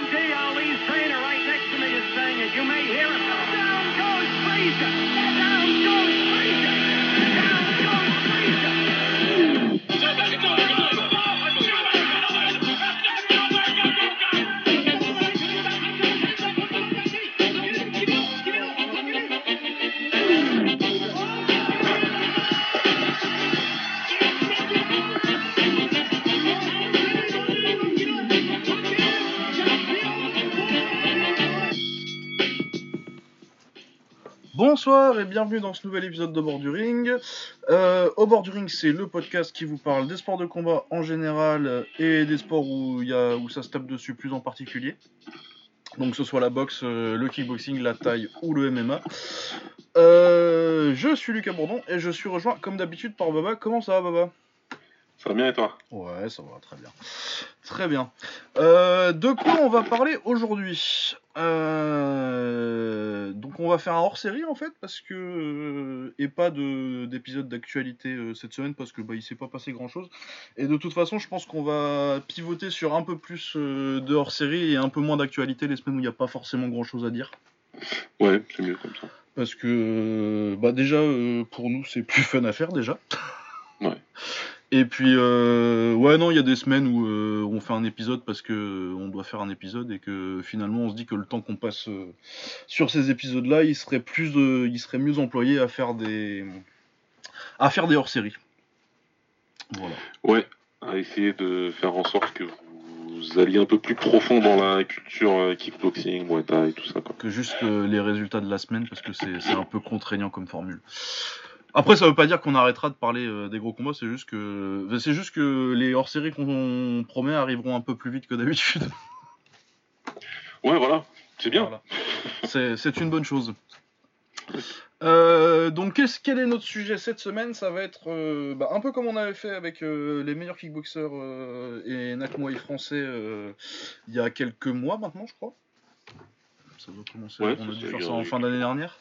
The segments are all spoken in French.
guarantee Ali's trainer right next to me is saying it. You may hear him. Down goes Frazier! Down goes Frazier! Down goes Frazier! Bonsoir et bienvenue dans ce nouvel épisode de Bord du Ring. Au Bord du Ring, c'est le podcast qui vous parle des sports de combat en général et des sports où ça se tape dessus plus en particulier. Donc que ce soit la boxe, le kickboxing, la taille ou le MMA. Je suis Lucas Bourdon et je suis rejoint comme d'habitude par Baba. Comment ça va, Baba ? Ça va bien et toi ? Ouais, ça va très bien. Très bien. De quoi on va parler aujourd'hui ? Donc on va faire un hors-série en fait, parce que et pas d'épisode d'actualité cette semaine, parce que il s'est pas passé grand-chose. Et de toute façon, je pense qu'on va pivoter sur un peu plus de hors-série et un peu moins d'actualité les semaines où il n'y a pas forcément grand-chose à dire. Ouais, c'est mieux comme ça. Parce que déjà pour nous c'est plus fun à faire déjà. Ouais. Et puis, il y a des semaines où on fait un épisode parce que on doit faire un épisode et que finalement on se dit que le temps qu'on passe sur ces épisodes-là, il serait mieux employé à faire des hors-séries. Voilà. Ouais, à essayer de faire en sorte que vous alliez un peu plus profond dans la culture kickboxing, Muay Thai et tout ça, quoi. Que juste les résultats de la semaine, parce que c'est un peu contraignant comme formule. Après, ça veut pas dire qu'on arrêtera de parler des gros combats, c'est juste que les hors-séries qu'on promet arriveront un peu plus vite que d'habitude. Ouais, voilà, c'est bien. Voilà. C'est une bonne chose. Donc quel est notre sujet cette semaine ? Ça va être un peu comme on avait fait avec les meilleurs kickboxers et Nak Muay français il y a quelques mois maintenant, je crois. Ça doit commencer, Ouais, on a dû faire ça en fin d'année dernière.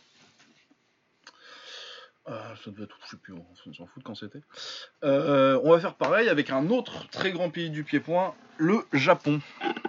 Ça devait être, je sais plus, on s'en fout de quand c'était. On va faire pareil avec un autre très grand pays du pied-point, le Japon.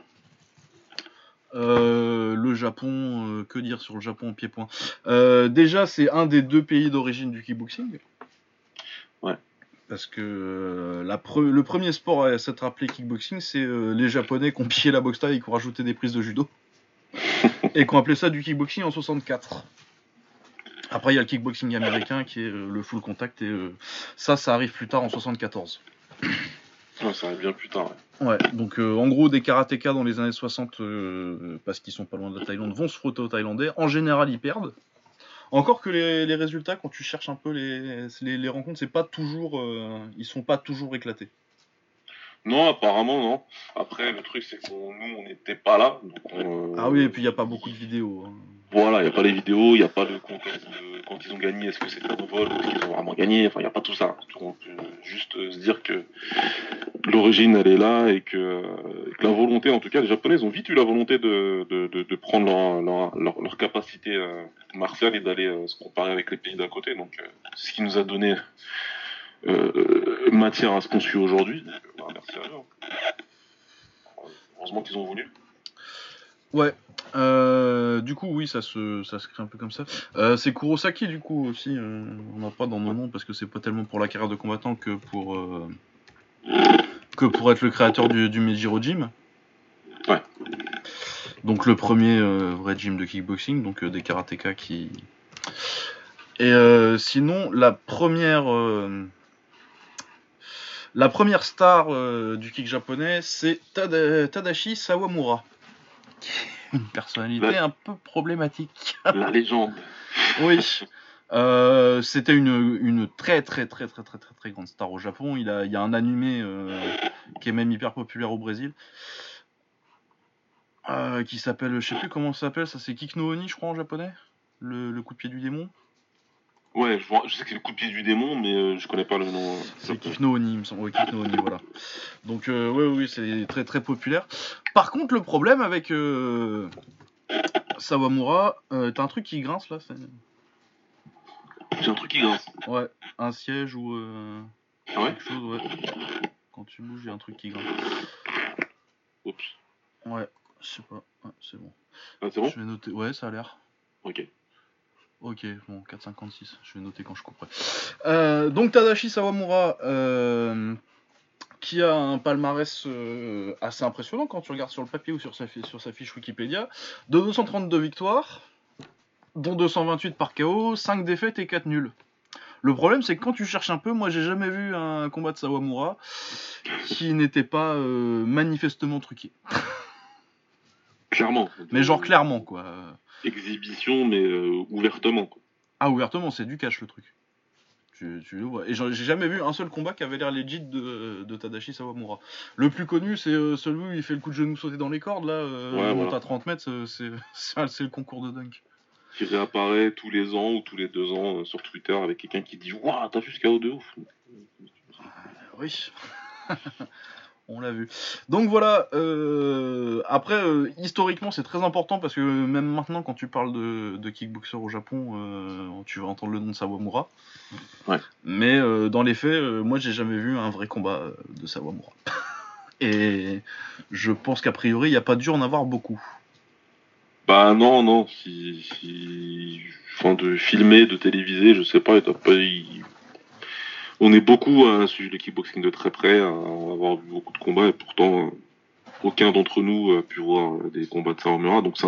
Le Japon, que dire sur le Japon en pied-point ? Déjà, c'est un des deux pays d'origine du kickboxing. Ouais. Parce que le premier sport à s'être appelé kickboxing, c'est les Japonais qui ont pillé la boxe thaï et qui ont rajouté des prises de judo. Et qui ont appelé ça du kickboxing en 64. Après, il y a le kickboxing américain qui est le full contact, et ça arrive plus tard en 74. Ouais, ça arrive bien plus tard, ouais. Ouais, donc en gros, des karatékas dans les années 60, parce qu'ils sont pas loin de la Thaïlande, vont se frotter aux Thaïlandais. En général, ils perdent. Encore que les résultats, quand tu cherches un peu les rencontres, c'est pas toujours, ils sont pas toujours éclatés. Non, apparemment, non. Après, le truc, c'est que nous, on n'était pas là. Donc Ah oui, et puis il n'y a pas beaucoup de vidéos. Hein. Voilà, il n'y a pas les vidéos, il n'y a pas le contexte de quand ils ont gagné, est-ce que c'était un vol, est-ce qu'ils ont vraiment gagné, enfin, il n'y a pas tout ça. On peut juste se dire que l'origine, elle est là et que la volonté, en tout cas, les Japonais ont vite eu la volonté de prendre leur capacité martiale et d'aller se comparer avec les pays d'à côté. Donc, c'est ce qui nous a donné matière à ce qu'on suit aujourd'hui. Merci à eux. Heureusement qu'ils ont voulu. Ouais. Du coup, oui, ça se crée un peu comme ça. C'est Kurosaki, du coup, aussi. On n'a pas dans nos noms parce que c'est pas tellement pour la carrière de combattant que pour être le créateur du Meijiro Gym. Ouais. Donc le premier vrai gym de kickboxing, donc des karatékas qui... Et sinon, la première star du kick japonais, c'est Tadashi Sawamura. Une personnalité un peu problématique. La légende. Oui. C'était une très grande star au Japon. Il y a un animé qui est même hyper populaire au Brésil, qui s'appelle, je sais plus comment ça s'appelle, ça c'est Kick no Oni, je crois, en japonais, le coup de pied du démon. Ouais, je sais que c'est le coup de pied du démon, mais je connais pas le nom. C'est Kick no Oni, il me semble. Ouais, Kick no Oni, voilà. Donc oui, c'est très très populaire. Par contre, le problème avec Sawamura, t'as un truc qui grince là, J'ai un truc qui grince. Ouais, un siège ou Ah ouais quelque chose, ouais. Quand tu bouges, il y a un truc qui grince. Oups. Ouais. Je sais pas. Ah, c'est bon. Ah, c'est bon? Je vais noter. Ouais, ça a l'air. Ok. Ok, bon, 4,56. Je vais noter quand je couperai. Donc Tadashi Sawamura, qui a un palmarès assez impressionnant quand tu regardes sur le papier ou sur sa fiche Wikipédia, de 232 victoires, dont 228 par KO, 5 défaites et 4 nuls. Le problème, c'est que quand tu cherches un peu, moi j'ai jamais vu un combat de Sawamura qui n'était pas manifestement truqué. Clairement. Mais genre clairement, quoi. Exhibition, mais ouvertement, quoi. Ah, ouvertement, c'est du cash le truc. Tu le vois. Et j'ai jamais vu un seul combat qui avait l'air legit de Tadashi Sawamura. Le plus connu, c'est celui où il fait le coup de genou sauté dans les cordes, là, Ouais, il monte voilà. à 30 mètres, c'est le concours de dunk. Qui réapparaît tous les ans ou tous les 2 ans sur Twitter avec quelqu'un qui dit Waouh, t'as vu ce KO de ouf. Oui. On l'a vu. Donc voilà, après, historiquement, c'est très important parce que même maintenant, quand tu parles de kickboxer au Japon, tu vas entendre le nom de Sawamura. Ouais. Mais dans les faits, moi, j'ai jamais vu un vrai combat de Sawamura. Et je pense qu'a priori, il n'y a pas dû en avoir beaucoup. Bah non. Enfin, de filmer, de téléviser, je sais pas, on est beaucoup à suivre le kickboxing de très près, à avoir vu beaucoup de combats, et pourtant, aucun d'entre nous a pu voir des combats de Sawamura, donc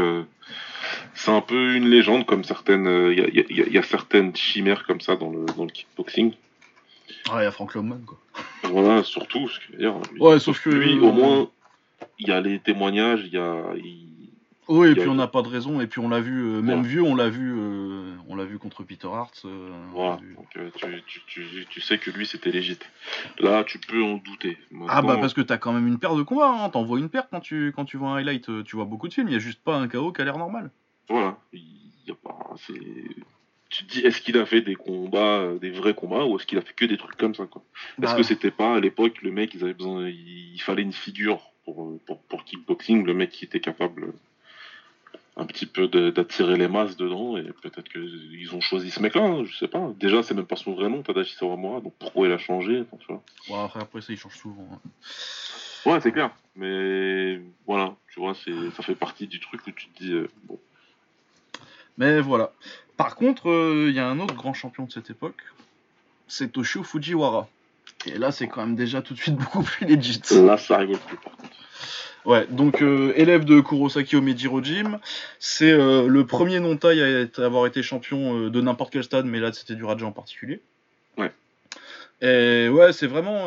c'est un peu une légende, comme certaines, il y a certaines chimères comme ça dans le kickboxing. Ah, il y a Frank Longman, quoi. Voilà, surtout, ce que dire, Ouais, sauf sauf que lui, que. au moins, il y a les témoignages, Oui, et il y a puis on les- n'a pas de raison, et puis on l'a vu, même voilà. vieux, on l'a vu contre Peter Hart. On l'a Voilà, vu. donc tu sais que lui c'était légit. Là, tu peux en douter. Ah bah Maintenant, parce que t'as quand même une paire de combats, hein. T'en vois une paire quand tu vois un highlight, tu vois beaucoup de films, il y a juste pas un KO qui a l'air normal. voilà, il y a pas. Tu te dis, est-ce qu'il a fait des combats, des vrais combats, ou est-ce qu'il a fait que des trucs comme ça, quoi. Est-ce que Bah c'était pas à l'époque le mec, ils avaient besoin, il fallait une figure pour kickboxing, le mec qui était capable un petit peu d'attirer les masses dedans, et peut-être qu'ils ont choisi ce mec-là, hein, je sais pas. Déjà, c'est même pas son vrai nom, Tadashi Sawamura, donc pourquoi il a changé, enfin, tu vois. ouais, après ça il change souvent, hein. Ouais, c'est clair. Mais voilà, tu vois, ça fait partie du truc où tu te dis, bon, Mais voilà. Par contre, il y a un autre grand champion de cette époque, c'est Toshio Fujiwara. Et là c'est quand même déjà tout de suite beaucoup plus legit. là, ça rigole plus, par contre. Ouais, donc élève de Kurosaki Omejiro Gym, c'est le premier non-taille à avoir été champion de n'importe quel stade, mais là c'était du Raja en particulier. Ouais. Et ouais, c'est vraiment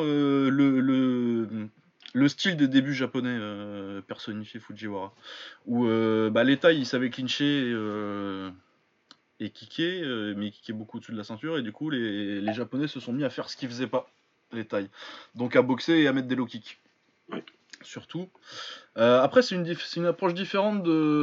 le style des débuts japonais personnifié Fujiwara. Où bah, les tailles, ils savaient clincher et kicker, mais ils kickaient beaucoup au-dessus de la ceinture, et du coup les japonais se sont mis à faire ce qu'ils faisaient pas, les tailles. Donc à boxer et à mettre des low kicks. Ouais. Surtout. Après, c'est une approche différente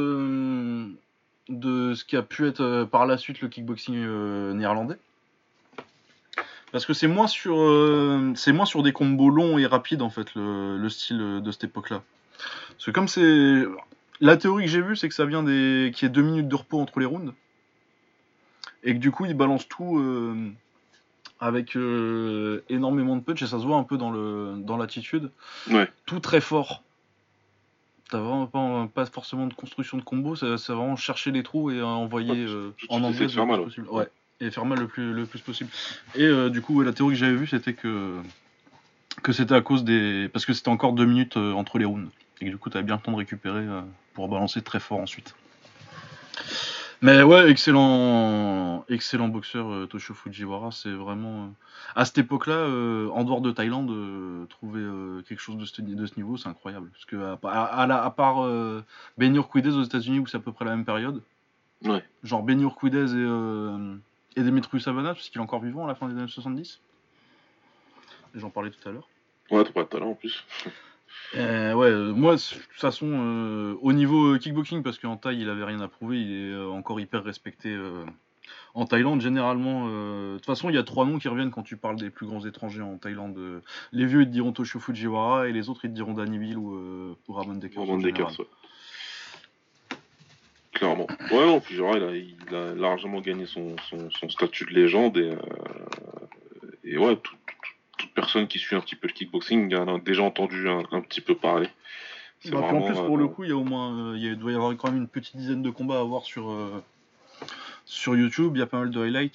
de ce qui a pu être par la suite le kickboxing néerlandais. Parce que c'est moins sur des combos longs et rapides en fait le style de cette époque-là. Parce que comme c'est la théorie que j'ai vue, c'est que ça vient qu'il y ait 2 minutes de repos entre les rounds et que du coup ils balancent tout avec énormément de punch, et ça se voit un peu dans l'attitude. Ouais. Tout très fort. T'as vraiment pas forcément de construction de combo, c'est vraiment chercher les trous et envoyer en anglaise le plus possible. Ouais. Et faire mal le plus possible. Et du coup, ouais, la théorie que j'avais vue, c'était que c'était à cause des. Parce que c'était encore 2 minutes entre les rounds. Et que du coup, t'avais bien le temps de récupérer pour balancer très fort ensuite. Mais ouais, excellent boxeur Toshio Fujiwara. C'est vraiment. À cette époque-là, en dehors de Thaïlande, trouver quelque chose de ce niveau, c'est incroyable. Parce que à part Ben Quidez aux États-Unis, où c'est à peu près la même période, Ouais. genre Ben Quidez et Demetrius Savannah, parce qu'il est encore vivant à la fin des années 70. Et j'en parlais tout à l'heure. Ouais, t'as pas de talent en plus. Ouais, moi, de toute façon, au niveau kickboxing, parce qu'en Thaï, il avait rien à prouver, il est encore hyper respecté en Thaïlande. Généralement, de toute façon, il y a 3 noms qui reviennent quand tu parles des plus grands étrangers en Thaïlande. Les vieux, ils te diront Toshio Fujiwara, et les autres, ils te diront Danny Bill ou Ramon Dekers. Ramon Dekers, ouais. Clairement. Ouais, non, Fujiwara, il a largement gagné son statut de légende, et ouais, toute personne qui suit un petit peu le kickboxing a déjà entendu un petit peu parler. C'est Bah, puis en vraiment. plus, pour le coup, il y a au moins, il doit y avoir quand même une petite dizaine de combats à voir sur YouTube. Il y a pas mal de highlights.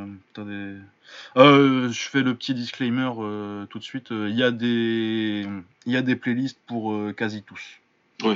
Je fais le petit disclaimer tout de suite. Il y a des playlists pour quasi tous. Ouais.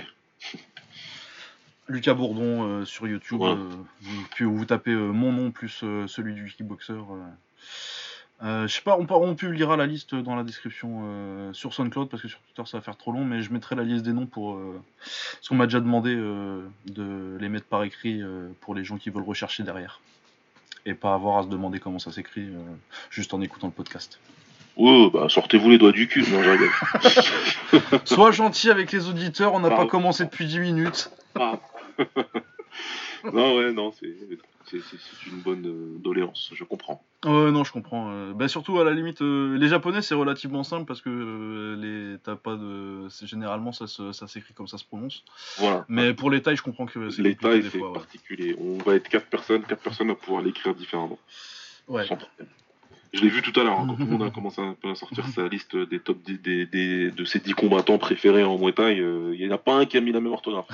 Lucas Bourdon sur YouTube. Voilà. Puis vous tapez mon nom plus celui du kickboxer. Je sais pas, on publiera la liste dans la description sur SoundCloud parce que sur Twitter ça va faire trop long, mais je mettrai la liste des noms parce qu'on m'a déjà demandé de les mettre par écrit pour les gens qui veulent rechercher derrière et pas avoir à se demander comment ça s'écrit juste en écoutant le podcast. Ouais, bah sortez-vous les doigts du cul, non, je rigole. Sois gentil avec les auditeurs, on n'a pas Pardon. commencé depuis 10 minutes. Ah. Non, ouais, non, c'est une bonne doléance, je comprends. Ouais, non, je comprends. Bah, surtout, à la limite, les japonais, c'est relativement simple parce que t'as pas de. Généralement, ça s'écrit comme ça se prononce. Voilà. Mais pour les tailles, je comprends que c'est Les compliqué tailles, des c'est fois. Ouais. particulier. On va être 4 personnes vont pouvoir l'écrire différemment. Ouais. Sans problème. Je l'ai vu tout à l'heure, hein, quand tout le monde a commencé un peu à sortir sa liste des top de ses 10 combattants préférés en Muay Thai. Il n'y en a pas un qui a mis la même orthographe.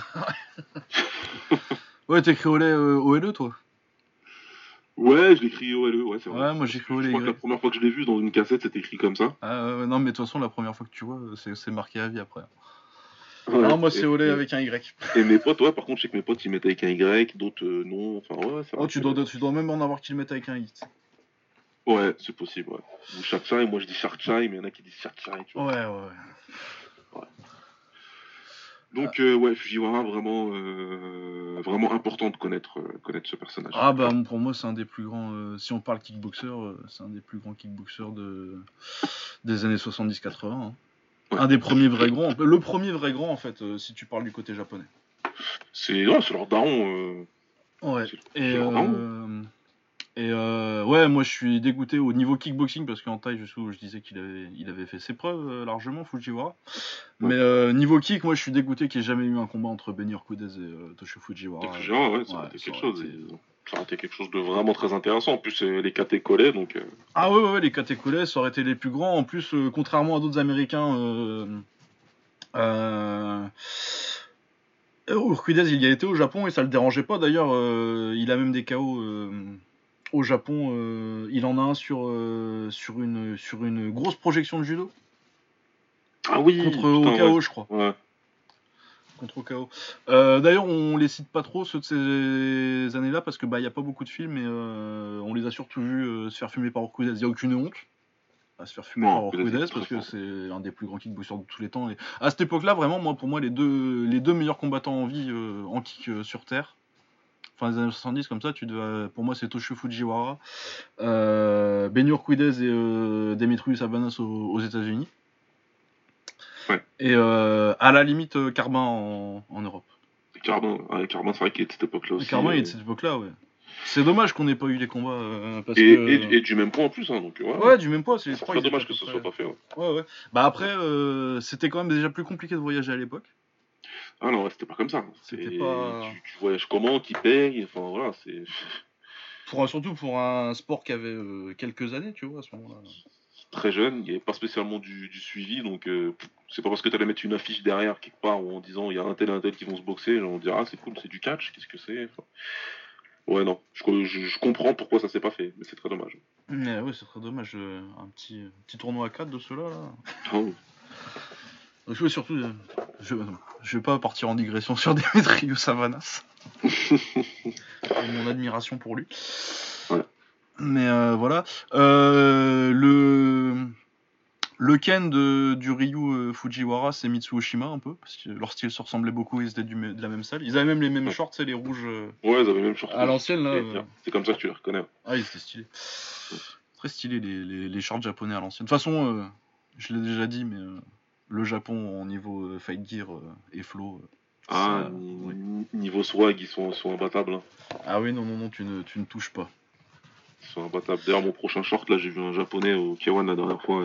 Ouais, t'écris OLE, toi? Ouais, je l'écris OLE, ouais, c'est vrai. Ouais, moi j'écris OLE. Je crois que la première fois que je l'ai vu dans une cassette, c'était écrit comme ça. Ah, non, mais de toute façon, la première fois que tu vois, c'est marqué à vie après. Ouais, Non, moi c'est OLE et- avec un Y. Et mes potes, ouais, par contre, je sais que mes potes, ils mettaient avec un Y, d'autres non. Enfin, ouais, c'est vrai. Oh, tu dois même en avoir qui le mettent avec un X. Ouais, c'est possible, ouais. Ou Shark-Chai, moi je dis Shark-Chai, mais il y en a qui disent Shark-Chai, tu vois. Ouais. Donc, ouais, Fujiwara, vraiment important de connaître ce personnage. Ah bah pour moi c'est un des plus grands, si on parle kickboxer, c'est un des plus grands kickboxers des années 70-80. Hein. Ouais. Un des premiers vrais grands, le premier vrai grand en fait, si tu parles du côté japonais. C'est leur daron. Ouais. C'est leur daron. Ouais, moi je suis dégoûté au niveau kickboxing parce qu'en taille, je disais qu'il avait fait ses preuves largement, Fujiwara. Mais niveau kick, moi je suis dégoûté qu'il n'y ait jamais eu un combat entre Benny Urquidez et Toshio Fujiwara. Et Fujiwara, ouais, ça aurait été quelque chose. Ça aurait été quelque chose de vraiment très intéressant. En plus, les KT collaient, donc. Ah ouais, les catécolais, ça aurait été les plus grands. En plus, contrairement à d'autres Américains, Urquidez, il y a été au Japon et ça le dérangeait pas. D'ailleurs, il a même des KO au Japon. Il en a un sur une grosse projection de judo. Ah oui. Contre putain, OKO, ouais. je crois. Ouais. Contre OKO. D'ailleurs, on les cite pas trop ceux de ces années-là parce que y a pas beaucoup de films et on les a surtout vus se faire fumer par Urquidez. Il y a aucune honte à se faire fumer par Urquidez parce que c'est l'un des plus grands kickboxers de tous les temps. Et à cette époque-là, vraiment, pour moi, les deux meilleurs combattants en vie en kick sur terre. Enfin, les années 70, comme ça, pour moi, c'est Toshio Fujiwara, Benny Urquidez et Demetrius Avanas aux États-Unis. Ouais. Et à la limite, Carbin en Europe. Carbin, c'est vrai qu'il est de cette époque-là aussi. Carbin est de cette époque-là, ouais. C'est dommage qu'on n'ait pas eu les combats parce et du même poids en plus, hein, donc ouais, du même poids. C'est très dommage que ce soit pas fait. Ouais. Bah après, c'était quand même déjà plus compliqué de voyager à l'époque. Ah non, c'était pas comme ça. C'était pas. Tu voyages comment, qui paye, enfin voilà, c'est. Surtout pour un sport qui avait quelques années, tu vois, à ce moment-là. Très jeune, il n'y avait pas spécialement du suivi, donc c'est pas parce que tu allais mettre une affiche derrière quelque part ou en disant il y a un tel qui vont se boxer, on dira ah c'est cool, c'est du catch, qu'est-ce que c'est enfin... Ouais, non, je comprends pourquoi ça s'est pas fait, mais c'est très dommage. Mais ouais, c'est très dommage, un petit tournoi à 4 de ceux-là. Là. Oh. Donc, surtout, je vais pas partir en digression sur Demetrius Avanas. Mon admiration pour lui. Ouais. Mais voilà. Le Ken du Ryu Fujiwara, c'est Mitsuo Oshima un peu, parce que leur style se ressemblait beaucoup, ils étaient de la même salle. Ils avaient même les mêmes shorts, c'est les rouges. Ouais, ils avaient les mêmes shorts. À l'ancienne, là. C'est comme ça que tu les reconnais. Ah, ils étaient stylés. Très stylés, les shorts japonais à l'ancienne. De toute façon, je l'ai déjà dit, mais le Japon, au niveau fight gear et flow. Niveau swag, ils sont imbattables. Hein. Ah oui, non, tu ne touches pas. Ils sont imbattables. D'ailleurs, mon prochain short, là, j'ai vu un japonais au K1 la dernière fois.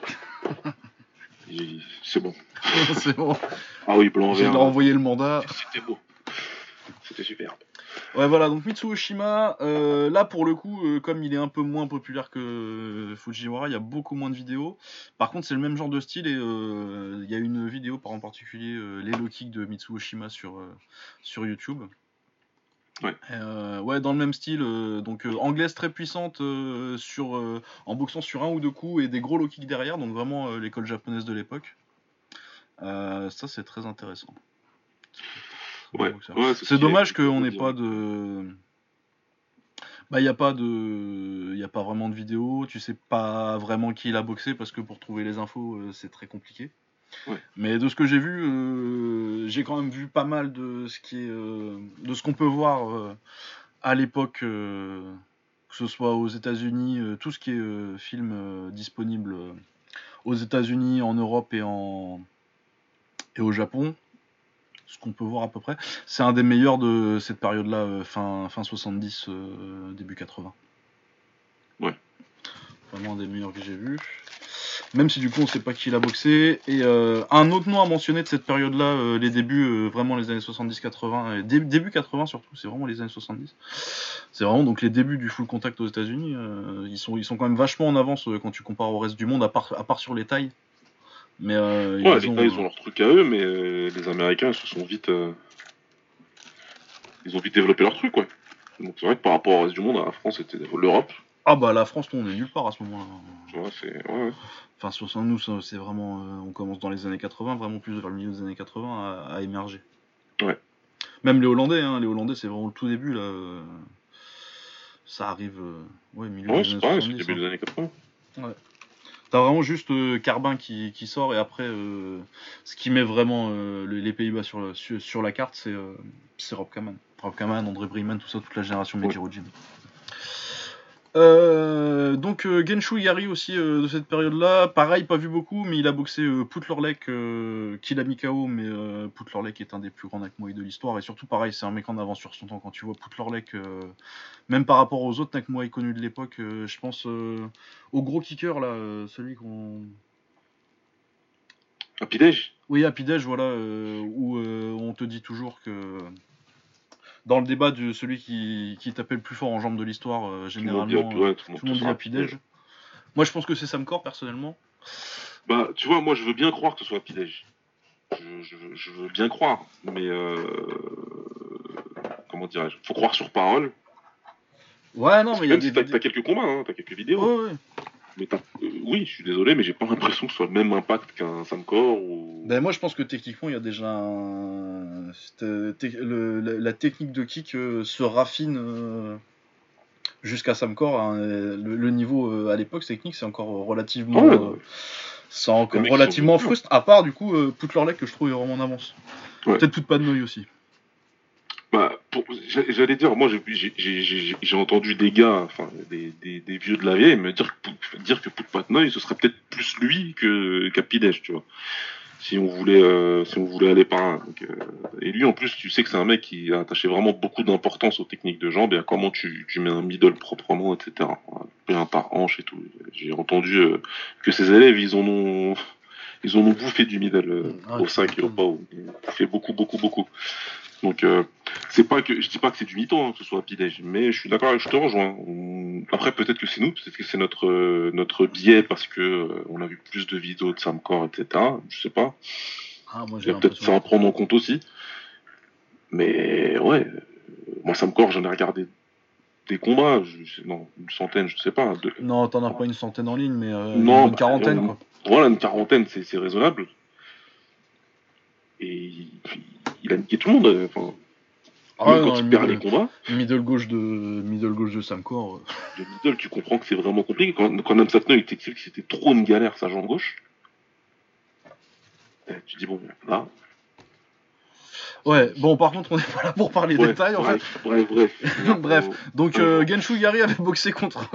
Et... c'est bon. C'est bon. Ah oui, blanc, vert. J'ai envoyé le mandat. C'était beau. C'était superbe. Ouais, voilà, donc Mitsuo Shima, là pour le coup, comme il est un peu moins populaire que Fujiwara, il y a beaucoup moins de vidéos. Par contre, c'est le même genre de style et il y a une vidéo en particulier, les low kicks de Mitsuo Shima sur YouTube. Ouais. Ouais, dans le même style, donc anglaise très puissante en boxant sur un ou deux coups et des gros low kicks derrière, donc vraiment l'école japonaise de l'époque. Ça, c'est très intéressant. Ouais, C'est ce qui dommage est- qu'on faut n'ait dire. pas de. Bah, il n'y a pas vraiment de vidéo, tu sais pas vraiment qui il a boxé parce que pour trouver les infos, c'est très compliqué. Ouais. Mais de ce que j'ai vu, j'ai quand même vu pas mal de ce qu'on peut voir à l'époque, que ce soit aux États-Unis, tout ce qui est film disponible aux États-Unis, en Europe et au Japon. Ce qu'on peut voir à peu près, c'est un des meilleurs de cette période-là, fin 70, début 80. Ouais. Vraiment un des meilleurs que j'ai vu. Même si du coup on sait pas qui l'a boxé. Et un autre nom à mentionner de cette période-là, les débuts, vraiment les années 70-80, et début 80 surtout, c'est vraiment les années 70. C'est vraiment donc les débuts du full contact aux États-Unis. Ils sont quand même vachement en avance quand tu compares au reste du monde, à part sur les tailles. Mais Ouais, les gars, ils ont leur truc à eux, mais les Américains, ils ont vite développé leur truc, ouais. Donc c'est vrai que par rapport au reste du monde, la France et l'Europe, Ah bah la France, nous, on est nulle part à ce moment-là. tu vois, c'est. Ouais. Enfin, 60, nous, c'est vraiment. On commence dans les années 80, vraiment plus vers le milieu des années 80 à émerger. Ouais. Même les Hollandais, c'est vraiment le tout début, là. Ça arrive, milieu Ouais, des c'est années pareil, c'est le 70. début des années 80. Ouais. T'as vraiment juste Carbin qui sort, et après, ce qui met vraiment les Pays-Bas sur la carte, c'est Rob Kaman. Rob Kaman, André Briman, tout ça, toute la génération Ouais. Mejiro Jin. Donc Genshu Yari aussi de cette période-là, pareil, pas vu beaucoup, mais il a boxé Put Lorlek, qu'il a mis KO, mais Put Lorlek est un des plus grands Nak Muay de l'histoire, et surtout pareil, c'est un mec en avance sur son temps. Quand tu vois Put Lorlek, même par rapport aux autres Nak Muay connus de l'époque, je pense au gros kicker là, celui qu'on... Un Pidej. Oui, à Pidej, voilà, où on te dit toujours que... Dans le débat de celui qui tapait le plus fort en jambes de l'histoire, Tout le monde dit, généralement, ouais, tout le monde dit à Pidej. Moi, je pense que c'est Sam Corr, personnellement. Bah, tu vois, moi, je veux bien croire que ce soit Pidej. Je veux bien croire, mais comment dirais-je, faut croire sur parole. Ouais, non, Parce mais que il y a même si t'as quelques combats, hein, t'as quelques vidéos. Ouais, ouais. Mais oui, je suis désolé, mais j'ai pas l'impression que ce soit le même impact qu'un Samcor ou. Ben, moi, je pense que techniquement, il y a déjà la technique de kick se raffine jusqu'à Sam Corr. Hein, le niveau à l'époque technique, c'est encore relativement, Ah ouais, les mecs, ils sont venus bien. fruste. À part du coup, Put Lorlek que je trouve vraiment en avance. Ouais. Peut-être Put Padnoy aussi. Bah, j'allais dire, moi j'ai entendu des gars, enfin des vieux de la vieille, me dire que Poutpatnoy, ce serait peut-être plus lui qu'à Pidej, tu vois. Si on voulait aller par un. Donc, et lui en plus, tu sais que c'est un mec qui a attaché vraiment beaucoup d'importance aux techniques de jambes et à comment tu mets un middle proprement, etc. Un par hanche et tout. J'ai entendu que ses élèves, ils en ont bouffé du middle au 5 et au pas. Ils ont bouffé beaucoup, beaucoup, beaucoup. Donc c'est pas que je dis pas que c'est du mytho, hein, que ce soit Pidej, mais je suis d'accord, je te rejoins. Après peut-être que c'est nous, peut-être que c'est notre biais parce que on a vu plus de vidéos de Sam Corr, etc. Je sais pas. Ah, moi Il j'ai y a peut-être l'impression. ça à prendre en compte aussi. Mais ouais, moi Sam Corr, j'en ai regardé des combats, non, une centaine, je sais pas. Non, t'en as pas une centaine en ligne, mais une Non, bonne quarantaine, quoi. Voilà, une quarantaine, c'est raisonnable. Et il a niqué tout le monde. Enfin, même quand il perd les combats. Middle gauche de Sam Corr. Le middle, tu comprends que c'est vraiment compliqué. Quand Nam Satno il t'explique que c'était trop une galère sa jambe gauche, tu dis bon, là. Ouais, bon, par contre, on n'est pas là pour parler détails, en fait. Bref. Bref, donc Genshu Yari avait boxé contre.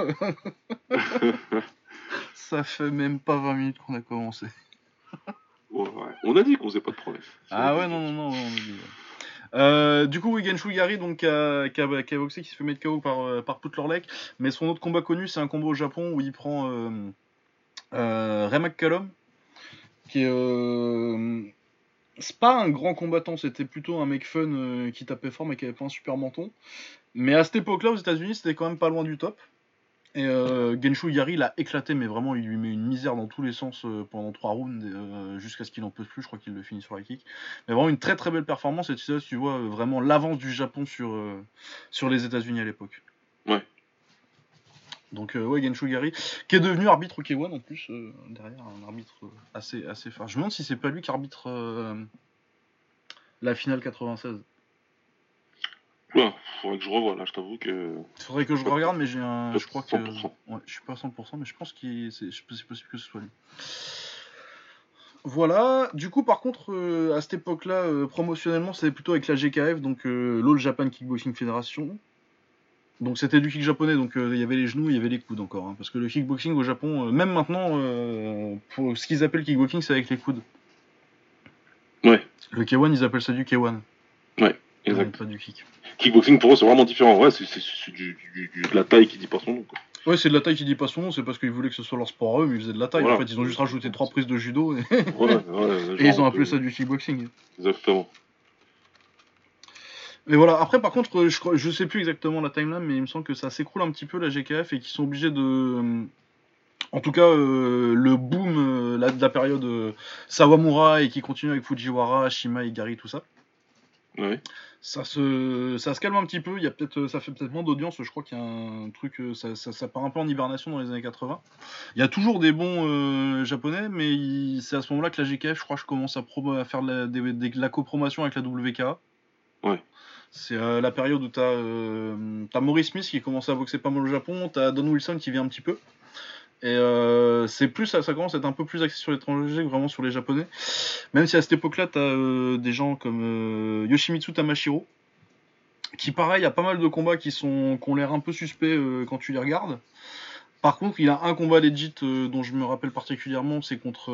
Ça fait même pas 20 minutes qu'on a commencé. Ouais. On a dit qu'on faisait pas de promesses. Ah ouais, non, on a dit. Du coup, oui, Genshu Yari, donc, qui a boxé, qui se fait mettre KO par Put Lorlek. Mais son autre combat connu, c'est un combat au Japon où il prend Ray McCallum, qui est C'est pas un grand combattant, c'était plutôt un mec fun qui tapait fort mais qui avait pas un super menton. Mais à cette époque-là, aux États-Unis, c'était quand même pas loin du top. Et Genshu Yari l'a éclaté, mais vraiment, il lui met une misère dans tous les sens pendant 3 rounds, jusqu'à ce qu'il en peut plus. Je crois qu'il le finit sur la kick. Mais vraiment, une très très belle performance. Et tu vois vraiment l'avance du Japon sur les États-Unis à l'époque. Ouais. Donc, ouais, Genshu Yari, qui est devenu arbitre au K1 en plus, derrière, un arbitre assez fort. Je me demande si c'est pas lui qui arbitre la finale 96. Ouais, faudrait que je revoie là, je t'avoue que. Faudrait que je regarde, mais je crois que. 100%. Ouais, je suis pas à 100%, mais je pense que c'est possible que ce soit lui. Voilà, du coup, par contre, à cette époque-là, promotionnellement, c'était plutôt avec la GKF, donc l'All Japan Kickboxing Federation. Donc c'était du kick japonais, donc il y avait les genoux, il y avait les coudes encore. Hein, parce que le kickboxing au Japon, même maintenant, pour ce qu'ils appellent kickboxing, c'est avec les coudes. Ouais. Le K1, ils appellent ça du K1. Ouais, exact. Pas du kick. Kickboxing pour eux, c'est vraiment différent. Ouais, c'est de la taille qui dit pas son nom, quoi. Ouais, c'est de la taille qui dit pas son nom, c'est parce qu'ils voulaient que ce soit leur sport à eux, mais ils faisaient de la taille. Voilà. En fait, ils ont juste rajouté 3 prises de judo et, Ouais, et ils ont appelé ça du kickboxing. Exactement. Mais voilà, après par contre, je sais plus exactement la timeline, mais il me semble que ça s'écroule un petit peu la GKF et qu'ils sont obligés de. En tout cas, le boom de la période Sawamura et qui continue avec Fujiwara, Shima, Igari, tout ça. Ouais. Ça se calme un petit peu, ça fait peut-être moins d'audience, je crois qu'il y a un truc, ça part un peu en hibernation dans les années 80. Il y a toujours des bons japonais, mais c'est à ce moment-là que la GKF, je crois, je commence à faire de la copromotion avec la WKA. Ouais. C'est la période où t'as Maurice Smith qui commence à boxer pas mal au Japon, t'as Don Wilson qui vient un petit peu. Et c'est plus ça commence à être un peu plus axé sur l'étranger que vraiment sur les japonais. Même si à cette époque-là, t'as des gens comme Yoshimitsu Tamashiro, qui pareil, a pas mal de combats qui ont l'air un peu suspects quand tu les regardes. Par contre, il a un combat legit dont je me rappelle particulièrement, c'est contre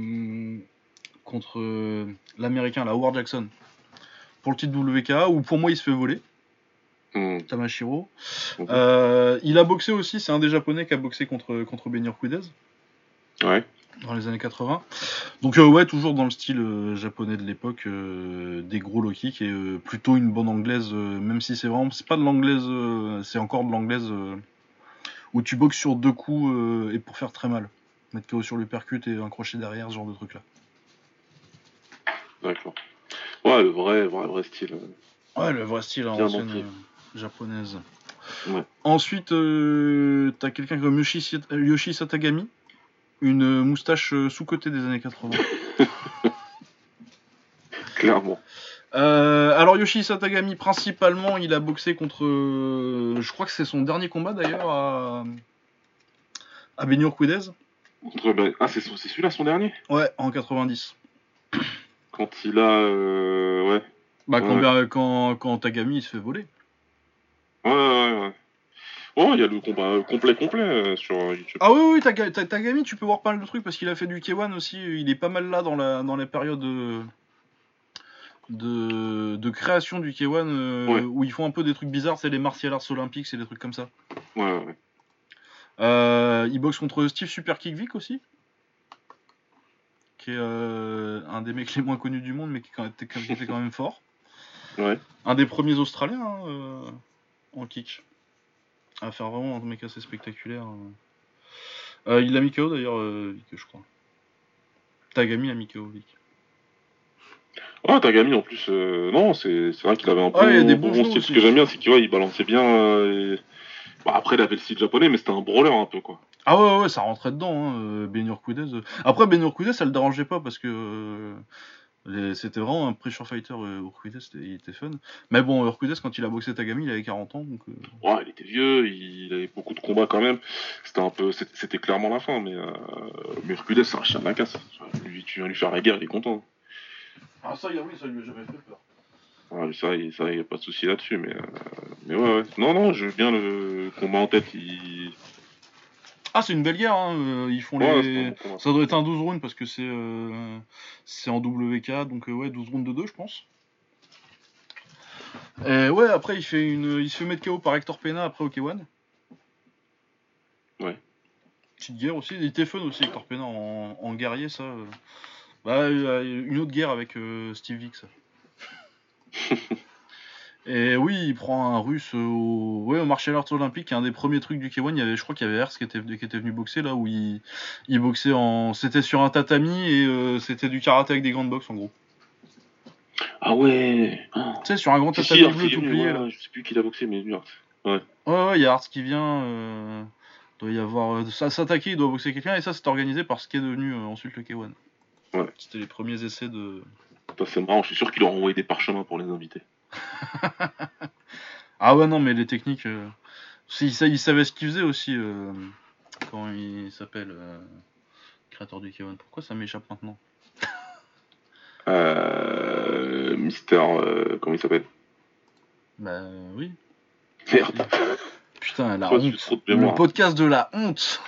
l'américain, la Howard Jackson, pour le titre WKA, où pour moi il se fait voler. Tamashiro. Il a boxé aussi, c'est un des japonais qui a boxé contre Benir Kudez. Ouais. Dans les années 80. Donc ouais, toujours dans le style japonais de l'époque, des gros low kicks et plutôt une bonne anglaise, même si c'est pas de l'anglaise, c'est encore de l'anglaise où tu boxes sur 2 coups et pour faire très mal. Mettre KO sur le percut et un crochet derrière, ce genre de truc là. D'accord. Ouais, le vrai style. Ouais, le vrai style ancienne japonaise. Ouais. Ensuite, t'as quelqu'un comme Yoshi Satagami, une moustache sous-cotée des années 80. Clairement. Alors Yoshi Satagami, principalement, il a boxé contre... je crois que c'est son dernier combat d'ailleurs à Benur Kudez. Ah, c'est celui-là son dernier? Ouais, en 90. Quand il a... ouais. Bah quand Tagami il se fait voler. Ouais. Oh, il y a le combat complet sur YouTube. Ah oui, Tagami, tu peux voir pas mal de trucs parce qu'il a fait du K1 aussi. Il est pas mal là dans la période de création du K1 où ils font un peu des trucs bizarres. C'est les martial arts olympiques, c'est des trucs comme ça. Ouais. Il boxe contre Steve Superkick Vic aussi, qui est un des mecs les moins connus du monde, mais qui était quand même fort. Ouais. Un des premiers Australiens en kick. À faire vraiment un mec assez spectaculaire. Il l'a mis KO d'ailleurs, Vic, je crois. Tagami l'a mis KO, Vic. Ouais, Tagami en plus, non, c'est vrai qu'il avait un bon style. Ce que j'aime bien, c'est qu'il balançait bien. Bah, après, il avait le style japonais, mais c'était un brawler un peu, quoi. Ah ouais, ça rentrait dedans, Benur Kudez. Après, Benur Kudez, ça le dérangeait pas parce que c'était vraiment un pressure fighter. Urquidez, il était fun. Mais bon, Urquidez, quand il a boxé Tagami, il avait 40 ans. Donc, ouais, il était vieux, il avait beaucoup de combats quand même. C'était clairement la fin, mais Urquidez, c'est un chien de la casse. Tu viens lui faire la guerre, il est content. Ah, ça, oui, ça lui a jamais fait peur. Ouais, ça, il n'y a pas de souci là-dessus, mais ouais. Non, je veux bien le combat en tête. Ah, c'est une belle guerre, hein. Ils font ça doit être un 12 rounds parce que c'est en WK, donc ouais, 12 rounds de 2, je pense. Et ouais, après, il se fait mettre KO par Hector Pena après au K1. Ouais. Petite guerre aussi. Il était fun aussi, Hector Pena en guerrier, ça. Bah, une autre guerre avec Steve Vix. Et oui, il prend un russe au martial arts olympique, qui est un des premiers trucs du K1. Je crois qu'il y avait Hertz qui était venu boxer là, où il boxait c'était sur un tatami et c'était du karaté avec des gants de boxe en gros. Ah ouais. Tu sais, sur un grand Si, tatami Art, bleu il est tout venu, plié ouais, là. je sais plus qui l'a boxé, mais il est venu, Art. Ouais. Ouais, il y a Hertz qui vient. Doit y avoir s'attaquer, il doit boxer quelqu'un, et ça c'est organisé par ce qui est devenu ensuite le K1. Ouais. C'était les premiers essais de. Putain, c'est marrant, je suis sûr qu'il leur a envoyé des parchemins pour les invités. Ah ouais, non, mais les techniques. Il savait ce qu'il faisait aussi. Comment il s'appelle créateur du K1. Pourquoi ça m'échappe maintenant? Mister. Comment il s'appelle? Bah oui. Merde. Putain, la Pourquoi tu fais honte. trop de Le mémoire podcast de la honte.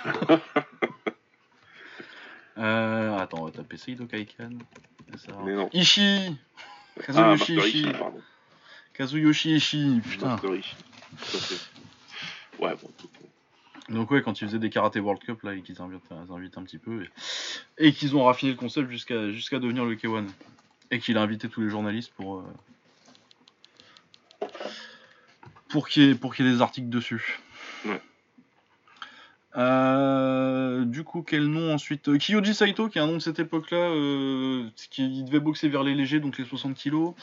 Attends, on va taper Seido Kaikan. Mais non. Ishii. Ah, Kazuyoshi Master Ishii. Ishii, pardon. Kazuyoshi Ishii, putain. Master Ishii. Tout à fait. Ouais, bon, écoute. Donc ouais, quand ils faisaient des karaté World Cup là, et qu'ils invitent un petit peu, et qu'ils ont raffiné le concept jusqu'à devenir le K1. Et qu'il a invité tous les journalistes pour qu'il y ait des articles dessus. Ouais. Du coup, quel nom ensuite? Kyoji Saito, qui est un nom de cette époque-là, qui devait boxer vers les légers, donc les 60 kilos.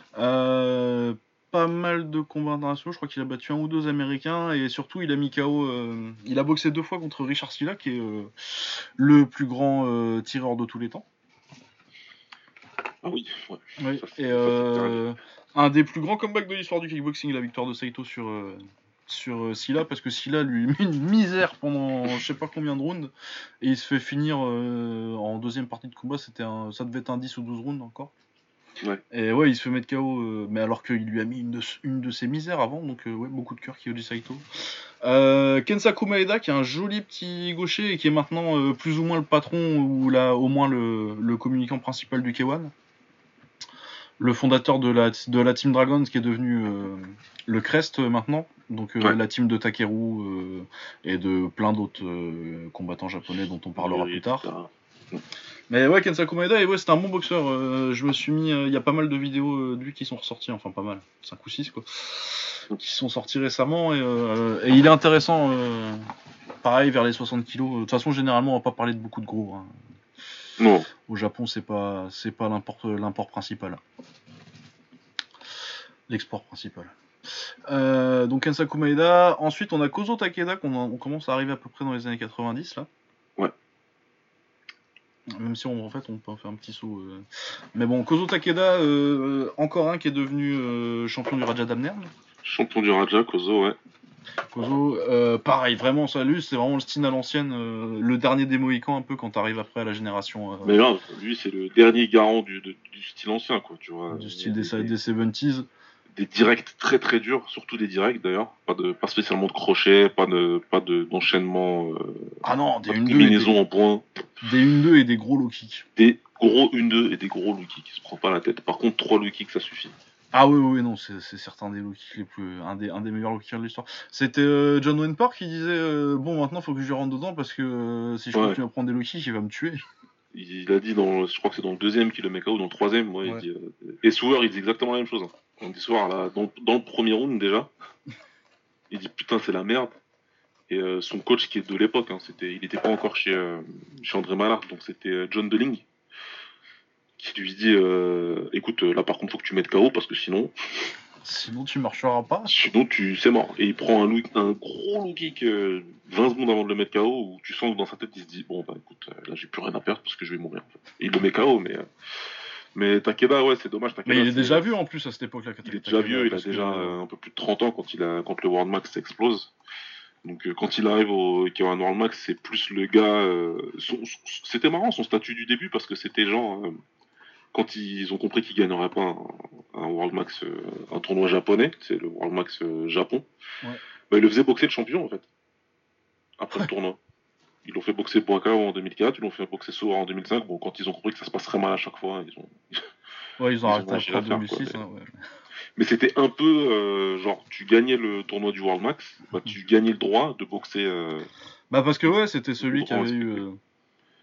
Pas mal de combats internationaux, je crois qu'il a battu un ou deux américains, et surtout il a mis KO. Il a boxé 2 fois contre Richard Silla, qui est le plus grand tireur de tous les temps. Ah oui, ouais. Oui. Ça, Et un des plus grands comebacks de l'histoire du kickboxing, la victoire de Saito sur Silla, parce que Silla lui met une misère pendant je sais pas combien de rounds, et il se fait finir en deuxième partie de combat. Ça devait être un 10 ou 12 rounds encore. Ouais. Et ouais, il se fait mettre KO, mais alors qu'il lui a mis une de ses misères avant, donc ouais, beaucoup de cœur Kyoji Saito. Kensaku Maeda, qui est un joli petit gaucher et qui est maintenant plus ou moins le patron, ou là au moins le communicant principal du K1. Le fondateur de la Team Dragons, qui est devenu le Crest maintenant, donc Ouais. la team de Takeru et de plein d'autres combattants japonais dont on parlera plus tard. Mais ouais, Kensaku Maeda, et ouais, c'est un bon boxeur. Je me suis mis, il y a pas mal de vidéos de lui qui sont ressorties, enfin pas mal, 5 ou 6 quoi, qui sont sorties récemment, et il est intéressant. Pareil, vers les 60 kilos. De toute façon, généralement, on va pas parler de beaucoup de gros. Hein. Non. Au Japon, c'est pas l'import principal. L'export principal. Donc Kensaku Maeda. Ensuite, on a Kozo Takeda, on commence à arriver à peu près dans les années 90 là. Ouais. Même si en fait on peut en faire un petit saut. Mais bon, Kozo Takeda, encore un qui est devenu champion du Raja Damnern. Champion du Raja, Kozo, ouais. Kozo, pareil, vraiment, ça, lui, c'est vraiment le style à l'ancienne, le dernier des Mohicans, un peu, quand t'arrives après à la génération. Mais là, lui, c'est le dernier garant du style ancien, quoi, tu vois. Du style des 70s. Des directs très très durs, surtout des directs d'ailleurs. Pas spécialement de crochet, pas d'enchaînement. Ah non, des 1-2 combinaisons en point. Des 1-2 et des gros low kicks. Des gros 1-2 et des gros low kicks, il se prend pas la tête. Par contre, 3 low kicks, ça suffit. Ah oui, non, c'est certain des low kicks un des meilleurs low kickers de l'histoire. C'était John Wayne Park qui disait bon, maintenant faut que je lui rentre dedans parce que si je continue à prendre des low kicks, il va me tuer. Il a dit je crois que c'est dans le deuxième qu'il le met KO, dans le troisième, ouais. Il dit, et Souer, il dit exactement la même chose. Hein. On dit Souer, là, dans le premier round déjà, il dit putain, c'est la merde. Et son coach qui est de l'époque, hein, il n'était pas encore chez André Mallard, donc c'était John Deling, qui lui dit écoute, là par contre, faut que tu mettes KO parce que sinon tu marcheras pas. Sinon, c'est mort. Et il prend un gros low kick 20 secondes avant de le mettre KO, où tu sens que dans sa tête, il se dit bon, bah écoute, là j'ai plus rien à perdre parce que je vais mourir. En fait. Et il le met KO, mais Takeda, ouais, c'est dommage. Takeda, mais il est déjà vu en plus à cette époque-là. Il est déjà vieux, il a déjà un peu plus de 30 ans quand le World Max explose. Donc quand il arrive au K1 World Max, c'est plus le gars. C'était marrant son statut du début parce que c'était genre. Quand ils ont compris qu'ils gagneraient pas un World Max, un tournoi japonais, c'est le World Max Japon, ouais. Bah, ils le faisaient boxer le champion en fait. Après le tournoi. Ils l'ont fait boxer Boakao en 2004, ils l'ont fait boxer Soa en 2005. Bon, quand ils ont compris que ça se passerait mal à chaque fois, ils ont arrêté après 2006. Ouais. Mais c'était un peu genre, tu gagnais le tournoi du World Max, bah, tu gagnais le droit de boxer. Bah parce que ouais, c'était celui qui avait eu.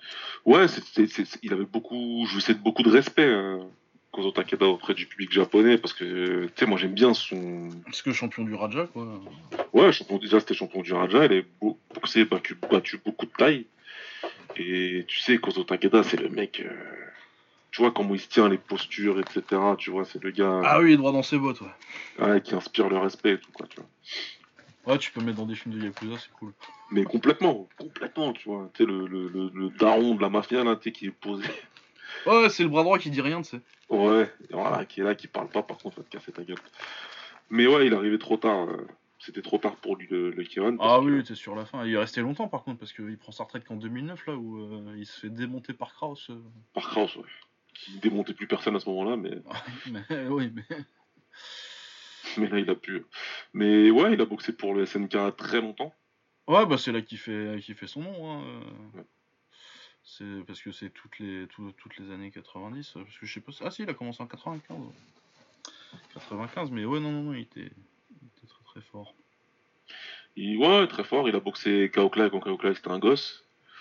Ouais, il avait beaucoup, jouissait de beaucoup de respect, Kozo Takeda auprès du public japonais, parce que, tu sais, moi j'aime bien son... Parce que champion du Raja, quoi. Ouais, déjà c'était champion du Raja, il a boxé, battu beaucoup de taille, et tu sais, Kozo Takeda, c'est le mec, tu vois comment il se tient, les postures, etc., tu vois, c'est le gars Ah oui, il est droit dans ses bottes, ouais. ouais, qui inspire le respect et tout, quoi, tu vois. Ouais, tu peux le mettre dans des films de Yakuza, c'est cool. Mais complètement, complètement, tu vois, tu sais, le daron de la mafia, là, tu sais, qui est posé. Ouais, c'est le bras droit qui dit rien, tu sais. Ouais, et voilà, qui est là, qui parle pas, par contre, va te casser ta gueule. Mais ouais, il est arrivé trop tard. C'était trop tard pour lui, le Kiran, parce Ah que. oui, t'es sur la fin. Il est resté longtemps, par contre, parce qu'il prend sa retraite qu'en 2009, là, où il se fait démonter par Kraus. Par Kraus, ouais. Qui démontait plus personne à ce moment-là, Mais oui, mais... mais là, il a pu. Mais ouais, il a boxé pour le SNK très longtemps. Ouais, bah c'est là qu'il fait son nom, hein. Ouais. C'est parce que c'est toutes les années 90. Parce que je sais pas. Ah si, il a commencé en 95. 95, mais ouais, non, il était très très fort. Ouais, très fort. Il a boxé Kao Clay quand Kao Clay c'était un gosse.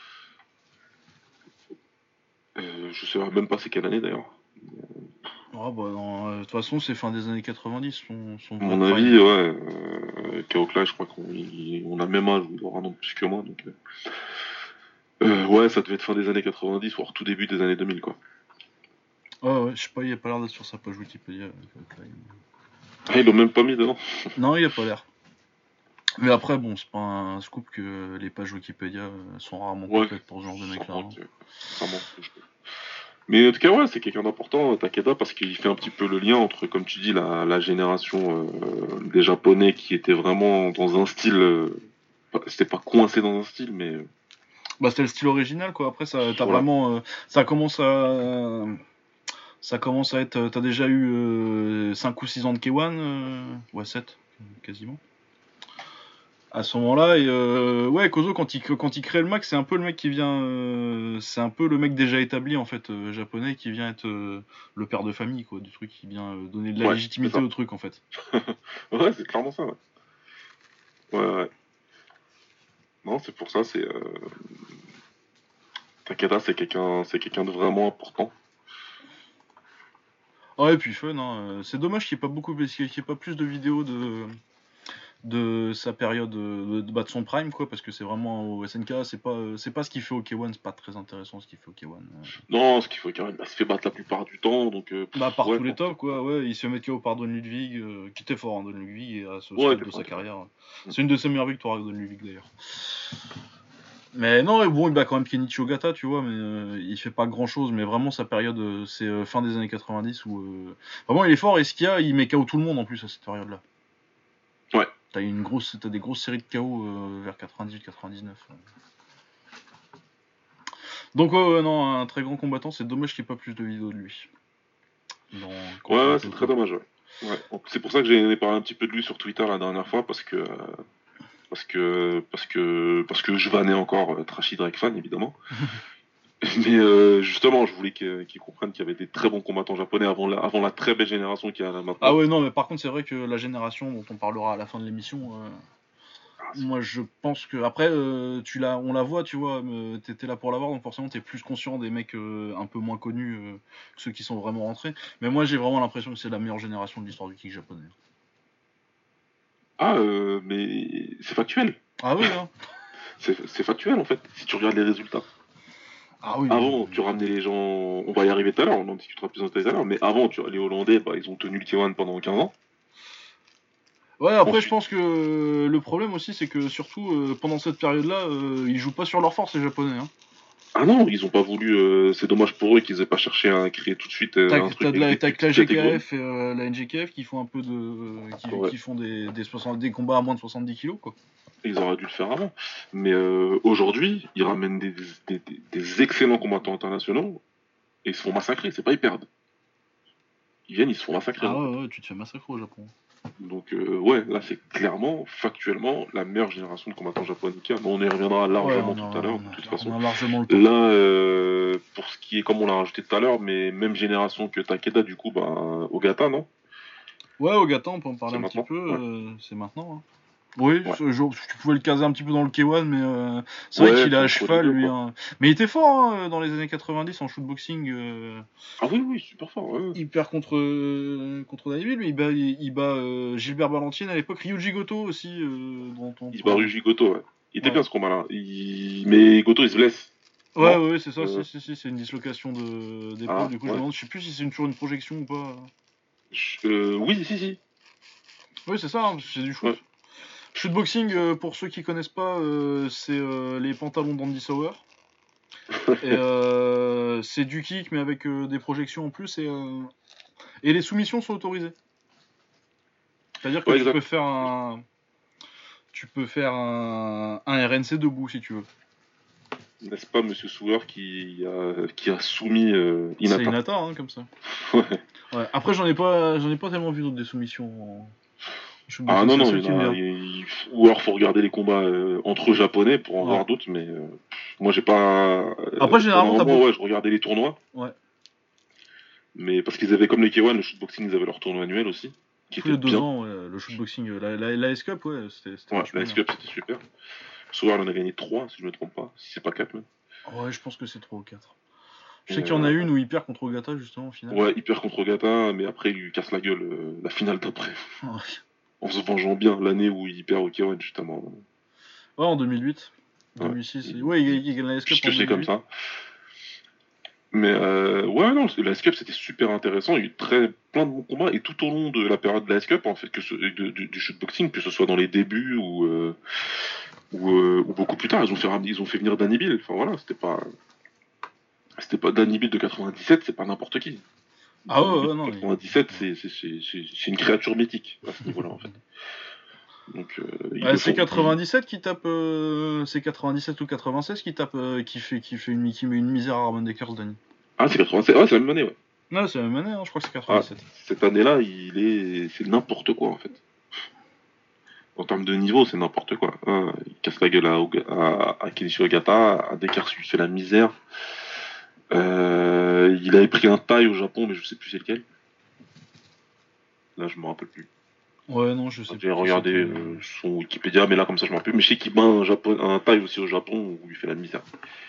Je sais même pas c'est quelle année d'ailleurs. Ah bah non, de toute façon, c'est fin des années 90, son À vrai mon prime. avis, ouais. Kao Clay, je crois qu'on a le même âge, ou il aura un an de plus que moi. Donc, ouais, ça devait être fin des années 90, voire tout début des années 2000, quoi. Ouais, je sais pas, il a pas l'air d'être sur sa page Wikipédia. Ah, ils l'ont même pas mis dedans. Non, il a pas l'air. Mais après, bon, c'est pas un scoop que les pages Wikipédia sont rarement Ouais, complètes pour ce genre de mec-là. sûrement sûrement que mais en tout cas, ouais, c'est quelqu'un d'important, Takeda, parce qu'il fait un petit peu le lien entre, comme tu dis, la génération des Japonais qui étaient vraiment dans un style. C'était pas coincé dans un style, mais. Bah, c'était le style original, quoi. Après, t'as Voilà. vraiment. Ça commence à. Ça commence à être. T'as déjà eu 5 ou 6 ans de K1, ouais, 7, quasiment. À ce moment-là, et ouais, Kozo, quand il crée le Mac, c'est un peu le mec qui vient. C'est un peu le mec déjà établi, en fait, japonais, qui vient être le père de famille, quoi, du truc, qui vient donner de la Ouais, c'est légitimité ça. au truc, en fait. Ouais, c'est clairement ça, ouais. Ouais, ouais. Non, c'est pour ça, Takeda, c'est quelqu'un de vraiment important. Ouais, et puis fun, hein. C'est dommage qu'il n'y ait pas qu'il y ait pas plus de vidéos de sa période, de son prime, quoi, parce que c'est vraiment au SNK, c'est pas ce qu'il fait au K1, c'est pas très intéressant ce qu'il fait au K1. Non, ce qu'il faut quand même, il se fait battre la plupart du temps, donc Bah, par ouais, tous les non, tops, quoi, ouais, il se fait mettre KO par Don Ludwig, qui était fort, hein, Don Ludwig, et à ce ouais, stade t'es de fort, sa t'es fort. carrière. C'est une de ses meilleures victoires, Don Ludwig, d'ailleurs. Mais non, et bon, il bat quand même Kenichi Ogata, tu vois, mais il fait pas grand chose, mais vraiment sa période, c'est fin des années 90 où. Vraiment, il est fort, et ce qu'il y a, il met KO tout le monde en plus à cette période-là. Ouais. T'as des grosses séries de KO vers 98-99. Donc non, un très grand combattant, c'est dommage qu'il n'y ait pas plus de vidéos de lui. Quand il Ouais, était c'est au très top. dommage, ouais. Ouais. Donc, c'est pour ça que j'ai parlé un petit peu de lui sur Twitter la dernière fois, parce que je vannais encore Trashy Drake fan, évidemment. Mais justement, je voulais qu'ils comprennent qu'il y avait des très bons combattants japonais avant la très belle génération qu'il y a là Ah maintenant. ouais, non, mais par contre, c'est vrai que la génération dont on parlera à la fin de l'émission, Ah, moi je pense que. Après, on la voit, tu vois, t'étais là pour la voir, donc forcément t'es plus conscient des mecs un peu moins connus que ceux qui sont vraiment rentrés. Mais moi j'ai vraiment l'impression que c'est la meilleure génération de l'histoire du kick japonais. mais c'est factuel. Ah oui, hein. C'est factuel en fait, si tu regardes les résultats. Ah oui, Avant, tu ramenais les gens, on va y arriver tout à l'heure, on en discutera plus en détail tout à l'heure, mais avant, les Hollandais, bah, ils ont tenu le K1 pendant 15 ans. Ouais, après je Ensuite, pense que le problème aussi c'est que surtout pendant cette période-là, ils jouent pas sur leur force les japonais, hein. ah non, ils ont pas voulu, c'est dommage pour eux qu'ils aient pas cherché à créer tout de suite un truc avec des T'as plus que la petites catégories. GKF et la NGKF qui font un peu de. Ouais, Qui font des combats à moins de 70 kilos, quoi. ils auraient dû le faire avant. Mais aujourd'hui, ils ramènent des excellents combattants internationaux et ils se font massacrer, c'est pas ils perdent. Ils viennent, ils se font massacrer Ah en fait. ouais, tu te fais massacrer au Japon. Donc ouais, là c'est clairement, factuellement, la meilleure génération de combattants japonais qu'il y a. Mais on y reviendra Ouais, largement tout à l'heure, de toute on façon. a largement le temps. Là, pour ce qui est, comme on l'a rajouté tout à l'heure, mais même génération que Takeda, du coup, bah, Ogata, non? Ouais, Ogata, on peut en parler C'est un petit maintenant? peu, Ouais. c'est maintenant, hein. Oui, Ouais. tu pouvais le caser un petit peu dans le K1, mais c'est vrai Ouais, qu'il est à entre les cheval, deux, lui. quoi. Hein. Mais il était fort hein, dans les années 90 en shootboxing. Ah oui, oui, super fort. Ouais. Il perd contre Daniel, mais il bat Gilbert Balantine à l'époque. Ryuji Goto aussi. Il se bat Ryuji Goto, ouais. Il était Ouais. bien ce combat-là. Mais Goto, il se blesse. Ouais, Non ouais, c'est ça, Euh, si, c'est une dislocation d'épaule. Ah, Du coup, je me ouais. demande, je sais plus si c'est toujours une projection ou pas. Oui, si. Oui, c'est ça, hein, c'est du shoot. Ouais. Shootboxing, pour ceux qui connaissent pas, c'est les pantalons d'Andy Sauer. Et c'est du kick, mais avec des projections en plus. Et les soumissions sont autorisées. C'est-à-dire que Ouais, tu exact. peux faire un RNC debout si tu veux. N'est-ce pas Monsieur Souer qui a soumis C'est Inata. Inata, hein, comme ça. Ouais. Ouais. Après, j'en ai pas tellement vu d'autres des soumissions en Ah shootboxing, non, c'est la non, seule il y qui en me a. vient. Ou alors faut regarder les combats entre japonais pour en Ouais. voir d'autres, mais moi j'ai pas. Après, Pendant généralement, un t'as moment, beaucoup. ouais, je regardais les tournois, Ouais. mais parce qu'ils avaient comme les K1, le shootboxing, ils avaient leur tournoi annuel aussi, qui Tous était les deux bien. ans, ouais, le shootboxing, la S-Cup, ouais, c'était Ouais, vachement la bien. S-Cup c'était super. Souer en a gagné 3 si je me trompe pas, si c'est pas 4 même. Ouais, je pense que c'est 3 ou 4. Je Et, sais qu'il y en a une où il perd contre Ogata, justement, au final. ouais, il perd contre Gata, mais après il lui casse la gueule la finale d'après. Ouais, En se vengeant bien l'année où il perd au K1 justement. en 2008. Ouais. 2006. Ouais, il gagne la S-Cup en Puisque c'est comme 2008. ça. Mais ouais, non, la S-Cup c'était super intéressant. Il y a eu plein de bons combats. Et tout au long de la période de la S-Cup, en fait, du shootboxing, que ce soit dans les débuts ou beaucoup plus tard, ils ont fait venir Danny Bill. Enfin voilà, c'était pas Danny Bill de 97, c'est pas n'importe qui. Ah Danny ouais, Bill ouais, de non. 97, c'est une créature mythique à ce niveau-là, en fait. Donc ils Ouais, le c'est font. 97 qui tape. C'est 97 ou 96 qui tape. Qui met une misère à Ramon Dekers, Danny. Ah, c'est 87. Ouais, c'est la même année, ouais. Non, c'est la même année, hein, je crois que c'est Ah, 97. cette année-là, c'est n'importe quoi, en fait. En termes de niveau, c'est n'importe quoi. Hein, il casse la gueule à Kenichi Ogata, à Dekers lui fait la misère. Il avait pris un taille au Japon, mais je sais plus c'est lequel. Là, je me rappelle plus. Ouais, non, je sais J'ai plus qui regardé c'était. son Wikipédia, mais là, comme ça, je me rappelle plus. Mais je sais qu'il bat un taille aussi au Japon où il lui fait la misère.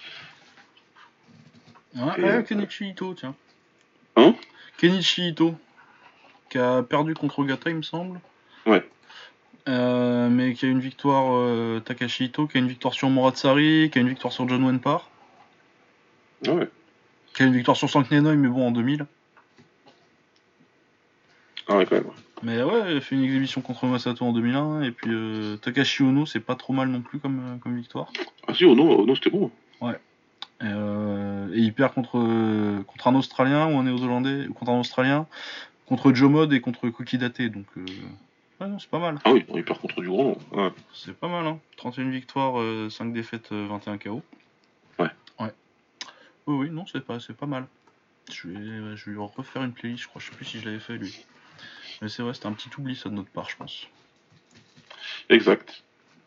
Ah, Et, ouais, Kenichi Ito, tiens. Hein Kenichi Ito, qui a perdu contre Ogata, il me semble. Ouais. Mais qui a une victoire, Takashi Ito, qui a une victoire sur Moratsari, qui a une victoire sur John Wenpar, Ouais. qui a une victoire sur Sank Nenoi, mais bon, en 2000. Ah ouais, quand même. Mais ouais, il a fait une exhibition contre Masato en 2001, et puis Takashi Ono, c'est pas trop mal non plus comme victoire. Ah si, Ono c'était bon. Ouais. Et il perd contre un Australien ou un Néo-Zélandais, contre un Australien, contre Joe Mod et contre Cookie Daté, donc ouais, non, c'est pas mal. Ah oui, il perd contre du gros nom. Ouais. C'est pas mal, hein. 31 victoires, 5 défaites, 21 KO. Ouais. Ouais. Oui, non, c'est pas mal. Je vais lui refaire une playlist, je crois. Je sais plus si je l'avais fait, lui. Mais c'est vrai, c'était un petit oubli, ça, de notre part, je pense. Exact.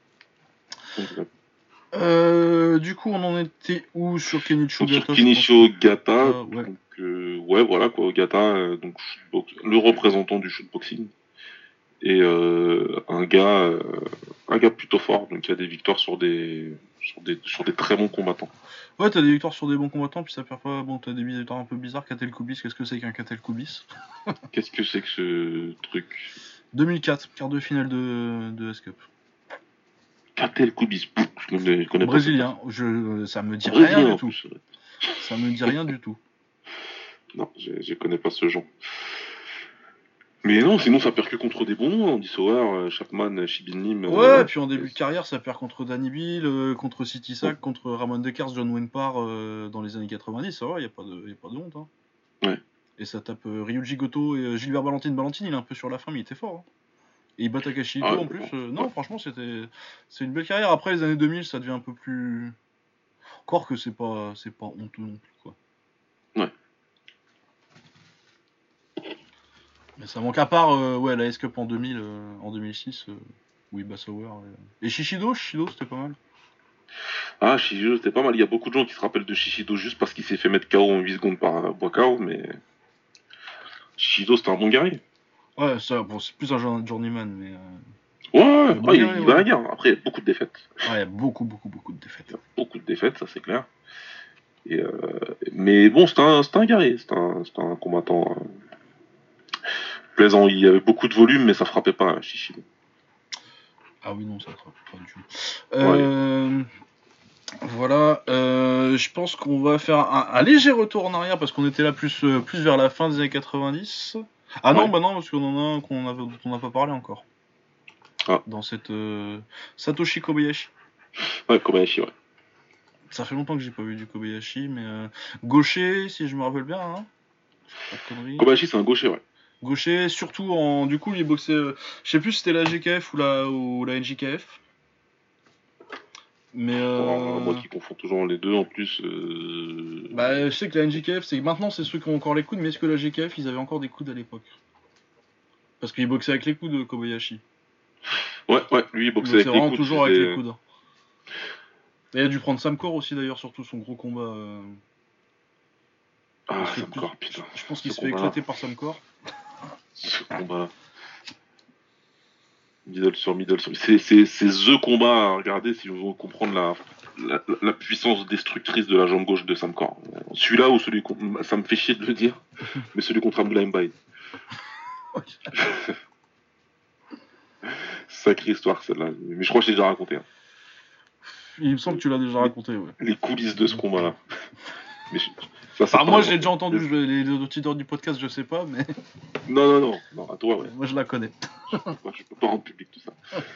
Du coup, on en était où sur Kenichi Donc sur Ogata? Kenichi Ogata, Ouais. donc ouais voilà quoi, Ogata, donc le représentant du shootboxing et un gars plutôt fort, donc qui a des victoires sur des très bons combattants. Ouais, t'as des victoires sur des bons combattants, puis ça perd pas. Bon, t'as des victoires un peu bizarres. Catel Koubis, qu'est-ce que c'est qu'un Catel Koubis? Qu'est-ce que c'est que ce truc? 2004, quart de finale de S-Cup. Katel Koubis, je connais pas. Brésilien, ça me dit rien Brésilien du en tout. plus. Ça me dit rien du tout. Non, je connais pas ce genre. Mais non, sinon ça perd que contre des bons noms, Andy Sauer, Chapman, Shibin Lim. Ouais, puis en début de carrière, ça perd contre Danny Bill, contre City Sack, Oh. contre Ramon Dekers, John Wenpar dans les années 90, ça va, y a pas de honte. Hein. Ouais. Et ça tape Ryuji Goto et Gilbert Balantine. Balantine, il est un peu sur la fin, mais il était fort. Hein. Et il bat Takashi Ito en plus. Non, franchement, c'est une belle carrière. Après, les années 2000, ça devient un peu plus. Encore que c'est pas honteux non plus, quoi. Ouais. Mais ça manque à part ouais, la S-Cup en 2000, en 2006, où il bat Sauer. Et Shishido, c'était pas mal. Ah, Shishido, c'était pas mal. Il y a beaucoup de gens qui se rappellent de Shishido juste parce qu'il s'est fait mettre KO en 8 secondes par Boakao, mais Shishido, c'était un bon guerrier. Ouais, ça, bon, c'est plus un journeyman, mais. Ouais, Le ouais, Bulgarie, il ouais. va à la guerre. Après, beaucoup de défaites. Ouais, il y a beaucoup de défaites. Il y a beaucoup de défaites, ça c'est clair. Et, mais bon, c'était un guerrier, c'était un combattant plaisant. Il y avait beaucoup de volume, mais ça frappait pas, hein, Chichi. Ah oui, non, ça frappe pas du tout. Ouais. Voilà, je pense qu'on va faire un léger retour en arrière parce qu'on était là plus vers la fin des années 90. Ah non, Ouais. bah non, parce qu'on en a un dont on n'a pas parlé encore. Ah. Dans cette Satoshi Kobayashi. Ouais, Kobayashi, ouais. Ça fait longtemps que j'ai pas vu du Kobayashi, mais gaucher, si je me rappelle bien, hein. Pas de conneries. Kobayashi, c'est un gaucher, ouais. Gaucher, surtout du coup, il boxait. Je sais plus si c'était la GKF ou la NJKF. Mais Moi qui confonds toujours les deux, en plus. bah, je sais que la NJKF, maintenant c'est ceux qui ont encore les coudes, mais est-ce que la GKF, ils avaient encore des coudes à l'époque? Parce qu'ils boxaient avec les coudes, Kobayashi. Ouais, lui, il Il boxait boxait avec les vraiment coudes. toujours avec les coudes. Et il a dû prendre Samcor aussi d'ailleurs, surtout son gros combat. Ah, Samcor, putain. Je pense qu'il se fait éclater par Samcor. Ce combat-là. Middle sur middle sur. C'est the combat à regarder si vous voulez comprendre la puissance destructrice de la jambe gauche de Samcor. Celui-là ou celui contre. Ça me fait chier de le dire, mais celui contre Abdullah Mbaye. Sacrée histoire celle-là. Mais je crois que je l'ai déjà raconté. Hein. Il me semble que tu l'as déjà raconté, ouais. Les coulisses de ce combat-là. Mais moi, je l'ai déjà entendu, les auditeurs du podcast, je sais pas, mais. Non, à toi, ouais. Moi, je la connais. Je peux pas rendre public tout ça.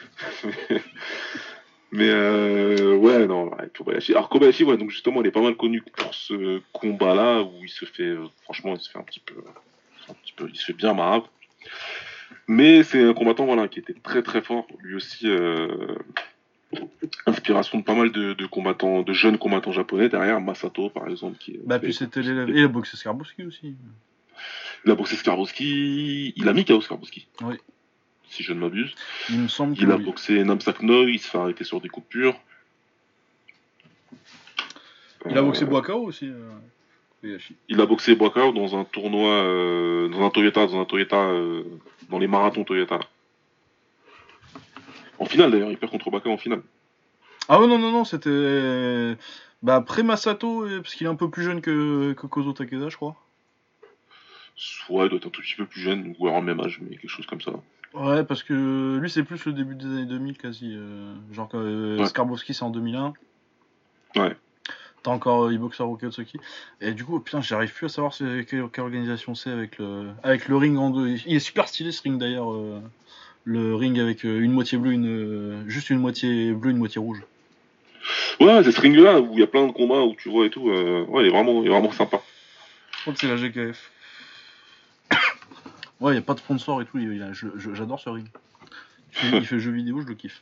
Mais ouais, non, ouais, Kobayashi. Alors Kobayashi, ouais, donc justement, il est pas mal connu pour ce combat-là où il se fait, franchement, il se fait un petit peu, il se fait bien marave. Mais c'est un combattant, voilà, qui était très très fort, lui aussi. Inspiration de pas mal de combattants, de jeunes combattants japonais derrière, Masato par exemple. Bah, puis c'était l'élève. Et il a boxé Skarbowski aussi. Il a boxé Skarbowski, il a mis KO Skarbowski. Oui. Si je ne m'abuse. Il me semble Il a boxé Namsak Noi, il se fait arrêter sur des coupures. Il a boxé Boakao aussi. Il a boxé Boakao dans un tournoi, dans un Toyota, dans les marathons Toyota. En finale d'ailleurs, il perd contre Boakao en finale. Ah ouais, non, c'était. Bah, après Masato, parce qu'il est un peu plus jeune que Kozo Takeda, je crois. Soit il doit être un tout petit peu plus jeune, ou alors même âge, mais quelque chose comme ça. Ouais, parce que lui, c'est plus le début des années 2000 quasi. Genre, ouais. Skarbowski, c'est en 2001. Ouais. T'as encore Iboxer Okatsuki. Et du coup, putain, j'arrive plus à savoir quelle organisation c'est avec le ring en deux. Il est super stylé ce ring d'ailleurs. Le ring avec une moitié bleue, juste une moitié bleue, une moitié rouge. Ouais, c'est ce ring-là où il y a plein de combats où tu vois et tout. Ouais, il est vraiment sympa. Je crois que c'est la GKF. Ouais, il n'y a pas de sponsor et tout. J'adore ce ring. Il fait jeux vidéo, je le kiffe.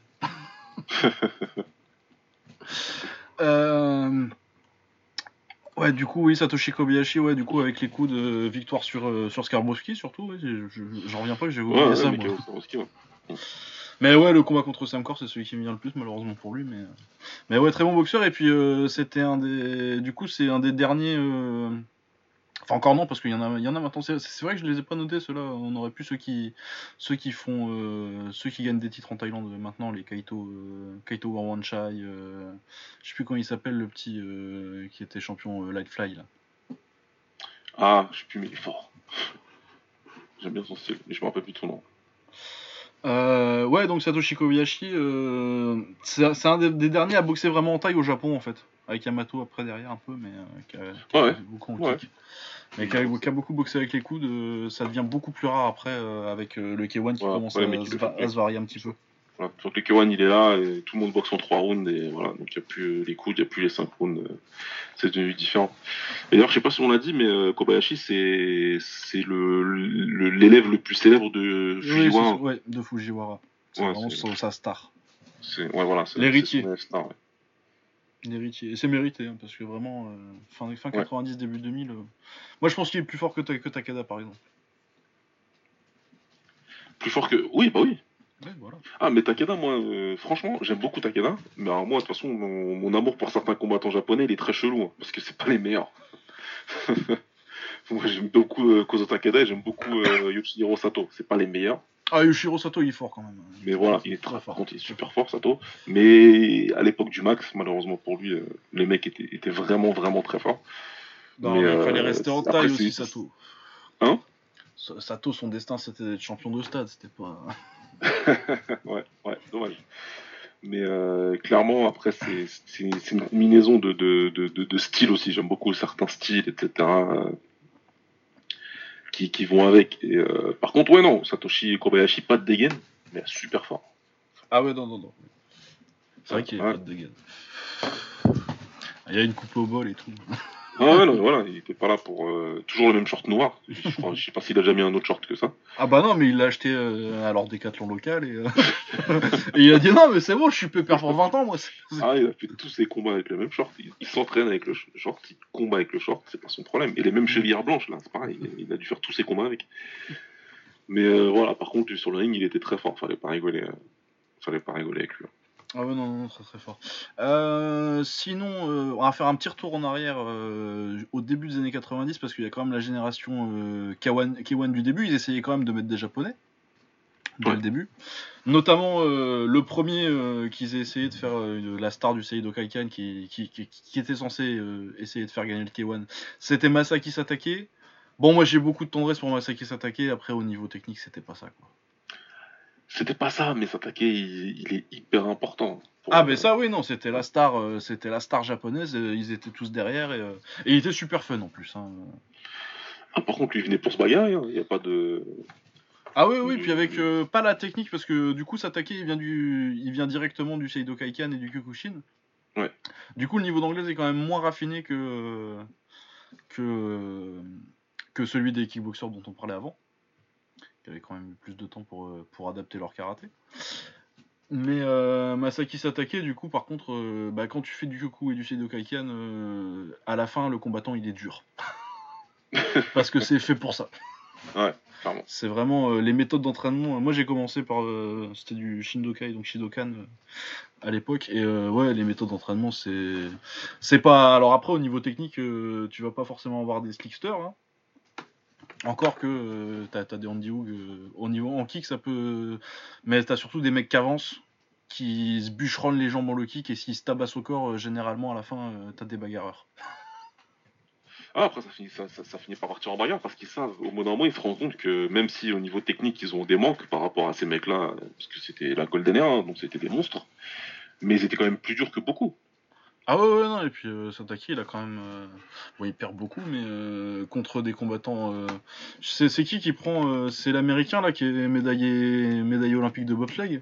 Ouais, du coup, oui, Satoshi Kobayashi, ouais, du coup, avec les coups de victoire sur Skarbowski, surtout, ouais, j'en reviens pas que j'ai oublié ça, moi. Mais ouais, le combat contre Samcor, c'est celui qui me vient le plus, malheureusement pour lui, mais ouais, très bon boxeur, et puis c'était c'est un des derniers... Enfin, encore non, parce qu'il y en a maintenant, c'est vrai que je les ai pas notés, ceux-là, on aurait pu ceux qui gagnent des titres en Thaïlande maintenant, les Kaito Warwanchai, je sais plus comment il s'appelle, le petit qui était champion Lightfly, là. Ah, je sais plus, mais il est fort. J'aime bien son style, mais je me rappelle plus de son nom. Ouais, donc Satoshi Kobayashi, c'est un des derniers à boxer vraiment en taille au Japon, en fait. Avec Yamato après derrière un peu, mais qui a beaucoup en kick. Mais qui a beaucoup boxé avec les coudes, ça devient beaucoup plus rare après avec le K1 qui commence à se varier un petit peu. Voilà. Donc le K1 il est là, et tout le monde boxe en 3 rounds, et voilà, donc il n'y a plus les coudes, il n'y a plus les 5 rounds, c'est devenu différent. Et d'ailleurs, je sais pas si on l'a dit, mais Kobayashi c'est l'élève le plus célèbre de Fujiwara. Oui, de Fujiwara. C'est vraiment sa star. Ouais, voilà, c'est l'héritier. C'est star, ouais. L'héritier. Et c'est mérité, hein, parce que vraiment, fin 90, début 2000, moi je pense qu'il est plus fort que Takeda, par exemple. Plus fort que... Oui, bah oui. Ouais, voilà. Ah, mais Takeda, moi, franchement, j'aime beaucoup Takeda, mais alors moi, de toute façon, mon amour pour certains combattants japonais, il est très chelou, hein, parce que c'est pas les meilleurs. Moi, j'aime beaucoup Kozo Takeda et j'aime beaucoup Yoshihiro Sato. C'est pas les meilleurs. Ah, Yoshiro Sato, il est fort quand même. Mais voilà, il est Très fort. par contre, il est super fort, Sato. Mais à l'époque du Max, malheureusement pour lui, les mecs étaient vraiment, vraiment très forts. Non, mais il fallait rester en taille après, aussi, Sato. Hein? Sato, son destin, c'était d'être champion de stade, c'était pas... Ouais, dommage. Mais clairement, après, c'est une combinaison de styles aussi. J'aime beaucoup certains styles, etc. Qui vont avec. Et, par contre, ouais, non, Satoshi Kobayashi, pas de dégaine, mais super fort. Ah ouais, non. C'est vrai qu'il n'y a pas de dégaine. Il y a une coupe au bol et tout. Ah ouais, non, mais voilà, il était pas là pour toujours le même short noir. Je sais pas s'il a déjà mis un autre short que ça. Ah bah non, mais il l'a acheté à leur Décathlon local et il a dit non, mais c'est bon, je suis pépère pour 20 ans, moi. Ah, il a fait tous ses combats avec le même short. Il s'entraîne avec le short, il combat avec le short, c'est pas son problème. Et les mêmes chevillères blanches, là, c'est pareil, il a dû faire tous ses combats avec. Mais voilà, par contre, sur le ring, il était très fort, fallait pas rigoler avec lui. Ah ouais, non, très très fort. Sinon, on va faire un petit retour en arrière au début des années 90 parce qu'il y a quand même la génération K1 du début. Ils essayaient quand même de mettre des japonais dès le début. Notamment le premier qu'ils aient essayé de faire la star du Seido Kaikan qui était censé essayer de faire gagner le K1. C'était Masaki Satake. Bon, moi j'ai beaucoup de tendresse pour Masaki Satake. Après, au niveau technique, c'était pas ça, quoi. C'était pas ça, mais Satake, il est hyper important. Mais ça, oui, non, c'était la star japonaise. Ils étaient tous derrière et il était super fun en plus. Hein. Ah, par contre, lui il venait pour se bagarrer. Il n'y a pas de. Ah oui, puis avec pas la technique parce que du coup Satake il vient directement du Seido Kaikan et du Kyokushin. Ouais. Du coup, le niveau d'anglais est quand même moins raffiné que celui des kickboxers dont on parlait avant, qui avaient quand même eu plus de temps pour adapter leur karaté. Mais Masaki Satake, du coup, par contre, quand tu fais du Kyoku et du Seido Kaikan, à la fin, le combattant, il est dur. Parce que c'est fait pour ça. Ouais, clairement. C'est vraiment les méthodes d'entraînement. Moi, j'ai commencé par... c'était du Shindokai, donc Shidokan, à l'époque. Et ouais, les méthodes d'entraînement, c'est pas... Alors après, au niveau technique, tu vas pas forcément avoir des slicksters, hein. Encore que t'as des Andy Hoog au niveau en kick, ça peut. Mais t'as surtout des mecs qui avancent, qui se bûcheronnent les jambes en low kick et s'ils se tabassent au corps, généralement à la fin, t'as des bagarreurs. Ah, après, ça finit par partir en bagarre parce qu'ils savent, au bout d'un moment, ils se rendent compte que même si au niveau technique, ils ont des manques par rapport à ces mecs-là, parce que c'était la Golden Era, hein, donc c'était des monstres, mais ils étaient quand même plus durs que beaucoup. Ah ouais, non, et puis Satake, il a quand même. Bon, il perd beaucoup, mais contre des combattants. C'est qui prend. C'est l'américain là qui est médaillé olympique de bobsleigh.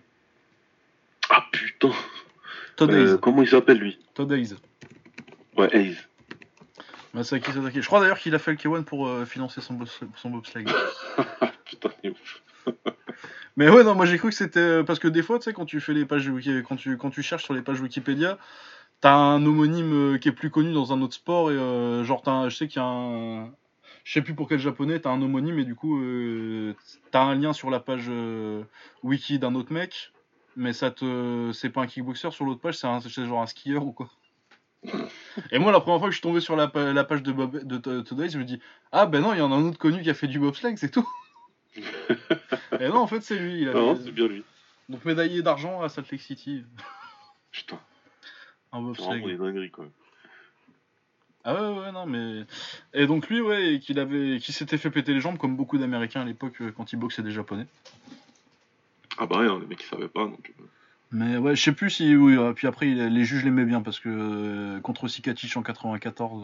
Ah putain. Todd Hayes. Comment il s'appelle lui? Todd Hayes. Ouais, Hayes. Masaki Satake. Je crois d'ailleurs qu'il a fait le K1 pour financer son bobsleigh. Putain, il est ouf. Mais ouais, non, moi j'ai cru que c'était. Parce que des fois, tu sais, quand tu fais les pages quand tu cherches sur les pages Wikipédia, t'as un homonyme qui est plus connu dans un autre sport et genre, je sais qu'il y a un. Je sais plus pour quel japonais, t'as un homonyme et du coup, t'as un lien sur la page wiki d'un autre mec, mais c'est pas un kickboxer sur l'autre page, c'est genre un skieur ou quoi. Et moi, la première fois que je suis tombé sur la page de Today, je me dis, ah ben non, il y en a un autre connu qui a fait du bobsleigh, c'est tout. Et non, en fait, c'est lui. Non, c'est bien lui. Donc médaillé d'argent à Salt Lake City. Putain. Un C'est bobsleigh. vraiment des dingueries, quoi. Ah ouais, non, mais. Et donc lui, ouais, qui s'était fait péter les jambes comme beaucoup d'Américains à l'époque quand ils boxaient des Japonais. Ah bah rien, les mecs ils savaient pas, donc. Mais ouais, je sais plus si. Oui, puis après, les juges l'aimaient bien parce que contre Sikatich en 94,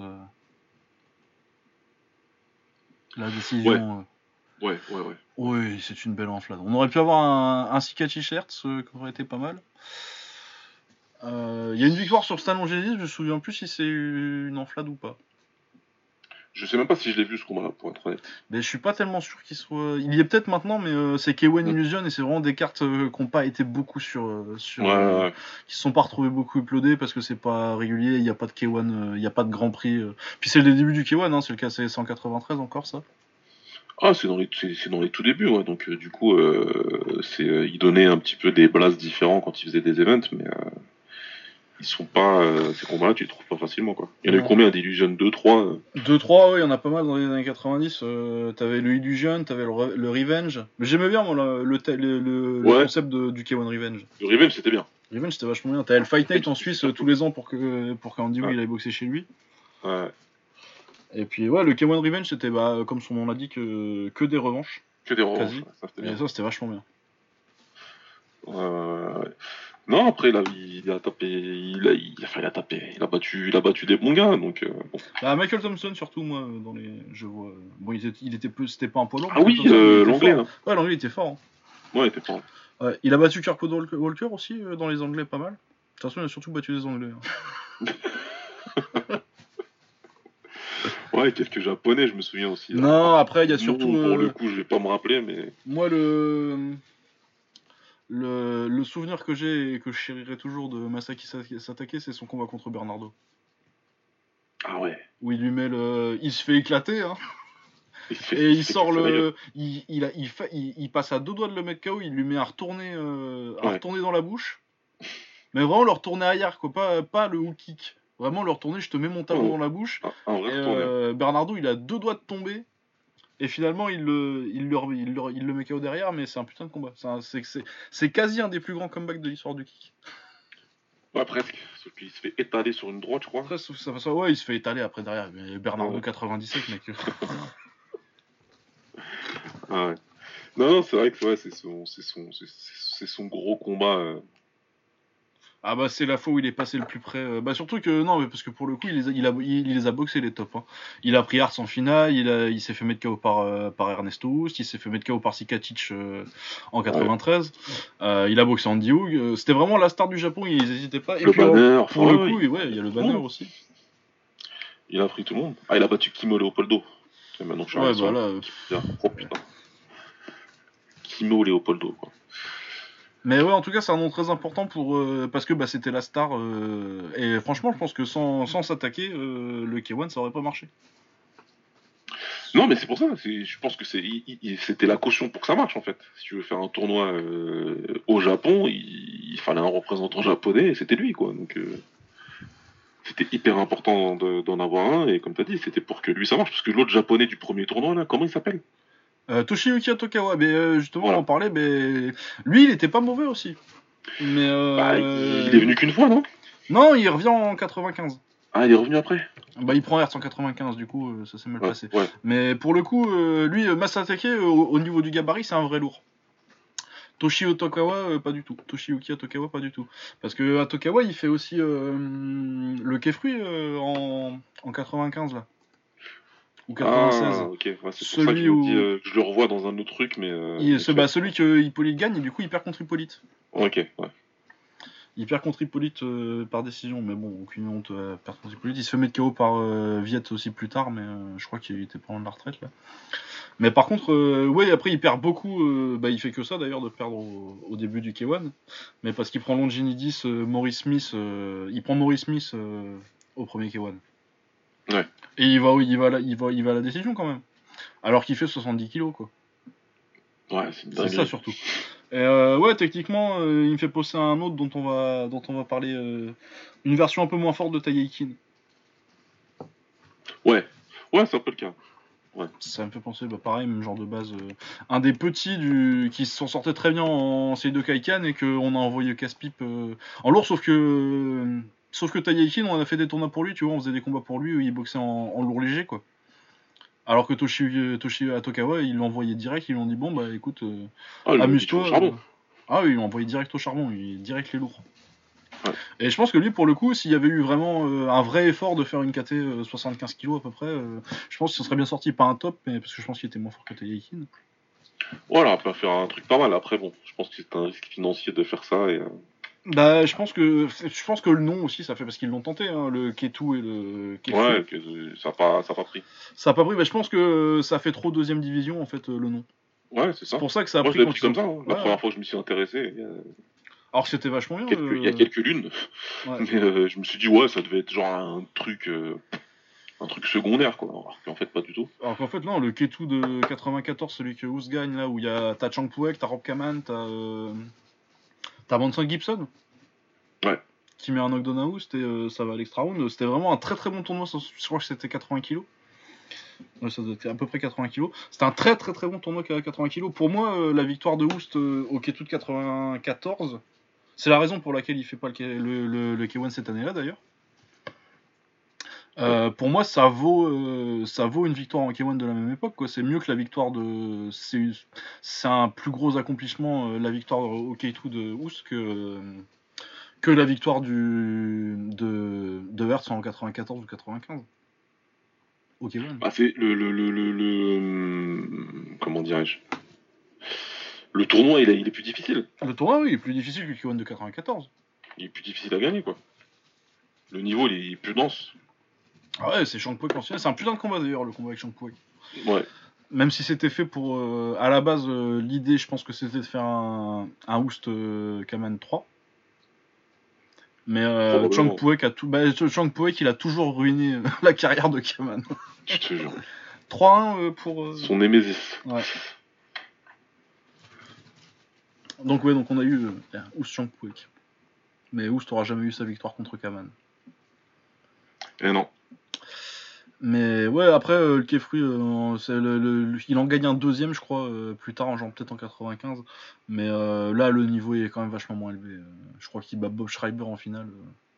la décision. Ouais. Oui, c'est une belle enflade. On aurait pu avoir un Sikatich Hertz qui aurait été pas mal. Il y a une victoire sur Stalon Genesis, je me souviens plus si c'est une enflade ou pas. Je sais même pas si je l'ai vu ce combat-là, pour être honnête. Mais je suis pas tellement sûr qu'il soit. Il y est peut-être maintenant, mais c'est K1 Illusion et c'est vraiment des cartes qui n'ont pas été beaucoup Ouais. qui se sont pas retrouvées beaucoup uploadées parce que c'est pas régulier, il n'y a pas de K1, il n'y a pas de Grand Prix. Puis c'est le début du K1, hein, c'est le KC 193 encore ça. Ah, c'est dans les tout débuts, ouais. Donc du coup, ils donnaient un petit peu des blasts différents quand ils faisaient des events, mais ils sont pas. Ces combats-là, tu les trouves pas facilement, quoi. Il y en a eu Non. combien d'Illusion 2, 3 2-3, ouais, il y en a pas mal dans les années 90. T'avais le Illusion, t'avais le Revenge. Mais j'aimais bien, moi, le Ouais, concept du K1 Revenge. le Revenge, c'était bien. Revenge, c'était vachement bien. T'avais le Fight Night en Revenge, Suisse c'était tous les ans pour qu'Andy Wu Ouais. il aille boxer chez lui. Ouais. Et puis, ouais, le K1 Revenge, c'était, comme son nom l'indique, que des revanches. Que des revanches, Quasi. ouais, ça c'était Et bien. ça, c'était vachement bien. Ouais. Non, après, là, il a tapé. Enfin, il a tapé. Il a battu des bons gars, donc. Bon. Michael Thompson, surtout, moi, dans les. Je vois. Bon, il était peu. C'était pas un poids lourd, Ah Michael oui, Thompson, mais il était l'anglais, fort. là. Ouais, l'anglais, il était fort. Hein. Ouais, il était fort. Ouais, il a battu Kurt Walker aussi, dans les anglais, pas mal. De toute façon, il a surtout battu les anglais. Hein. Ouais, quelques japonais, je me souviens aussi. Là. Non, après, il y a Non, surtout. pour le coup, je vais pas me rappeler, mais. Moi, le souvenir que j'ai et que je chérirai toujours de Masaki Satake, c'est son combat contre Bernardo. Ah ouais. Où il lui met le. Il se fait éclater, hein. Et il il fait sort casser la gueule. il passe à 2 doigts de le mettre KO, il lui met un retourné Ouais. dans la bouche. Mais vraiment le retourné arrière, quoi, pas le hook kick. Vraiment le retourné, je te mets mon talon Oh. dans la bouche. Un vrai retourné. Bernardo, il a 2 doigts de tomber. Et finalement, il le met KO derrière, mais c'est un putain de combat. C'est quasi un des plus grands comebacks de l'histoire du kick. Ouais, presque. Sauf qu'il se fait étaler sur une droite, je crois. Après, ouais, il se fait étaler après derrière. Mais Bernardo Ouais. 97, mec. Ah ouais. Non, c'est vrai que ouais, c'est son gros combat. Ah bah c'est la fois où il est passé le plus près. Bah surtout que non, mais parce que pour le coup il les a boxés les tops. Hein. Il a pris Hart en finale, il s'est fait mettre KO par Ernesto Hoost, il s'est fait mettre KO par Sikacic en 93. Il a boxé Andy Hug. C'était vraiment la star du Japon, ils n'hésitaient pas. Et Le puis banner, pour enfin, le ouais, coup, il y a le banner aussi. Il a pris tout le monde. Ah, il a battu Kimo Leopoldo. Et maintenant je suis Ouais arrivé bah sur là. Oh putain. Kimo Leopoldo quoi. Mais ouais, en tout cas, c'est un nom très important parce que c'était la star. Et franchement, je pense que sans s'attaquer, le K1 ça aurait pas marché. Non, mais c'est pour ça. Je pense que c'était la caution pour que ça marche en fait. Si tu veux faire un tournoi au Japon, il fallait un représentant japonais et c'était lui quoi. Donc c'était hyper important d'en avoir un et comme t'as dit, c'était pour que lui ça marche parce que l'autre japonais du premier tournoi là, comment il s'appelle? Toshiyuki Atokawa, mais justement, Voilà. on en parlait, mais lui, il était pas mauvais aussi. Mais Bah, il est venu qu'une fois, non? non, il revient en 95. Ah, il est revenu après? Bah, il prend Hertz en 95, du coup, ça s'est mal Ouais, passé. ouais. Mais pour le coup, lui, Masatake, au niveau du gabarit, c'est un vrai lourd. Toshio Atokawa, pas du tout. Toshiyuki Atokawa, pas du tout. Parce que Atokawa, il fait aussi le Kefrui en 95, là. Ou 96. Ah, ok. Ouais, c'est pour ça que je me dis que je le revois dans un autre truc, mais. Celui que Hippolyte gagne, et du coup, il perd contre Hippolyte. Ok, ouais. Il perd contre Hippolyte par décision, mais bon, aucune honte à perdre contre Hippolyte. Il se fait mettre KO par Viet aussi plus tard, mais je crois qu'il était pas loin de la retraite là. Mais par contre, ouais, après il perd beaucoup. Il fait que ça d'ailleurs de perdre au début du K1. Mais parce qu'il prend Longinidis, Maurice Smith, il prend Maurice Smith au premier K1. Ouais. Et il va à la décision quand même. Alors qu'il fait 70 kilos quoi. Ouais, c'est C'est ça surtout. Et ouais, techniquement, il me fait penser à un autre dont on va parler, une version un peu moins forte de Taiyeikin. Ouais, c'est un peu le cas. Ouais. Ça me fait penser, pareil, même genre de base. Un des petits qui s'en sortait très bien en Seido Kaikan et qu'on a envoyé casse-pipe en lourd, sauf que Taiyeikin, on a fait des tournois pour lui, tu vois, on faisait des combats pour lui où il boxait en lourd léger, quoi. Alors que Toshi Atokawa, ils l'ont envoyé direct, ils lui ont dit bon bah écoute, amuse-toi. Ah oui, ils l'ont envoyé direct au charbon, direct les lourds. Ouais. Et je pense que lui, pour le coup, s'il y avait eu vraiment un vrai effort de faire une KT 75 kg à peu près, je pense qu'il serait bien sorti, pas un top, mais parce que je pense qu'il était moins fort que Taiyeikin. Voilà, on peut faire un truc pas mal. Après, bon, je pense que c'est un risque financier de faire ça et. Bah, je pense que le nom aussi, ça fait parce qu'ils l'ont tenté, hein, le Ketu et le Kefu. Ouais, que ça a pas pris. Ça a pas pris, je pense que ça fait trop deuxième division en fait le nom. Ouais, c'est ça. C'est pour ça que ça a Moi, pris je l'ai pris comme ça. Hein. La Ouais. première fois que je me suis intéressé. Alors c'était vachement bien. Il y a quelques lunes. Ouais. Mais je me suis dit, ouais, ça devait être genre un truc secondaire, quoi. Alors qu'en fait, pas du tout. Alors qu'en fait, non, le Ketu de 94, celui que Hoos gagne, là, où t'as Chang Puek, t'as Rob Kaman, t'as Manson Gibson. Ouais. qui met un knockdown à Oust et ça va à l'extra round. C'était vraiment un très très bon tournoi, je crois que c'était 80 kg. Ouais, ça doit être à peu près 80 kg. C'était un très très très bon tournoi à 80 kg. Pour moi, la victoire de Oust au K2 de 94, c'est la raison pour laquelle il fait pas le K1 cette année-là d'ailleurs. Pour moi, ça vaut une victoire en K1 de la même époque, quoi. C'est mieux que la victoire de. C'est un plus gros accomplissement, la victoire au K2 de Oust que la victoire de Hertz en 94 ou 95. Au K1. Bah, c'est comment dirais-je? Le tournoi, il est plus difficile. Le tournoi, oui, il est plus difficile que le K1 de 94. Il est plus difficile à gagner, quoi. Le niveau, il est plus dense. Ah ouais, c'est Shang Puek ancien. C'est un putain de combat d'ailleurs, le combat avec Shang Puek. Ouais. Même si c'était fait pour. À la base, l'idée, je pense que c'était de faire un Oust Kaman 3. Mais Chang Puek a tout. Chang Puek, il a toujours ruiné la carrière de Kaman. Je te jure. 3-1 pour. Son Némésis. Ouais. Donc on a eu Oust Chang Puek. Mais Oust aura jamais eu sa victoire contre Kaman. Eh non. Mais ouais, après, le Kefri, il en gagne un deuxième, je crois, plus tard, genre peut-être en 95. Mais là, le niveau est quand même vachement moins élevé. Je crois qu'il bat Bob Schreiber en finale.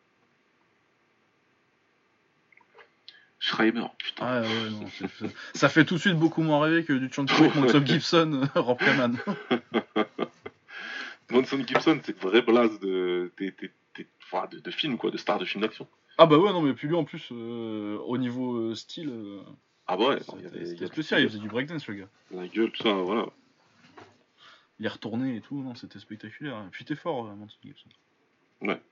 Schreiber, putain. Ah ouais, non, ça fait tout de suite beaucoup moins rêver que du Chang Puek contre Bob Gibson, Rob Kaman. Monson Gibson, c'est une vraie blase de film, quoi, de star de film d'action. Ah bah ouais, non, mais puis lui en plus, au niveau style. Ah bah ouais, c'était spécial, il faisait du breakdance, le gars. La gueule, tout ça, voilà. Il est retourné et tout, non, c'était spectaculaire. Et puis t'es fort, Monson Gibson. Ouais.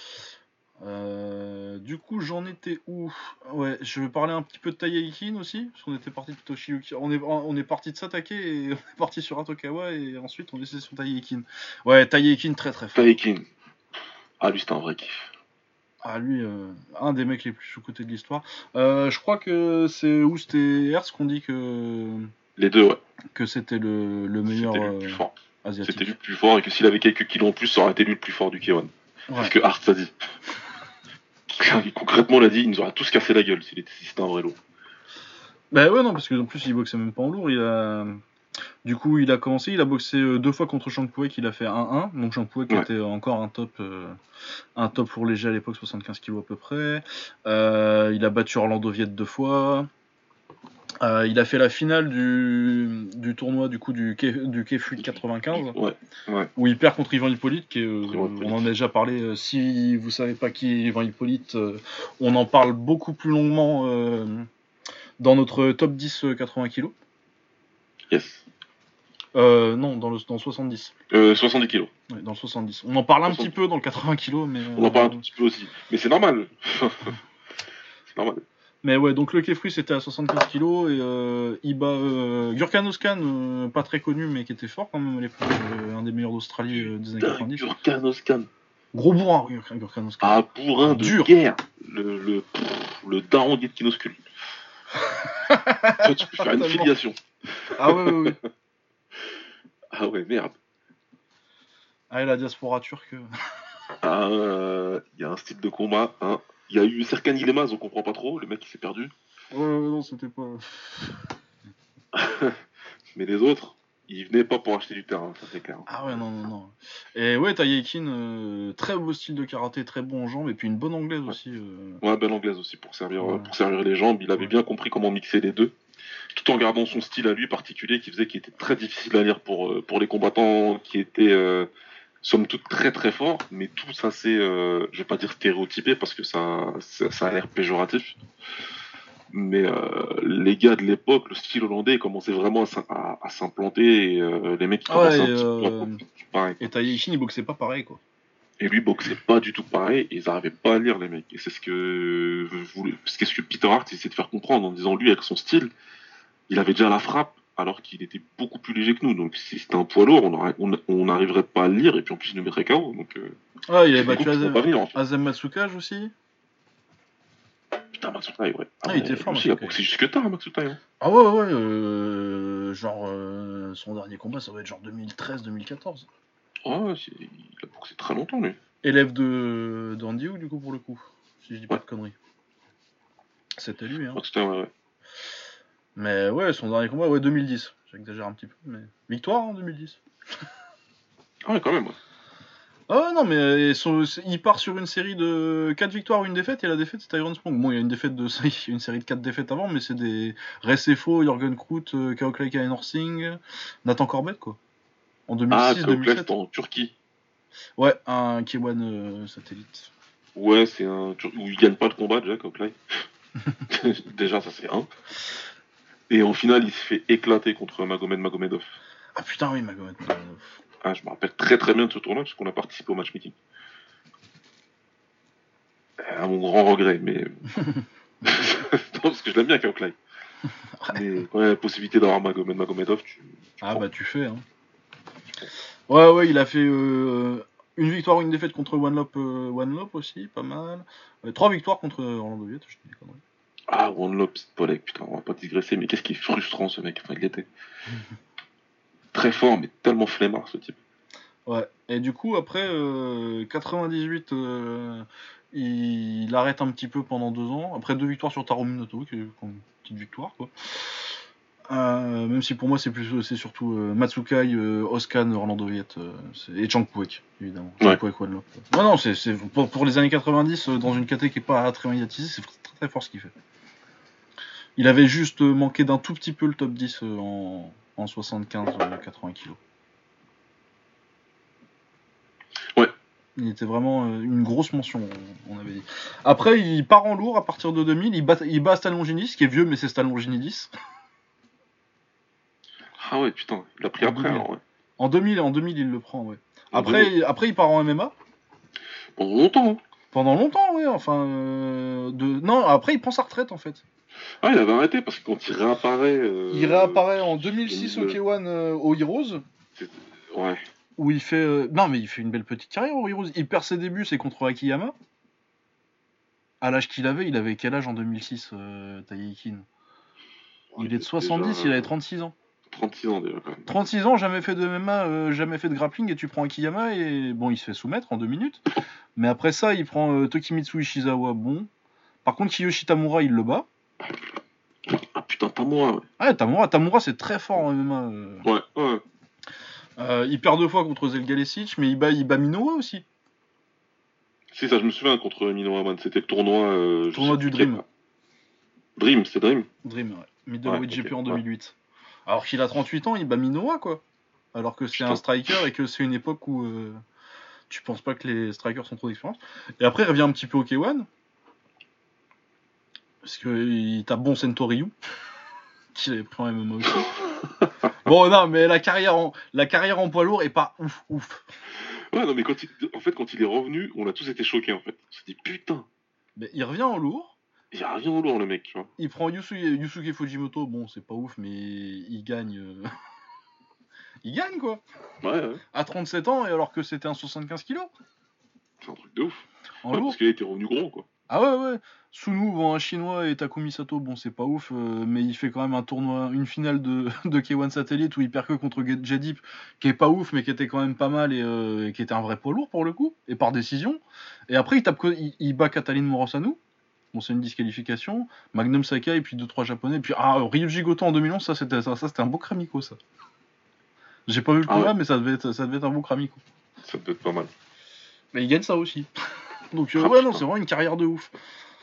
Du coup, j'en étais où? Ouais, je vais parler un petit peu de Taiyaikin aussi, parce qu'on était parti de Toshiyuki. On est parti de Satake et on est parti sur Atokawa et ensuite on est laissé sur Taiyaikin. Ouais, Taiyaikin très très fort. Taiyaikin. Ah, lui, c'était un vrai kiff. Ah, lui, un des mecs les plus sous-cotés de l'histoire. Je crois que c'est Oust et Hertz qu'on dit que. Les deux, ouais. Que c'était le meilleur c'était lui le plus fort. Asiatique. C'était lui le plus fort et que s'il avait quelques kilos en plus, ça aurait été lui le plus fort du K1. Ouais. C'est ce que Hart a dit. Concrètement, il a dit, il nous aurait tous cassé la gueule si c'était un vrai lourd. Bah ouais, non, parce qu'en plus, il boxait même pas en lourd. Du coup, il a commencé, il a boxé 2 fois contre Chang Puek, il a fait 1-1. Donc Chang Puek était encore un top lourd léger à l'époque, 75 kg à peu près. Il a battu Orlando Viet 2 fois. Il a fait la finale du tournoi du K-Fluid 95, où il perd contre Ivan Hippolyte, on en a déjà parlé. Si vous savez pas qui est Ivan Hippolyte, on en parle beaucoup plus longuement dans notre top 10 80 kg. Yes. Non, dans le 70. 70 kg. Ouais, dans le 70. On en parle un petit peu dans le 80 kg, mais... On en parle un tout petit peu aussi. Mais c'est normal. C'est normal. Mais ouais, donc le Kefri c'était à 75 kg et il bat Gurkhan Özkan, pas très connu mais qui était fort quand même à l'époque, un des meilleurs d'Australie des années 90. Gurkhan Özkan. Gros bourrin, Gurkhan Özkan. Ah, bourrin de guerre. Le daron d'Itkinoscul. Toi, tu peux faire une filiation. Ah ouais. Ah ouais, merde. Ah, et la diaspora turque. Ah, y a un style de combat, hein. Il y a eu Serkan Yilmaz, on comprend pas trop, le mec il s'est perdu. Ouais, non, c'était pas... Mais les autres, ils venaient pas pour acheter du terrain, ça c'est clair. Ah ouais, non. Et ouais, Taiyaikin, très beau style de karaté, très bon en jambes, et puis une bonne anglaise aussi. Ouais, belle anglaise aussi pour servir les jambes. Il avait bien compris comment mixer les deux, tout en gardant son style à lui particulier qui faisait qu'il était très difficile à lire pour les combattants qui étaient... somme toute très très fort, mais tout ça c'est, je vais pas dire stéréotypé parce que ça a l'air péjoratif, mais les gars de l'époque, le style hollandais commençait vraiment à s'implanter et les mecs qui commençaient un petit peu pareil. Et Taiyaikin il boxait pas pareil quoi. Et lui boxait pas du tout pareil et ils arrivaient pas à lire les mecs. Et c'est ce que Peter Hart essaie de faire comprendre en disant lui avec son style, il avait déjà la frappe. Alors qu'il était beaucoup plus léger que nous, donc si c'était un poids lourd, on n'arriverait pas à le lire, et puis en plus il nous mettrait KO. Donc, il avait battu Azem Matsukage aussi. Putain, Matsutai, ouais. Il était fort, il a boxé jusque tard, Matsutai. Hein. Ah ouais, son dernier combat, ça va être genre 2013-2014. Ouais, il a boxé très longtemps, lui. Élève de Andy Hu, du coup, pour le coup. Si je dis pas Ouais. de conneries. C'était lui, hein. Oh, putain, ouais. Mais ouais, son dernier combat, ouais, 2010. J'exagère un petit peu, mais. Victoire en 2010. Ah ouais, quand même. Ouais. Ah ouais, non, mais il part sur une série de 4 victoires, une défaite, et la défaite c'est Tyrone Spong. Bon, il y a une défaite de il y a une série de 4 défaites avant, mais c'est des Recefo, Jürgen Kroot, Kaoklai Norsing, Nathan Corbett, quoi. En Ah, 2006-2007. Kaoklai, c'était en Turquie. Ouais, un K1 satellite. Ouais, c'est un où il gagne pas le combat déjà, Kaoklai. Déjà, ça c'est un. Et en finale, il se fait éclater contre Magomedov. Ah putain, oui, Magomed. Ah, je me rappelle très très bien de ce tournoi parce qu'on a participé au match meeting. À mon grand regret, mais. Non, parce que je l'aime bien, Kaoklai. Mais quand il y a la possibilité d'avoir Magomedov, tu Ah prends. bah tu fais, hein. Ouais, il a fait une victoire, une défaite contre One Lop aussi, pas mal. 3 victoires contre Orlando Viet, je dis des conneries. Ah, One Lop, Polek, putain, on va pas digresser, mais qu'est-ce qui est frustrant ce mec. Enfin, il était très fort, mais tellement flemmard ce type. Ouais, et du coup, après 98, il arrête un petit peu pendant 2 ans. Après 2 victoires sur Taro Minato, qui est une petite victoire, quoi. Même si pour moi, c'est surtout Matsukai, Oskan, Orlando Viet, et Chang Puek, évidemment. Chang Ouais. Puek, One Lop. Ouais, non, c'est pour les années 90, dans une KT qui est pas très médiatisée, c'est très très fort ce qu'il fait. Il avait juste manqué d'un tout petit peu le top 10 en 75-80 kg. Ouais. Il était vraiment une grosse mention, on avait dit. Après, il part en lourd à partir de 2000. Il bat Stan Longinidis, qui est vieux, mais c'est Stan Longinidis. Ah ouais, putain, il a pris En après 2000. alors, ouais. En 2000, il le prend, ouais. En Après, 2000. après, il part en MMA. Pendant longtemps, hein. Pendant longtemps, ouais. Enfin, non, après, il prend sa retraite, en fait. Ah, il avait arrêté parce que quand il réapparaît. Il réapparaît en 2006 au 2009. K1 au Heroes. Ouais. Où il fait. Non, mais il fait une belle petite carrière au Heroes. Il perd ses débuts, c'est contre Akiyama. À l'âge qu'il avait, il avait quel âge en 2006, Taïkin? Il est de 70, déjà, il avait 36 ans. 36 ans déjà quand même. 36 ans, jamais fait de MMA, jamais fait de grappling, et tu prends Akiyama, et bon, il se fait soumettre en 2 minutes. Mais après ça, il prend Tokimitsu Ishizawa, bon. Par contre, Kiyoshi Tamura, il le bat. Ah putain, Tamura, ouais. Ah, Tamura c'est très fort en MMA. Ouais. Il perd 2 fois contre Zelgalesic, mais il bat Minowa aussi. Si, ça, je me souviens contre Minowa Man, c'était le tournoi. Tournoi du Dream. Dream, c'est Dream. Dream, ouais. Middleweight Ouais, GP ok, en 2008. Alors qu'il a 38 ans, il bat Minowa, quoi. Alors que c'est Putain. un striker et que c'est une époque où tu penses pas que les strikers sont trop d'expérience. Et après, il revient un petit peu au K1. Parce qu'il tape bon Centauriu, qu'il avait pris en MMA aussi. Bon, non, mais la carrière en poids lourd est pas ouf. Ouais, non, mais quand il est revenu, on a tous été choqués en fait. On s'est dit putain, Mais il revient en lourd. il y a rien au lourd le mec, tu vois. Il prend Yusuke Fujimoto. Bon, c'est pas ouf, mais il gagne. Il gagne, quoi. Ouais. À 37 ans, et alors que c'était un 75 kg. C'est un truc de ouf. En Ouais, lourd. parce qu'il était revenu gros, quoi. Ah ouais. Sunu, bon, un chinois, et Takumi Sato, bon, c'est pas ouf, mais il fait quand même un tournoi, une finale de K1 Satellite où il perd que contre Jedip, qui est pas ouf, mais qui était quand même pas mal, et qui était un vrai poids lourd pour le coup, et par décision. Et après, il bat Kataline Morosanu. Bon, c'est une disqualification. Magnum Sakai, et puis 2-3 japonais. Puis Ryuji Goto en 2011, ça c'était un beau Kramiko, ça. J'ai pas vu le combat, ouais. mais ça devait être un beau Kramiko. Ça peut être pas mal. Mais il gagne ça aussi. Donc, Ah, ouais, putain. non, c'est vraiment une carrière de ouf.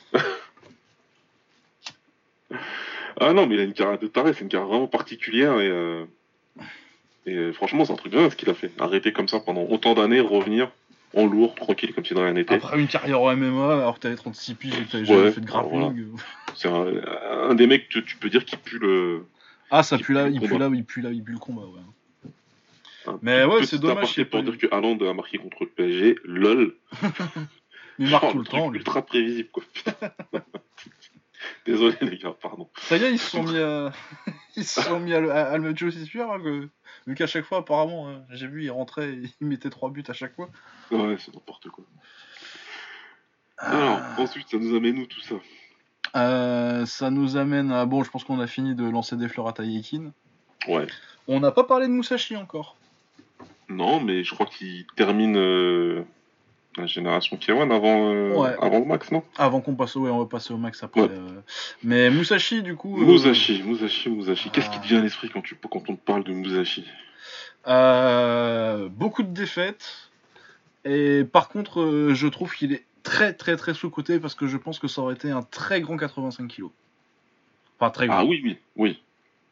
Ah non, mais il a une carrière de taré, c'est une carrière vraiment particulière et franchement, c'est un truc bien ce qu'il a fait. Arrêter comme ça pendant autant d'années, revenir en lourd, tranquille, comme si de rien n'était. Après une carrière en MMA, alors que t'avais 36 piges et que t'avais jamais fait de grappling. Voilà. C'est un des mecs que tu peux dire qui pue le. Ah, ça qui pue là, le il pue combat. là, il pue le combat, ouais. Un Mais ouais, petit c'est dommage, aparté c'est pour pas dire que Haaland a marqué contre le PSG, lol. Il marque Genre, tout le temps, lui. ultra prévisible, quoi. Désolé, les gars, pardon. Ça y est, ils se sont mis à, à le mettre aussi sûr, hein, vu qu'à chaque fois, apparemment, j'ai vu, il rentrait et il mettait 3 buts à chaque fois. Ouais, c'est n'importe quoi. Alors, ensuite, ça nous amène où tout ça? Ça nous amène à... Bon, je pense qu'on a fini de lancer des fleurs à Taïekin. Ouais. On n'a pas parlé de Musashi encore. Non, mais je crois qu'il termine La génération K1 avant, Ouais. avant le Max, non? Avant qu'on passe on va passer au max après. Ouais. Mais Musashi, du coup. Musashi. Qu'est-ce qui te Ah. vient à l'esprit quand on te parle de Musashi? Beaucoup de défaites. Et par contre, je trouve qu'il est très très très sous-coté parce que je pense que ça aurait été un très grand 85 kilos. Enfin, très Ah grand. oui.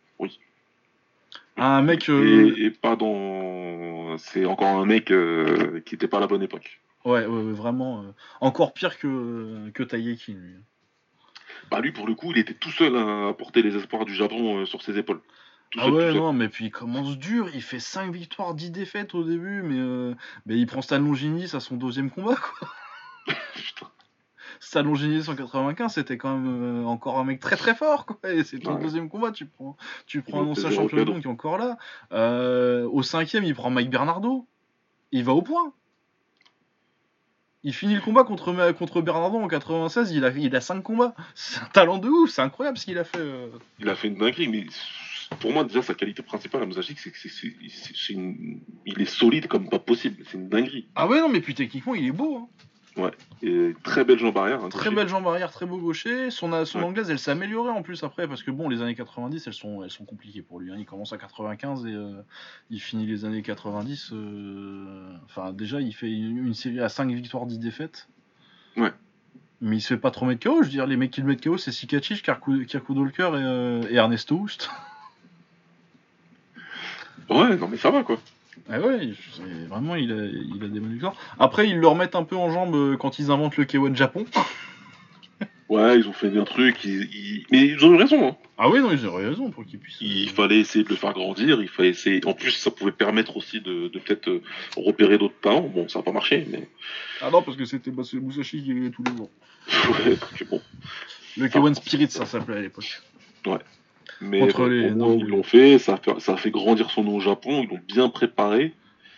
Un mec. Et pas dans. C'est encore un mec qui était pas à la bonne époque. Ouais, vraiment. Encore pire que Taiyeki, lui. Bah lui, pour le coup, il était tout seul à porter les espoirs du Japon sur ses épaules. Tout Ah seul, tout ouais, seul. non, mais puis il commence dur. Il fait 5 victoires, 10 défaites au début, mais il prend Stan Longinis à son deuxième combat, quoi. Putain. Stan Longinis 195, c'était quand même encore un mec très très fort, quoi. Et c'est ton Ouais. deuxième combat, tu Il prends un nous fait ancien zéro champion du cadeau. monde qui est encore là. Au cinquième, il prend Mike Bernardo. Il va au point. Il finit le combat contre Bernardo en 96, il a 5 combats. C'est un talent de ouf, c'est incroyable ce qu'il a fait. Il a fait une dinguerie, mais pour moi, déjà, sa qualité principale à Musashi, c'est que il est solide comme pas possible. C'est une dinguerie. Ah ouais, non, mais puis techniquement, il est beau. Hein. Ouais. Et très belle jambe arrière, un Très gaucher. belle jambe arrière, très beau gaucher. Son Ouais. anglaise, elle s'est améliorée en plus après, parce que bon, les années 90, elles sont compliquées pour lui. Hein. Il commence à 95 et il finit les années 90. Enfin, déjà, il fait une série à 5 victoires, 10 défaites. Ouais. Mais il se fait pas trop mettre KO. Je veux dire, les mecs qui le mettent KO, c'est Sikacic, Kirko Dolker et Ernesto Hoost. Ouais, non, mais ça va, quoi. Ah ouais, vraiment, il a des bonnes victoires. Après, ils le remettent un peu en jambe quand ils inventent le K1 Japon. Ouais, ils ont fait un truc, mais ils ont eu raison, hein. Ah oui, non, ils ont raison pour qu'ils puissent. Il fallait essayer de le faire grandir, il fallait essayer. En plus, ça pouvait permettre aussi de peut-être repérer d'autres talents. Bon, ça n'a pas marché, mais. Ah non, parce que c'était Musashi qui gagnait tous les jours. Ouais, donc bon. Le K1 Spirit, ça s'appelait à l'époque. Ouais. Mais Contre bon, les- au non, moins, ils l'ont fait, ça a fait grandir son nom au Japon, ils l'ont bien préparé.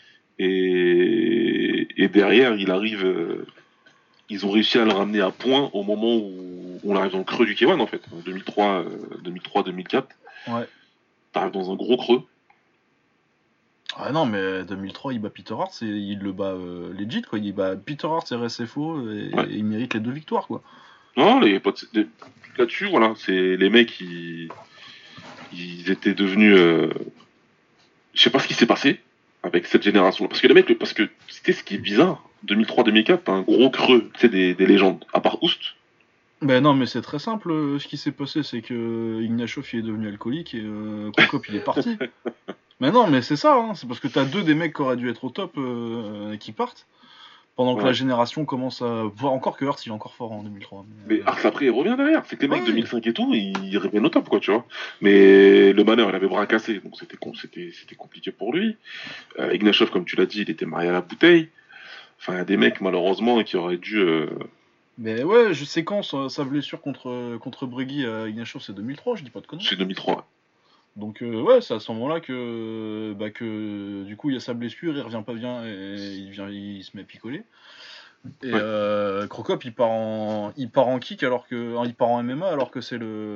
Et derrière, ils ont réussi à le ramener à point au moment où on arrive dans le creux du K1 en fait, en 2003-2004. Ouais. T'arrives dans un gros creux. Ah non, mais 2003, il bat Peter Hart, il le bat legit, quoi. Il bat Peter Hart et RSFO et Ouais. il mérite les 2 victoires, quoi. Non, là-dessus, voilà, c'est les mecs, ils étaient devenus. Je sais pas ce qui s'est passé avec cette génération. Parce que les mecs, parce que c'était ce qui est bizarre. 2003-2004, t'as un gros creux, tu sais, des légendes. À part Oust. Ben non, mais c'est très simple. Ce qui s'est passé, c'est que Ignashov il est devenu alcoolique et Krokop il est parti. Mais non, mais c'est ça. Hein. C'est parce que t'as 2 des mecs qui auraient dû être au top qui partent. Pendant que Ouais. la génération commence à. Voir encore que Hart il est encore fort en 2003. Mais Ars après, il revient derrière. C'est que les mecs Ouais. 2005 et tout, ils reviennent au top, quoi, tu vois. Mais le Manner, il avait bras cassé, donc c'était compliqué pour lui. Ignashov, comme tu l'as dit, il était marié à la bouteille. Enfin, il y a des mecs, malheureusement, qui auraient dû. Mais ouais, je sais quand sa blessure contre Bregui à Ignashov, c'est 2003, je dis pas de conneries. C'est 2003. Donc ouais, c'est à ce moment-là que du coup il y a sa blessure, il revient pas bien et il se met à picoler. Et Ouais. Krokop il part en kick alors que il part en MMA alors que c'est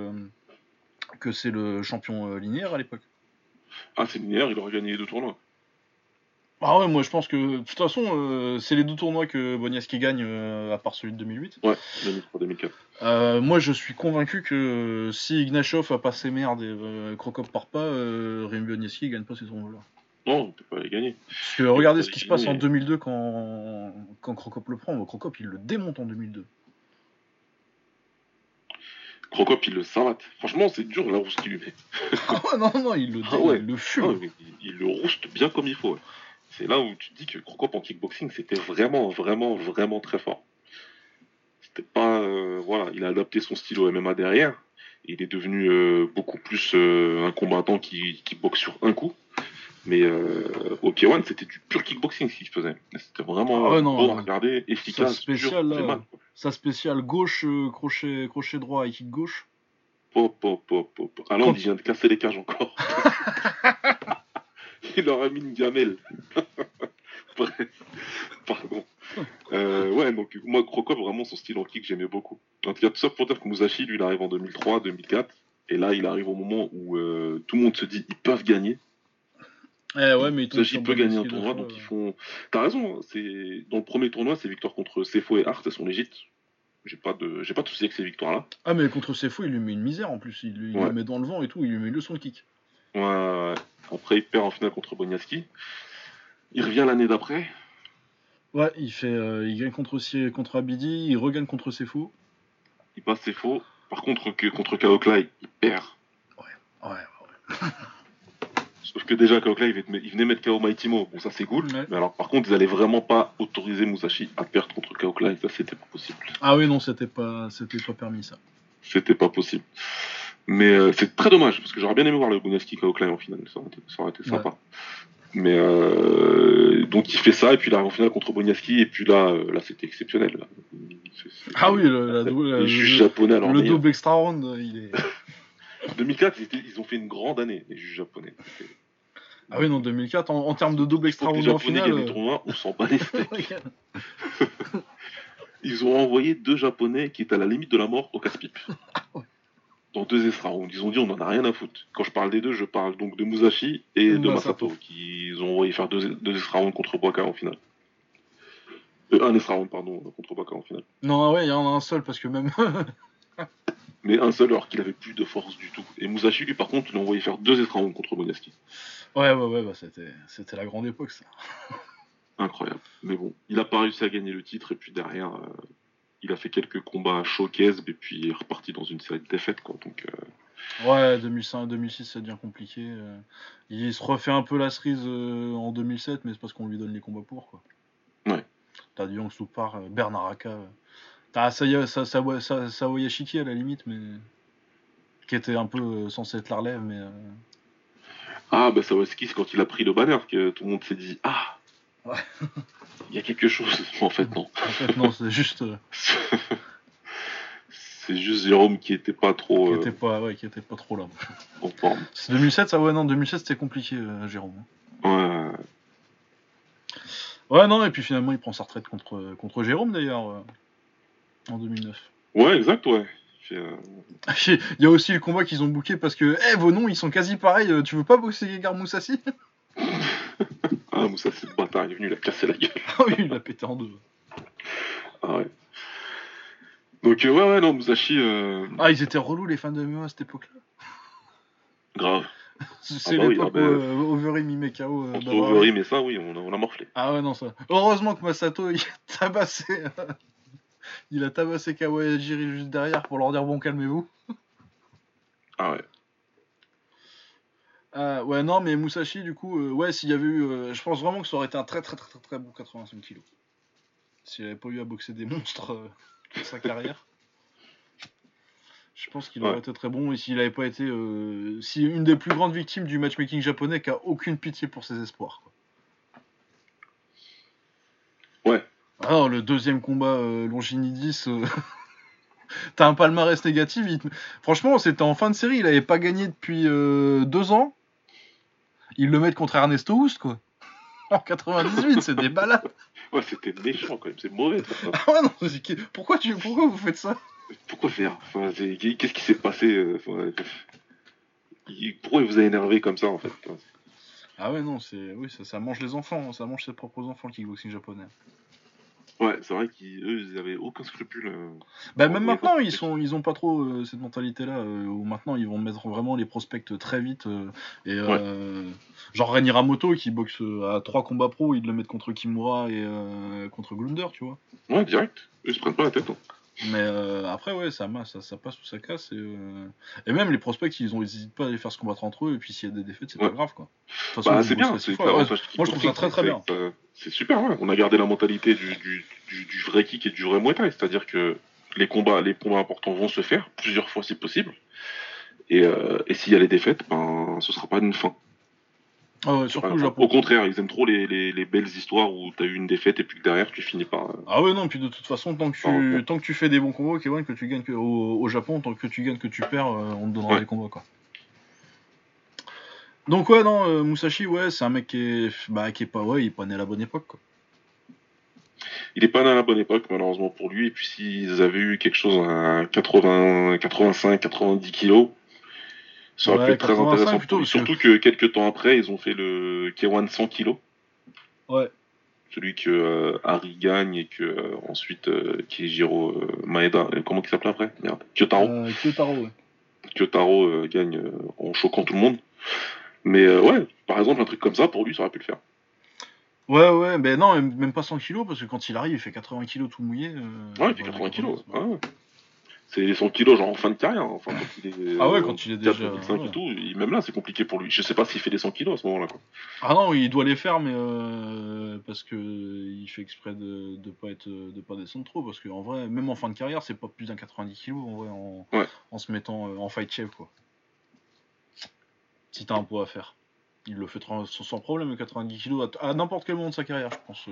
le champion linéaire à l'époque. Ah, c'est linéaire, il aurait gagné les 2 tournois. Ah ouais, moi je pense que de toute façon c'est les 2 tournois que Boniaski gagne à part celui de 2008. Ouais, 2003-2004. Moi je suis convaincu que si Ignashov a pas ses merdes et Krokop part pas, Rémi Boniaski gagne pas ces tournois-là. Non, on peut pas les gagner. Parce que regardez peut ce qui se pas les passe en gagner. 2002 quand Krokop le prend. Krokop il le démonte en 2002. Crocop, il le savate. Franchement, c'est dur la rousse qu'il lui met. Ah non, il Ah ouais. il le fume. Ah, mais il le rouste bien comme il faut. Ouais. C'est là où tu te dis que Crocop en kickboxing, c'était vraiment, vraiment, vraiment très fort. C'était pas. Voilà, il a adapté son style au MMA derrière. Il est devenu beaucoup plus un combattant qui boxe sur un coup. Mais au K1, c'était du pur kickboxing ce qu'il faisait. C'était vraiment Ah ouais, non, beau à regarder, efficace, spécial, dur, là, c'est mal. Quoi. sa spéciale gauche, crochet droit et kick gauche. Pop, pop, pop, pop. Allons, il vient de casser les cages encore. Il leur a mis une gamelle. Bref, pardon. Ouais, donc moi, Crocop, vraiment, son style en kick, j'aimais beaucoup. En tout cas, tout ça pour dire que Musashi, lui, il arrive en 2003, 2004. Et là, il arrive au moment où tout le monde se dit ils peuvent gagner. Ouais, mais ils tombent Musashi sur peut gagner un Boniaski deux tournoi, fois. donc ils font. T'as raison, hein, c'est dans le premier tournoi, ces victoires contre Sefo et Hart, elles sont légites. J'ai pas de souci avec ces victoires-là. Ah, mais contre Sefo, il lui met une misère en plus. Il le Ouais. met dans le vent et tout. Il lui met une leçon de kick. Ouais, ouais, ouais. Après, il perd en finale contre Boniaski. Il revient l'année d'après. Ouais, il gagne contre Abidi, il regagne contre Sefo. Il passe Sefo. Par contre, contre Kao Clay, il perd. Ouais. Sauf que déjà, Kao Clay, il venait mettre KO Maitimo. Bon, ça c'est cool. Ouais. Mais alors, par contre, ils allaient vraiment pas autoriser Musashi à perdre contre Kao Clay. Ça, c'était pas possible. Ah oui, non, c'était pas permis ça. C'était pas possible. Mais c'est très dommage, parce que j'aurais bien aimé voir le Boniaski Kao Clay en finale. Ça aurait été sympa. Ouais. Mais donc il fait ça, et puis là, en finale contre Boniaski, et puis là c'était exceptionnel. Là. Ah oui, les juges japonais, alors le double extra round, il est. 2004, ils ont fait une grande année, les juges japonais. Ah oui, non, 2004, en termes de double extra Quand les round en Japonais finale. gagnent des tournois, on s'en bat les steaks. Ils ont envoyé 2 Japonais qui étaient à la limite de la mort au casse-pipe. Dans 2 extra rounds. Ils ont dit on en a rien à foutre. Quand je parle des deux, je parle donc de Musashi et de Masato, qui ont envoyé faire 2 extra rounds contre Boaka en finale. Un extra round, pardon, contre Boaka en finale. Non, ouais, il y en a un seul parce que même. Mais un seul alors qu'il avait plus de force du tout. Et Musashi, lui, par contre, il a envoyé faire 2 extra rounds contre Boniaski. Ouais, bah c'était la grande époque ça. Incroyable. Mais bon, il a pas réussi à gagner le titre, et puis derrière, il a fait quelques combats à showcase, et puis il est reparti dans une série de défaites, quoi. Donc, Ouais, 2005, 2006, ça devient compliqué. Il se refait un peu la cerise en 2007, mais c'est parce qu'on lui donne les combats pour, quoi. Ouais. T'as du Yang Soupar, Bernard Aka. T'as Sawayashiki à la limite, mais. Qui était un peu censé être la relève, mais. Ah, bah Sawaski, c'est quand il a pris le banner que tout le monde s'est dit ah, Ouais. il y a quelque chose. En fait, non. En fait, non, c'est juste. C'est juste Jérôme qui était pas trop Qui était pas trop là. en forme. C'est 2007, ça, ouais, non, 2007 c'était compliqué, Jérôme. Ouais. Ouais, non, et puis finalement il prend sa retraite contre Jérôme d'ailleurs, en 2009. Ouais, exact, ouais. Puis, Il y a aussi le combat qu'ils ont booké parce que, vos noms ils sont quasi pareils, tu veux pas boxer Gegard Moussassi? Ah, Moussa, c'est le bâtard, il est venu la casser la gueule. Ah oui, il l'a pété en deux. Ah ouais. Donc, ouais, non, Musashi. Ah, ils étaient relous les fans de MMA à cette époque-là. Grave. C'est bah oui, l'époque ah où ben, Overeem il met KO. Entre Barbara. Overeem et ça, oui, on a morflé. Ah ouais, non, ça. Heureusement que Masato il a tabassé. Il a tabassé Kawajiri juste derrière pour leur dire bon, calmez-vous. Ah ouais. Ouais, non, mais Musashi, du coup, ouais, s'il y avait eu. Je pense vraiment que ça aurait été un très bon 85 kg. S'il avait pas eu à boxer des monstres toute sa carrière. Je pense qu'il aurait été très bon. Et s'il avait pas été. Si une des plus grandes victimes du matchmaking japonais qui a aucune pitié pour ses espoirs. Quoi. Ouais. Alors, le deuxième combat, Longinidis. T'as un palmarès négatif. Franchement, c'était en fin de série. Il avait pas gagné depuis 2 ans. Ils le mettent contre Ernesto Houst, quoi. En 98, c'est des balades. Ouais, c'était méchant quand même, c'est mauvais de faire ça. Ah ouais, non, pourquoi vous faites ça? Pourquoi faire enfin, qu'est-ce qui s'est passé pourquoi il vous a énervé comme ça en fait? Ah ouais, non, oui, ça mange les enfants, ça mange ses propres enfants, le kickboxing japonais. Ouais, c'est vrai qu'eux, ils avaient aucun scrupule. Bah même maintenant, ils ont pas trop cette mentalité-là, où maintenant ils vont mettre vraiment les prospects très vite. Genre Reni Ramoto qui boxe à 3 combats pro, ils le mettent contre Kimura et contre Glunder, tu vois. Ouais, direct. Eux, ils se prennent pas la tête. Hein. Mais après, ouais, ça passe ou ça casse. Et même les prospects, ils n'hésitent pas à aller faire se combattre entre eux, et puis s'il y a des défaites, c'est pas grave, quoi. De toute façon, c'est bien. Moi, je trouve ça très bien. C'est super, ouais. On a gardé la mentalité du vrai kick et du vrai Muay Thai. C'est-à-dire que les combats importants vont se faire plusieurs fois si possible. Et s'il y a les défaites, ben, ce sera pas une fin. Ah ouais, surtout au Japon. Au contraire, ils aiment trop les belles histoires où t'as eu une défaite et puis que derrière tu finis par. Ah ouais, non, puis de toute façon, tant que tu fais des bons combats, que tu gagnes au Japon, tant que tu gagnes, que tu perds, on te donnera des combats, quoi. Donc ouais, non, Musashi, ouais, c'est un mec qui est pas, ouais, il est pas né à la bonne époque, quoi. Il est pas né à la bonne époque, malheureusement pour lui. Et puis s'ils avaient eu quelque chose à 80, 85, 90 kilos, Ça aurait pu Ouais, être très 85 intéressant plutôt, pour lui. parce que... Surtout que quelques temps après, ils ont fait le K1 100 kg. Ouais. Celui que Harry gagne et que ensuite Keijiro Maeda, comment il s'appelait après? Merde. Kyotaro, ouais. Kyotaro gagne en choquant tout le monde. Mais ouais, par exemple, un truc comme ça, pour lui, ça aurait pu le faire. Ouais, mais non, même pas 100 kilos, parce que quand il arrive, il fait 80 kilos tout mouillé. Ouais, il fait 80 kilos. Ouais. C'est les 100 kilos genre en fin de carrière. Enfin, quand il est Ah ouais, quand il est déjà... 2005 ouais. et tout, même là, c'est compliqué pour lui. Je sais pas s'il fait les 100 kilos à ce moment-là, quoi. Ah non, il doit les faire, mais parce que il fait exprès de pas descendre trop, parce qu'en vrai, même en fin de carrière, c'est pas plus d'un 90 kilos en vrai, Ouais. en se mettant en fight shape, quoi. Si t'as un poids à faire. Il le fait sans problème, 90 kilos, à n'importe quel moment de sa carrière,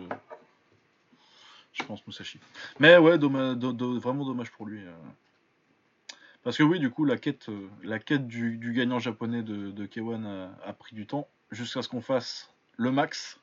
je pense Musashi. Mais ouais, vraiment dommage pour lui. Parce que oui, du coup, la quête du gagnant japonais de K1 a pris du temps, jusqu'à ce qu'on fasse le max,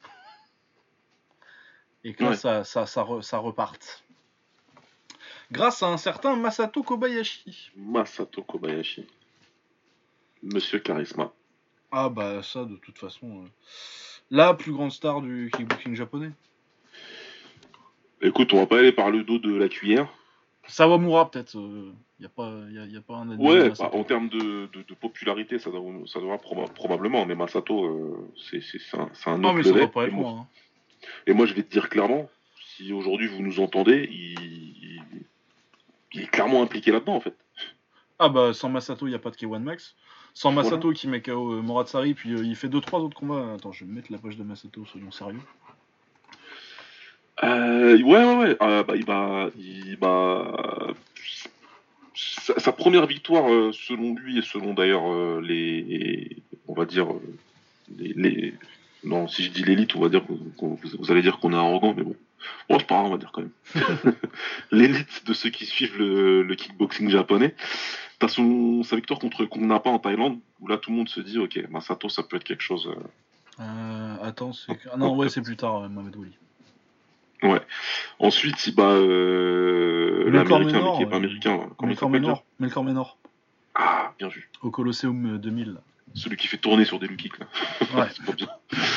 et que là, Ouais. ça reparte. Grâce à un certain Masato Kobayashi. Masato Kobayashi. Monsieur Charisma. Ah bah ça, de toute façon, la plus grande star du kickboxing japonais. Écoute, on va pas aller par le dos de la cuillère. Sawamura, peut-être. Y a pas un admin Ouais, Masato. en termes de popularité, ça devra probablement, mais Masato, c'est un Non, autre mais ça level. doit pas être loin. Hein. Et moi, je vais te dire clairement, si aujourd'hui vous nous entendez, il est clairement impliqué là-dedans, en fait. Ah bah, sans Masato, il n'y a pas de K1 Max. Sans Voilà. Masato qui met KO Moratsari, puis il fait 2-3 autres combats. Attends, je vais mettre la page de Masato, soyons sérieux. Ouais. Sa première victoire, selon lui et selon d'ailleurs on va dire non, si je dis l'élite, on va dire vous allez dire qu'on est arrogant, mais bon, c'est pas grave, on va dire quand même. L'élite de ceux qui suivent le kickboxing japonais. T'as sa victoire contre Kung Napa en Thaïlande, où là tout le monde se dit, ok, Masato, ça peut être quelque chose. Attends, c'est... Ah non, ouais, c'est plus tard, Mohamed Wali. Ouais. Ensuite, il bat l'américain, mais qui est pas américain. Là. Comment il s'appelle déjà Melkor Menor. Ah, bien vu. Au Colosseum 2000. Là. Celui qui fait tourner sur des low kicks, là. Ouais. C'est pas bien.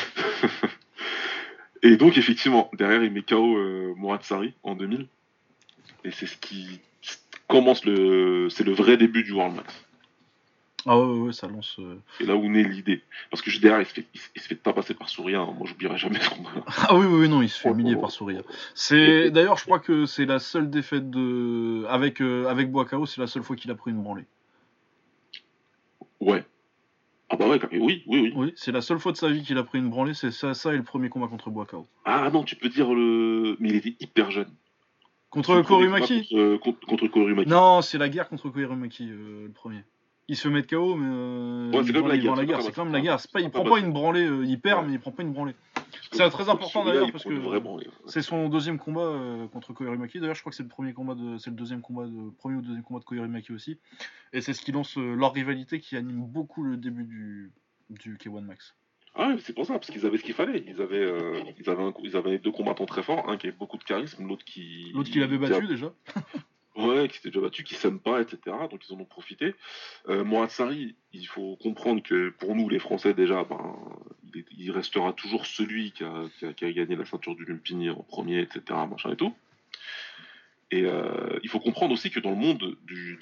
Et donc, effectivement, derrière, il met KO Moratsari en 2000. Et c'est ce qui commence c'est le vrai début du World Max. Ah ouais, ça lance. C'est là où naît l'idée. Parce que juste derrière, il se fait tabasser par Souria. Hein. Moi, j'oublierai jamais ce combat. Ah oui, non, il se fait humilier par Souria. C'est d'ailleurs, je crois que c'est la seule défaite avec Boakao, c'est la seule fois qu'il a pris une branlée. Ouais. Ah bah ouais, oui. Oui, c'est la seule fois de sa vie qu'il a pris une branlée, c'est ça et le premier combat contre Boakao. Ah non, tu peux dire mais il était hyper jeune. Contre Korumaki contre Korumaki. Non, c'est la guerre contre Korumaki, le premier. Il se fait mettre KO, mais ouais, c'est quand même la guerre. C'est quand même la guerre. Il prend pas une branlée, il perd, mais il prend pas une branlée. C'est très important d'ailleurs parce que c'est son deuxième combat contre Koirimaki. D'ailleurs, je crois que c'est le deuxième combat premier ou deuxième combat de Koirimaki aussi. Et c'est ce qui lance leur rivalité qui anime beaucoup le début du K1 Max. Ah ouais, c'est pour ça, parce qu'ils avaient ce qu'il fallait. Ils avaient deux combattants très forts, un qui avait beaucoup de charisme, l'autre qui l'avait battu déjà. Ouais, qui s'était déjà battu, qui s'aime pas, etc. Donc ils en ont profité. Moratsari, il faut comprendre que pour nous, les Français, déjà, il restera toujours celui qui a gagné la ceinture du Lumpini en premier, etc. Machin et tout. Et il faut comprendre aussi que dans le monde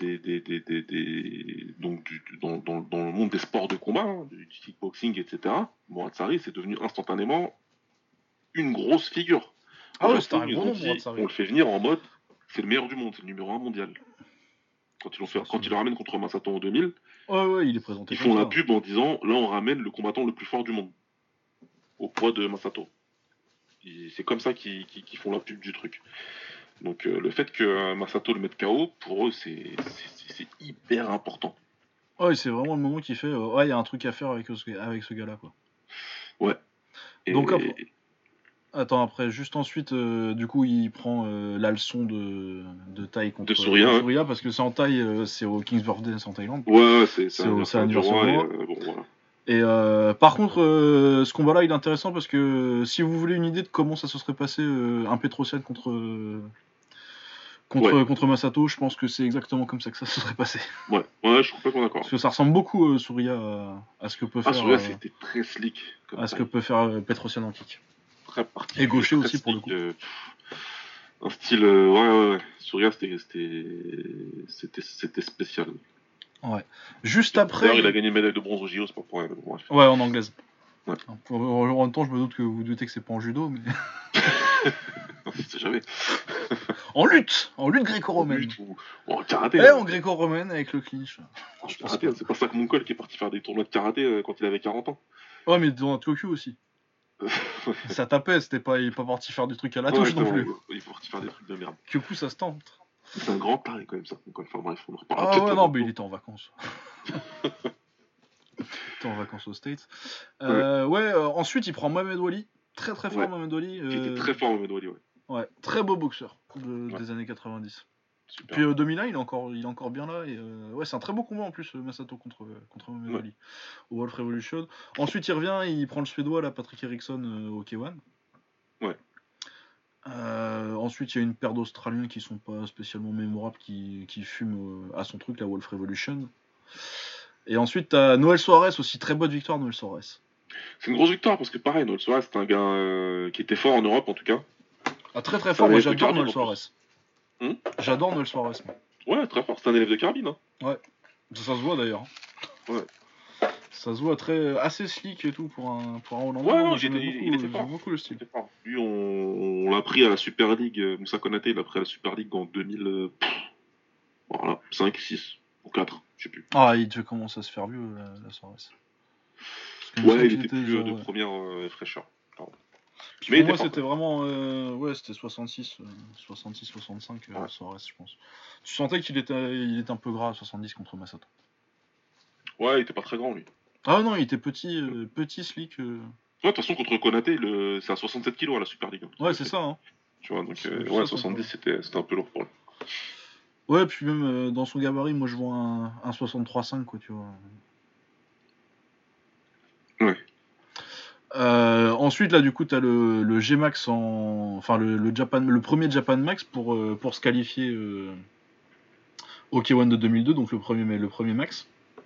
dans le monde des sports de combat, hein, du kickboxing, etc., Moratsari, c'est devenu instantanément une grosse figure. Ah ouais, c'est un gros nom, Moratsari. On le fait venir en mode, c'est le meilleur du monde, c'est le numéro 1 mondial. Quand ils le ramènent contre Masato en 2000, ouais, il est présenté. Ils font la pub en disant, là on ramène le combattant le plus fort du monde, au poids de Masato. C'est comme ça qu'ils font la pub du truc. Donc le fait que Masato le mette KO, pour eux, c'est hyper important. Ouais, c'est vraiment le moment qui fait, ouais, il y a un truc à faire avec ce gars-là, quoi. Ouais. Donc attends, après, juste ensuite, du coup, il prend la leçon de taille contre Souria, parce que c'est en taille, c'est au King's Birthday, c'est en Thaïlande. Ouais, c'est l'anniversaire du roi. Bon, voilà. Et par contre, ce combat-là, il est intéressant parce que si vous voulez une idée de comment ça se serait passé un Petrosian Contre Masato, je pense que c'est exactement comme ça que ça se serait passé. Ouais, je suis complètement d'accord. Parce que ça ressemble beaucoup, Souria, à ce que peut faire, Souria, c'était très slick. à ce que peut faire Petrosian en kick. Très particulier. Et gaucher très aussi, pour le slick, coup. un style, ouais. Souria, c'était spécial. Ouais. Juste après. D'ailleurs, il a gagné une médaille de bronze au JO, c'est pas pour rien. Bref. Ouais, en anglaise. Ouais. En même temps, je me doute que vous doutez que c'est pas en judo, mais. On sait jamais. En lutte gréco-romaine. Ou en karaté. Et en gréco-romaine avec le clinch. En karaté, c'est pas ça que mon col qui est parti faire des tournois de karaté quand il avait 40 ans. Ouais, mais dans Tokyo aussi. Ça tapait, il est pas parti faire des trucs à la touche non plus. Il est parti faire des trucs de merde. Kyoku, ça se tente. C'est un grand taré quand même, ça. Enfin bref, on en reparlera. Ah ouais, non, mais il était en vacances. Il était en vacances aux States. Ensuite, il prend Mohamed Wali. Très très fort, Mohamed Wali. Qui était très fort, Mohamed Wali, ouais. Ouais, très beau boxeur des années 90. Super. Puis 2001, il est encore bien là. Et, c'est un très beau combat en plus, Masato contre Mohamed Wali au Wolf Revolution. Ensuite, il revient, il prend le Suédois, là, Patrick Eriksson, au K1. Ouais. Ensuite, il y a une paire d'Australiens qui sont pas spécialement mémorables, qui fument à son truc, la Wolf Revolution. Et ensuite, t'as Noël Suarez aussi, très bonne victoire, Noël Suarez. C'est une grosse victoire parce que pareil, Noël Suarez, c'est un gars qui était fort en Europe en tout cas. Ah, très très fort, moi j'adore Noël Suarez. J'adore Noël Suarez. Ouais, très fort, c'est un élève de Carbine. Hein. Ouais, ça se voit d'ailleurs. Ouais. Ça se voit assez slick et tout pour un Hollandais. Ouais, non, il était fort. Beaucoup le style. Lui, on l'a pris à la Super League, Moussa Konaté, il l'a pris à la Super League en 5, 6 ou 4, je sais plus. Ah, il devait commencer à se faire vieux, la Suarez. Ouais, il était plus de première fraîcheur. Puis pour moi, c'était vraiment. C'était 66-65, Suarez, je pense. Tu sentais qu'il était un peu gras à 70 contre Masato. Ouais, il était pas très grand, lui. Ah non, il était petit slick. Ouais, de toute façon, contre Konaté, c'est à 67 kg à la Super League. Ouais, c'est ça. Hein. Tu vois, donc 70, c'était un peu lourd pour lui. Ouais, puis même dans son gabarit, moi je vois un 63-5, quoi, tu vois. Ouais. Ensuite, là, du coup, t'as le G-Max le premier Japan Max pour se qualifier au K1 de 2002, donc le premier Max.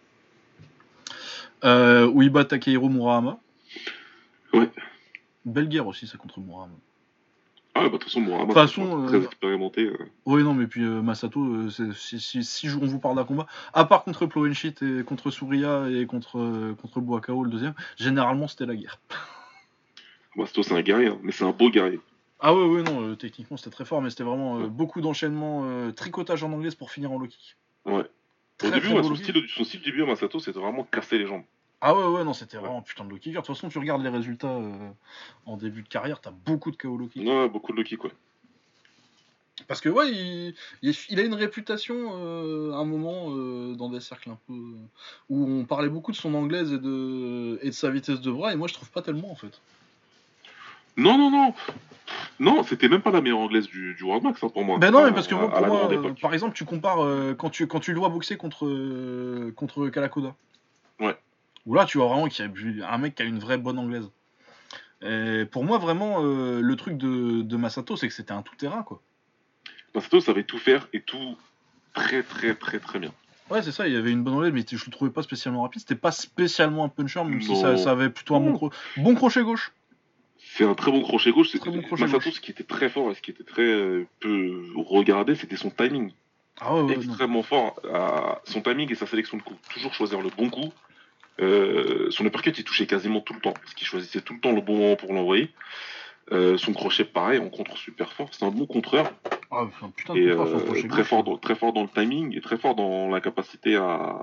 Où il bat Takehiro Murahama. Ouais. Belle guerre aussi, ça, contre Murahama. Ah, bah, de toute façon, Murahama, très expérimenté. Oui, non, mais puis Masato, si on vous parle d'un combat, à part contre Plowenshit et contre Souria et contre Buakao, le deuxième, généralement, c'était la guerre. Masato, c'est un guerrier, hein, mais c'est un beau guerrier. Ah ouais, non, techniquement, c'était très fort, mais c'était vraiment beaucoup d'enchaînements, tricotage en anglaise pour finir en low kick. Ouais. Au début, son style début à Masato, c'était vraiment casser les jambes. Ah ouais, non, c'était vraiment putain de low kicker. De toute façon, tu regardes les résultats en début de carrière, t'as beaucoup de KO low kick. Ouais, beaucoup de low kick, ouais. Parce que il a une réputation à un moment dans des cercles un peu où on parlait beaucoup de son anglaise et de sa vitesse de bras, et moi je trouve pas tellement en fait. Non, c'était même pas la meilleure anglaise du World Max hein, pour moi. Ben non, mais parce que moi, par exemple, tu compares quand tu le vois boxer contre Kalakoda. Ouais. Où là, tu vois vraiment qu'il y a un mec qui a une vraie bonne anglaise. Et pour moi, vraiment, le truc de Masato, c'est que c'était un tout-terrain, quoi. Masato savait tout faire et tout très très très très bien. Ouais, c'est ça, il y avait une bonne anglaise, mais je le trouvais pas spécialement rapide. C'était pas spécialement un puncher, même si ça avait plutôt un bon crochet gauche. C'est un très bon crochet gauche. Masato, ce qui était très fort et ce qui était très peu regardé, c'était son timing. Ah ouais, extrêmement fort. Son timing et sa sélection de coups. Toujours choisir le bon coup. Son uppercut, il touchait quasiment tout le temps. Parce qu'il choisissait tout le temps le bon moment pour l'envoyer. Son crochet, pareil, en contre super fort. C'est un bon contreur. Ah, c'est un putain de contreur, son crochet gauche. Très fort dans le timing et très fort dans la capacité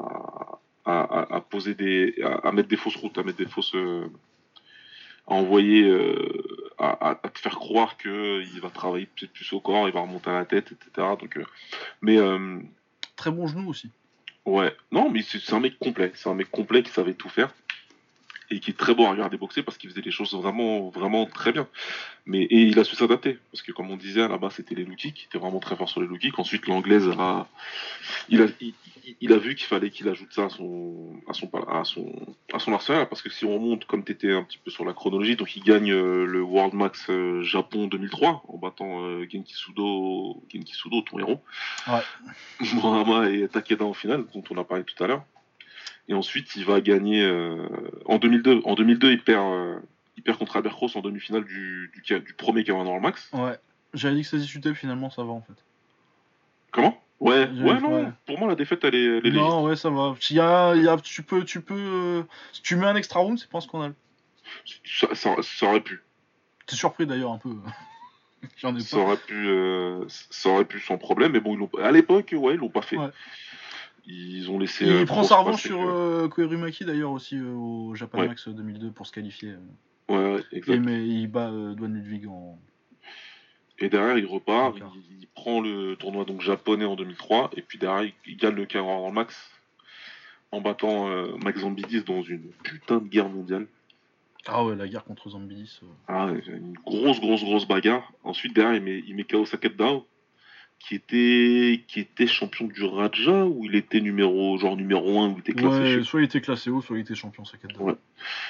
à poser à mettre des fausses routes, à mettre des fausses. À envoyer, à te faire croire qu'il va travailler peut-être plus au corps, il va remonter à la tête, etc. Donc, très bon genou aussi. Ouais, non, mais c'est un mec complet. C'est un mec complet qui savait tout faire. et qui est très beau à regarder boxer parce qu'il faisait les choses vraiment, vraiment très bien. Et il a su s'adapter parce que, comme on disait, à la base, c'était les low kicks, il était vraiment très fort sur les low kicks. Ensuite, l'anglaise il a vu qu'il fallait qu'il ajoute ça à son arsenal parce que si on remonte, comme tu étais un petit peu sur la chronologie, donc il gagne le World Max Japon 2003 en battant Genki Sudo, ton héros. Ouais. Murama et Takeda en finale, dont on a parlé tout à l'heure. Et ensuite, il va gagner en 2002. En 2002, il perd contre Albert Cross en demi-finale du premier K1 World Max. Ouais. J'avais dit que ça se discutait, finalement, ça va en fait. Comment? Ouais, non. Ouais. Pour moi, la défaite, elle est légitime. Non, ouais, ça va. Tu peux, si tu mets un extra round, c'est pas un scandale. Ça aurait pu. T'es surpris d'ailleurs un peu. J'en ai pas. Ça aurait pu sans problème, mais bon, à l'époque, ouais, ils l'ont pas fait. Ouais. Ils ont laissé. Il prend sa revanche sur Koirumaki d'ailleurs aussi au Japan Ouais. Max 2002 pour se qualifier. Ouais, exact. Mais il bat Duan Ludwig en. Et derrière, il repart, D'accord. il prend le tournoi donc japonais en 2003, et puis derrière, il gagne le K1 World Max en battant Max Zambidis dans une putain de guerre mondiale. Ah ouais, la guerre contre Zambidis. Ah, une grosse bagarre. Ensuite, derrière, il met KO Saketdao, qui était champion du Raja, ou il était numéro 1, ou il était classé. Ouais, soit il était classé haut, soit il était champion Saketdao. Ouais.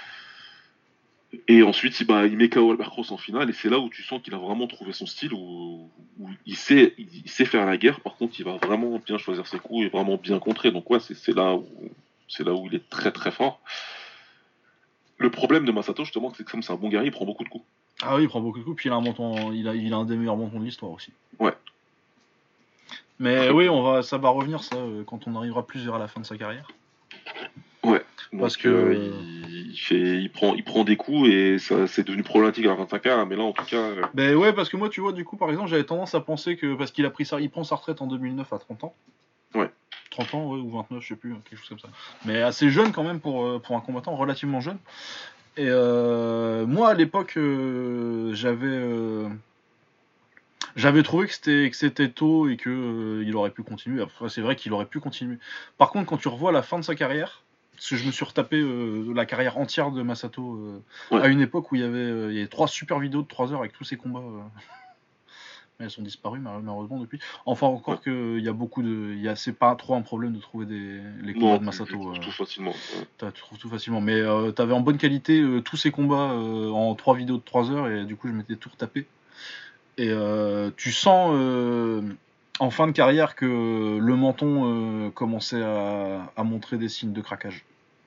Et ensuite, il met KO Albert Cross en finale, et c'est là où tu sens qu'il a vraiment trouvé son style, où il sait faire la guerre. Par contre, il va vraiment bien choisir ses coups et vraiment bien contrer. Donc ouais, c'est là où il est très très fort. Le problème de Masato, justement, c'est que comme c'est un bon guerrier, il prend beaucoup de coups. Ah oui, il prend beaucoup de coups, puis il a un des meilleurs mentons de l'histoire aussi. Ouais. Mais oui, ça va revenir ça quand on arrivera plus vers la fin de sa carrière. Ouais. Parce Donc, que il prend des coups et ça c'est devenu problématique à la fin de sa carrière, mais là en tout cas. Ben ouais, parce que moi, tu vois, du coup, par exemple, j'avais tendance à penser que parce qu'il il prend sa retraite en 2009 à 30 ans. Ouais. 30 ans, ouais, ou 29, je sais plus, quelque chose comme ça. Mais assez jeune quand même pour un combattant relativement jeune. Et moi, à l'époque, j'avais trouvé que c'était tôt et que il aurait pu continuer. Après, c'est vrai qu'il aurait pu continuer. Par contre, quand tu revois la fin de sa carrière, parce que je me suis retapé la carrière entière de Masato Ouais. à une époque où il y avait 3 super vidéos de 3 heures avec tous ses combats. Mais elles sont disparues malheureusement depuis. Enfin, encore que c'est pas trop un problème de trouver les combats de Masato. Tu trouves tout facilement. Ouais. Tu trouves tout facilement. Mais t'avais en bonne qualité tous ces combats en 3 vidéos de 3 heures et du coup je m'étais tout retapé. Et tu sens en fin de carrière que le menton commençait à montrer des signes de craquage.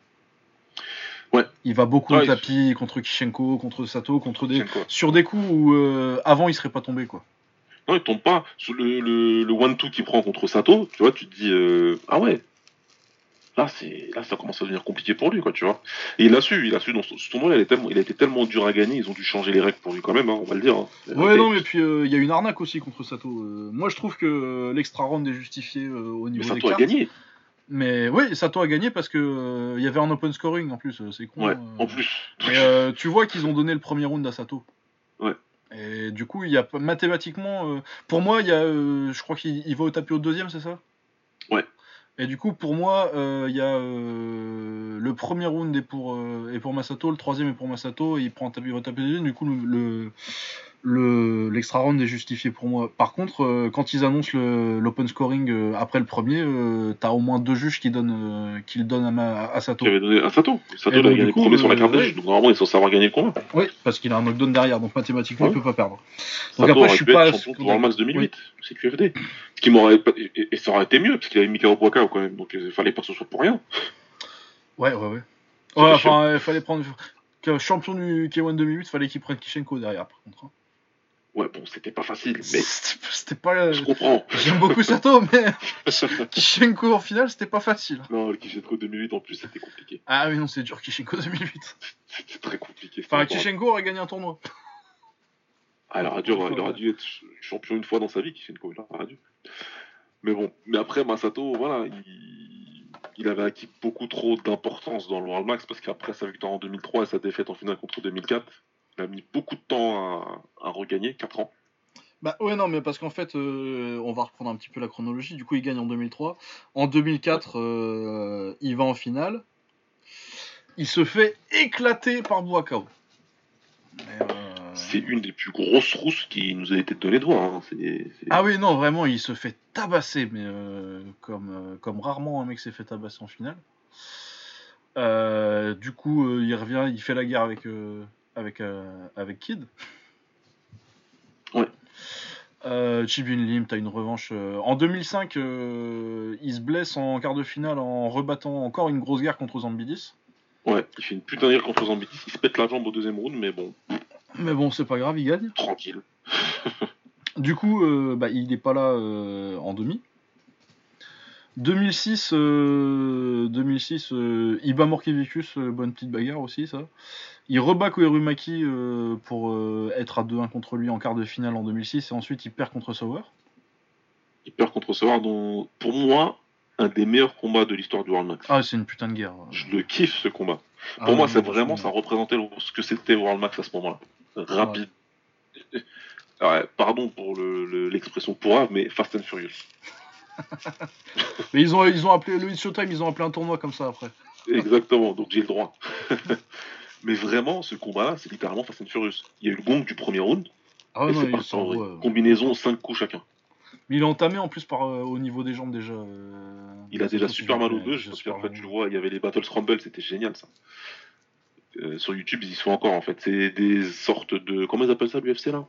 Ouais. Il va beaucoup au tapis contre Kishenko, contre Sato, sur des coups où avant il serait pas tombé quoi. Non, il tombe pas. Sur le 1-2 qu'il prend contre Sato, tu vois, tu te dis ah ouais. Là, ça commence à devenir compliqué pour lui, quoi, tu vois. Et il a su dans ce tournoi, il a été tellement dur à gagner, ils ont dû changer les règles pour lui quand même, hein, on va le dire. Hein. Ouais, non, mais puis il y a une arnaque aussi contre Sato. Moi, je trouve que l'extra round est justifié au niveau des cartes. Mais Sato a gagné. Mais oui, Sato a gagné parce que il y avait un open scoring en plus, c'est con. Ouais, en plus. Mais tu vois qu'ils ont donné le premier round à Sato. Ouais. Et du coup, il y a mathématiquement, pour moi, il y a, je crois qu'il va au tapis au deuxième, c'est ça? Ouais. Et du coup, pour moi, il y a le premier round est pour Masato, le troisième est pour Masato, et il va taper le deuxième. Du coup, l'extra round est justifié pour moi. Par contre, quand ils annoncent l'open scoring après le premier, t'as au moins 2 juges qui le donnent à Sato. Qui avait donné à Sato. Sato il a gagné le premier sur la carte des juges, donc normalement il est censé avoir gagné le combat. Oui, parce qu'il a un knockdown derrière, donc mathématiquement il peut pas perdre. Donc Sato après, je suis pas champion du World Max 2008, c'est QFD. Ce qui m'aurait et ça aurait été mieux parce qu'il avait mis KO Boakao quand même, donc il fallait pas que ce soit pour rien. Ouais, enfin, il fallait prendre champion du K1 2008, fallait qu'il prenne Kishenko derrière par contre. Ouais, bon, c'était pas facile, mais c'était pas. Je comprends. J'aime beaucoup Sato, mais Kishenko en finale, c'était pas facile. Non, le Kishenko 2008 en plus, c'était compliqué. Ah oui, non, c'est dur Kishenko 2008. C'était très compliqué. Enfin, Kishenko aurait gagné un tournoi. Ah, il aurait dû être champion une fois dans sa vie, Kishenko, il aurait dû. Mais bon, après Masato, voilà, il avait acquis beaucoup trop d'importance dans le World Max parce qu'après sa victoire en 2003 et sa défaite en finale contre 2004, il a mis beaucoup de temps à regagner, 4 ans. Bah ouais, non, mais parce qu'en fait, on va reprendre un petit peu la chronologie. Du coup, il gagne en 2003. En 2004, il va en finale. il se fait éclater par Buakaw. C'est une des plus grosses rousses qui nous a été donnée de voir. Hein. Ah oui, non, vraiment, il se fait tabasser, mais comme rarement un mec s'est fait tabasser en finale. Du coup, il revient, il fait la guerre avec Kid. Ouais. Chibin Lim, t'as une revanche. En 2005, il se blesse en quart de finale en rebattant encore une grosse guerre contre Zambidis. Ouais, il fait une putain de guerre contre Zambidis. Il se pète la jambe au deuxième round, mais bon. Mais bon, c'est pas grave, il gagne. Tranquille. Du coup, il n'est pas là en demi. 2006, il bat Morkevicius, bonne petite bagarre aussi, ça. Il rebat Koirumaki pour être à 2-1 contre lui en quart de finale en 2006, et ensuite il perd contre Sauer. Il perd contre Sauer, dont, pour moi, un des meilleurs combats de l'histoire du World Max. Ah, c'est une putain de guerre. Je le kiffe, ce combat. Pour moi, c'est vraiment, ça représentait ce que c'était World Max à ce moment-là. Rapide. Ouais. Alors, pardon pour l'expression pourrave, mais Fast and Furious. Mais ils ont appelé le It's Showtime, ils ont appelé un tournoi comme ça après. Exactement, donc j'ai le droit. Mais vraiment, ce combat-là, c'est littéralement Fast and Furious. Il y a eu le gong du premier round. Ah ouais, et non, c'est parti en vrai. Combinaison, 5 coups chacun. Mais il est entamé en plus au niveau des jambes déjà. Il a déjà super mal aux deux, parce qu'en fait, tu le vois, il y avait les Battle Scramble, c'était génial ça. Sur YouTube, ils y sont encore en fait. C'est des sortes de. Comment ils appellent ça l'UFC là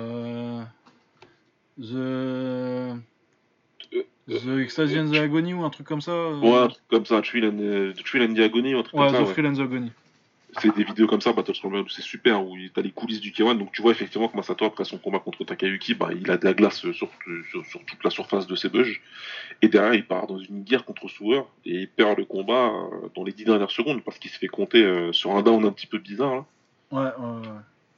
The Ecstasy and the Agony ou un truc comme ça. Ouais, un truc comme ça, Thrill and the Agony ou un truc comme ça. The Thrill and the Agony. C'est des vidéos comme ça, Battle Scramble, c'est super, où t'as les coulisses du K1, donc tu vois effectivement que Masato, après son combat contre Takayuki, il a de la glace sur toute la surface de ses bugs, et derrière il part dans une guerre contre Sauer, et il perd le combat dans les 10 dernières secondes, parce qu'il se fait compter sur un down un petit peu bizarre, là. Ouais.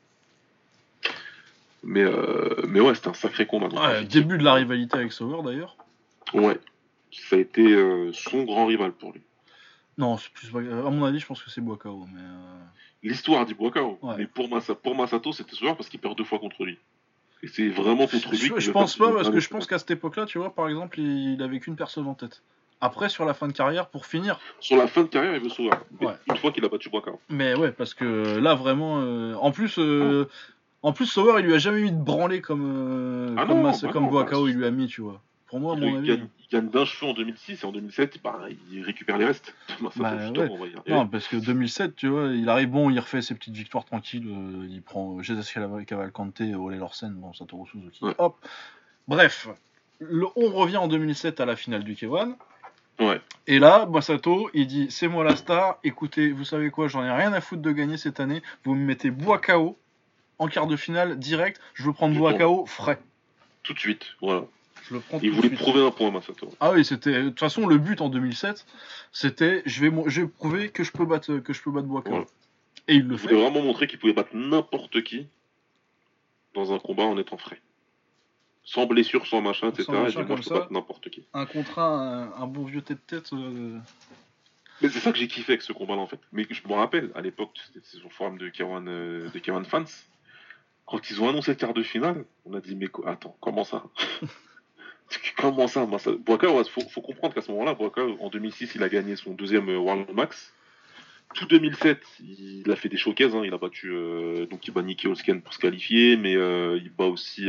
Mais ouais, c'était un sacré combat. Donc, début de la rivalité avec Sauer d'ailleurs. Ouais, ça a été son grand rival pour lui. Non, c'est plus à mon avis, je pense que c'est Buakaw. Mais l'histoire dit Buakaw, ouais. Mais pour Masato, c'était Sauer parce qu'il perd 2 fois contre lui. Et c'est vraiment contre lui. Je pense pas, parce que je pense qu'à cette époque-là, tu vois, par exemple, il avait qu'une personne en tête. Après, sur la fin de carrière, pour finir. Sur la fin de carrière, il veut Sauer. Ouais. Une fois qu'il a battu Buakaw. Mais ouais, parce que là, vraiment. En plus, Sauer, il lui a jamais mis de branlé comme Buakaw, il lui a mis, tu vois. Pour moi, à mon avis. Il gagne d'un cheveu en 2006 et en 2007, il récupère les restes. Non, parce que 2007, tu vois, il arrive, il refait ses petites victoires tranquilles. Il prend Jesus Cavalcante, Ole Lorsen, Satoru Suzuki. Ouais. Hop. Bref, on revient en 2007 à la finale du K1. Ouais. Et là, Masato, il dit c'est moi la star. Écoutez, vous savez quoi, j'en ai rien à foutre de gagner cette année. Vous me mettez Buakaw en quart de finale direct. Je veux prendre Buakaw frais. Tout de suite, voilà. Il voulait prouver un point, Masato. Ah oui, c'était. De toute façon, le but en 2007, c'était je vais prouver que je peux battre Buakaw. Voilà. Et il le fait. Il voulait vraiment montrer qu'il pouvait battre n'importe qui dans un combat en étant frais. Sans blessure, sans machin, etc. Et moi, je peux battre n'importe qui. Un contrat, un bon vieux tête-tête. Mais c'est ça que j'ai kiffé avec ce combat-là, en fait. Mais je me rappelle, à l'époque, c'était sur le forum de K1 Fans, quand ils ont annoncé le quart de finale, on a dit, mais attends, comment ça Comment ça, Buakaw, faut comprendre qu'à ce moment-là, Buakaw, en 2006, il a gagné son 2e World Max. Tout 2007, il a fait des showcases, il a battu, donc il bat Nicky Holsken pour se qualifier, mais il bat aussi...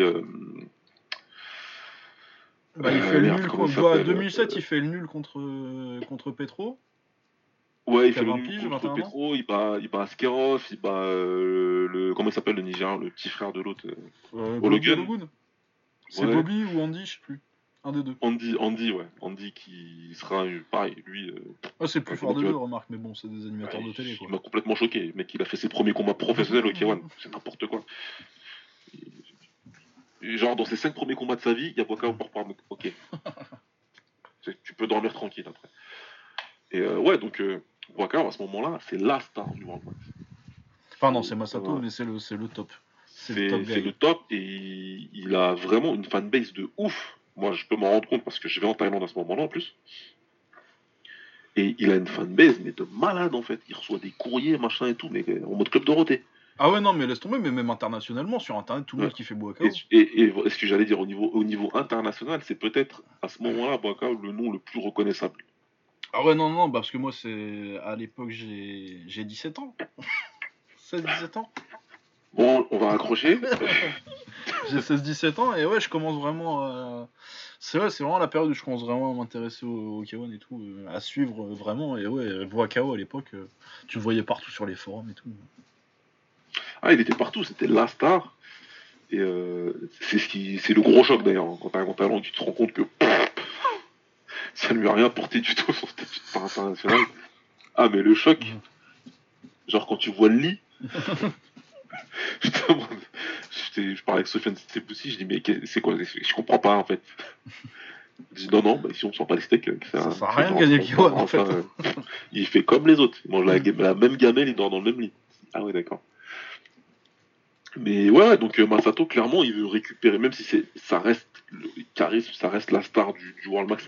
il fait le nul contre 2007, il fait le nul contre Petro. Ouais, il fait le nul contre Petro, il bat Askerov, il bat comment il s'appelle le Nigérian, le petit frère de l'autre, Ologun. C'est Bobby ou Andy, je sais plus. Un des deux. Andy, ouais. Andy qui sera pareil, lui. C'est le plus fort des deux, remarque, mais bon, c'est des animateurs de télé, quoi. Il m'a complètement choqué. Le mec, il a fait ses premiers combats professionnels au K1. C'est n'importe quoi. Genre, dans ses 5 premiers combats de sa vie, il y a Buakaw pour parler. Ok. Tu peux dormir tranquille après. Et ouais, donc, Buakaw, à ce moment-là, c'est la star du World Max. Enfin, non, c'est Masato, mais c'est le top. C'est le top, et il a vraiment une fanbase de ouf. Moi, je peux m'en rendre compte parce que je vais en Thaïlande à ce moment-là en plus. Et il a une fanbase, mais de malade en fait. Il reçoit des courriers, machin et tout, mais en mode Club Dorothée. Ah ouais, non, mais laisse tomber, mais même internationalement, sur internet, tout le monde qui fait Buakaw. Et ce que j'allais dire au niveau international, c'est peut-être à ce moment-là, Buakaw, le nom le plus reconnaissable. Ah ouais, non, bah, parce que moi, c'est à l'époque, j'ai 17 ans. 16-17 ans. Bon, on va accrocher. J'ai 16-17 ans et ouais, je commence vraiment à... C'est vraiment la période où je commence vraiment à m'intéresser au K1 et tout, à suivre vraiment. Et ouais, Boakao à l'époque, tu le voyais partout sur les forums et tout. Ah, il était partout, c'était la star. Et c'est le gros choc d'ailleurs, hein. Quand t'as un grand talent, tu te rends compte que ça lui a rien apporté du tout son statut de star international. Ah, mais le choc, genre quand tu vois le lit, putain, je parlais avec Sofiane Seboussi, je dis mais c'est quoi, je comprends pas en fait. Je dis non, bah ici on sent pas les steaks. Ça sert à rien de gagner le K1 en fait. Il fait comme les autres, il mange la même gamelle, il dort dans le même lit. Ah ouais, d'accord. Mais ouais, donc Masato, clairement, il veut récupérer, même si ça reste le charisme, ça reste la star du World Max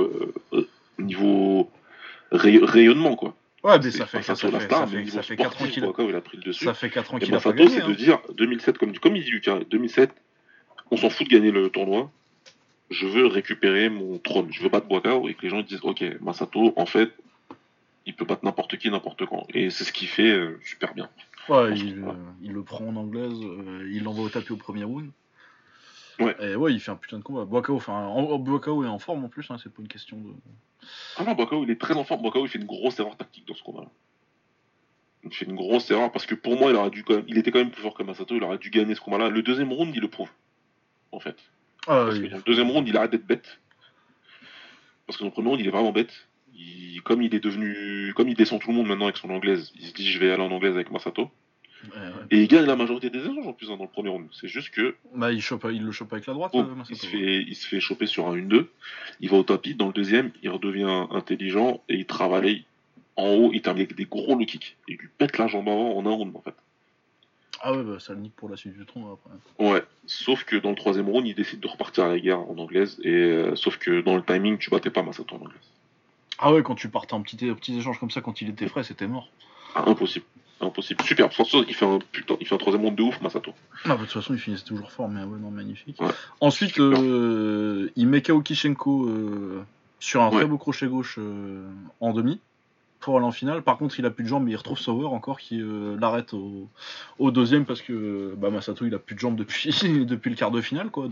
niveau rayonnement, quoi. Ouais, mais C'est ça fait Masato la star, mais niveau 4 ans sportif, qu'il a... Boakao, il a pris le dessus. Ça fait 4 ans Et qu'il a pas Masato, gagné. c'est de dire, 2007, comme il dit Lucas, 2007, on s'en fout de gagner le tournoi, je veux récupérer mon trône, je veux battre Boakao, et que les gens disent, ok, Masato, en fait, il peut battre n'importe qui, n'importe quand. Et c'est ce qu'il fait super bien. Ouais, il le prend en anglaise, il l'envoie au tapis au premier round. Ouais. Et ouais, il fait un putain de combat. Boakao est en forme en plus, hein, c'est pas une question de... Ah non, Boakao, il est très en forme. Boakao, il fait une grosse erreur tactique dans ce combat-là. Il fait une grosse erreur parce que pour moi, il était quand même plus fort que Masato, il aurait dû gagner ce combat-là. Le deuxième round, il le prouve, en fait. Parce que dans le deuxième round, il arrête d'être bête. Parce que dans le premier round, il est vraiment bête. Comme il descend tout le monde maintenant avec son anglaise, il se dit je vais aller en anglaise avec Masato. Ouais. Et il gagne la majorité des échanges en plus dans le premier round. C'est juste que. Bah, il le chope avec la droite, Masato. Il se fait choper sur un 1-2. Il va au tapis. Dans le deuxième, il redevient intelligent et il travaille en haut. Il termine avec des gros low kicks. Il lui pète la jambe avant en un round en fait. Ah ouais, bah ça le nique pour la suite du tronc après. Ouais, sauf que dans le troisième round, il décide de repartir à la guerre en anglaise. Et sauf que dans le timing, tu battais pas Masato en anglaise. Ah ouais, quand tu partais en petits échanges comme ça, quand il était frais, c'était mort. Ah, impossible. Super. Il fait un troisième round de ouf, Masato. Ah, bah, de toute façon, il finissait toujours fort, mais ouais, non, magnifique. Ouais. Ensuite, il met KO Kishenko sur un très beau crochet gauche en demi pour aller en finale. Par contre, il a plus de jambes, mais il retrouve Sauer encore qui l'arrête au deuxième parce que Masato, il a plus de jambes depuis le quart de finale, quoi.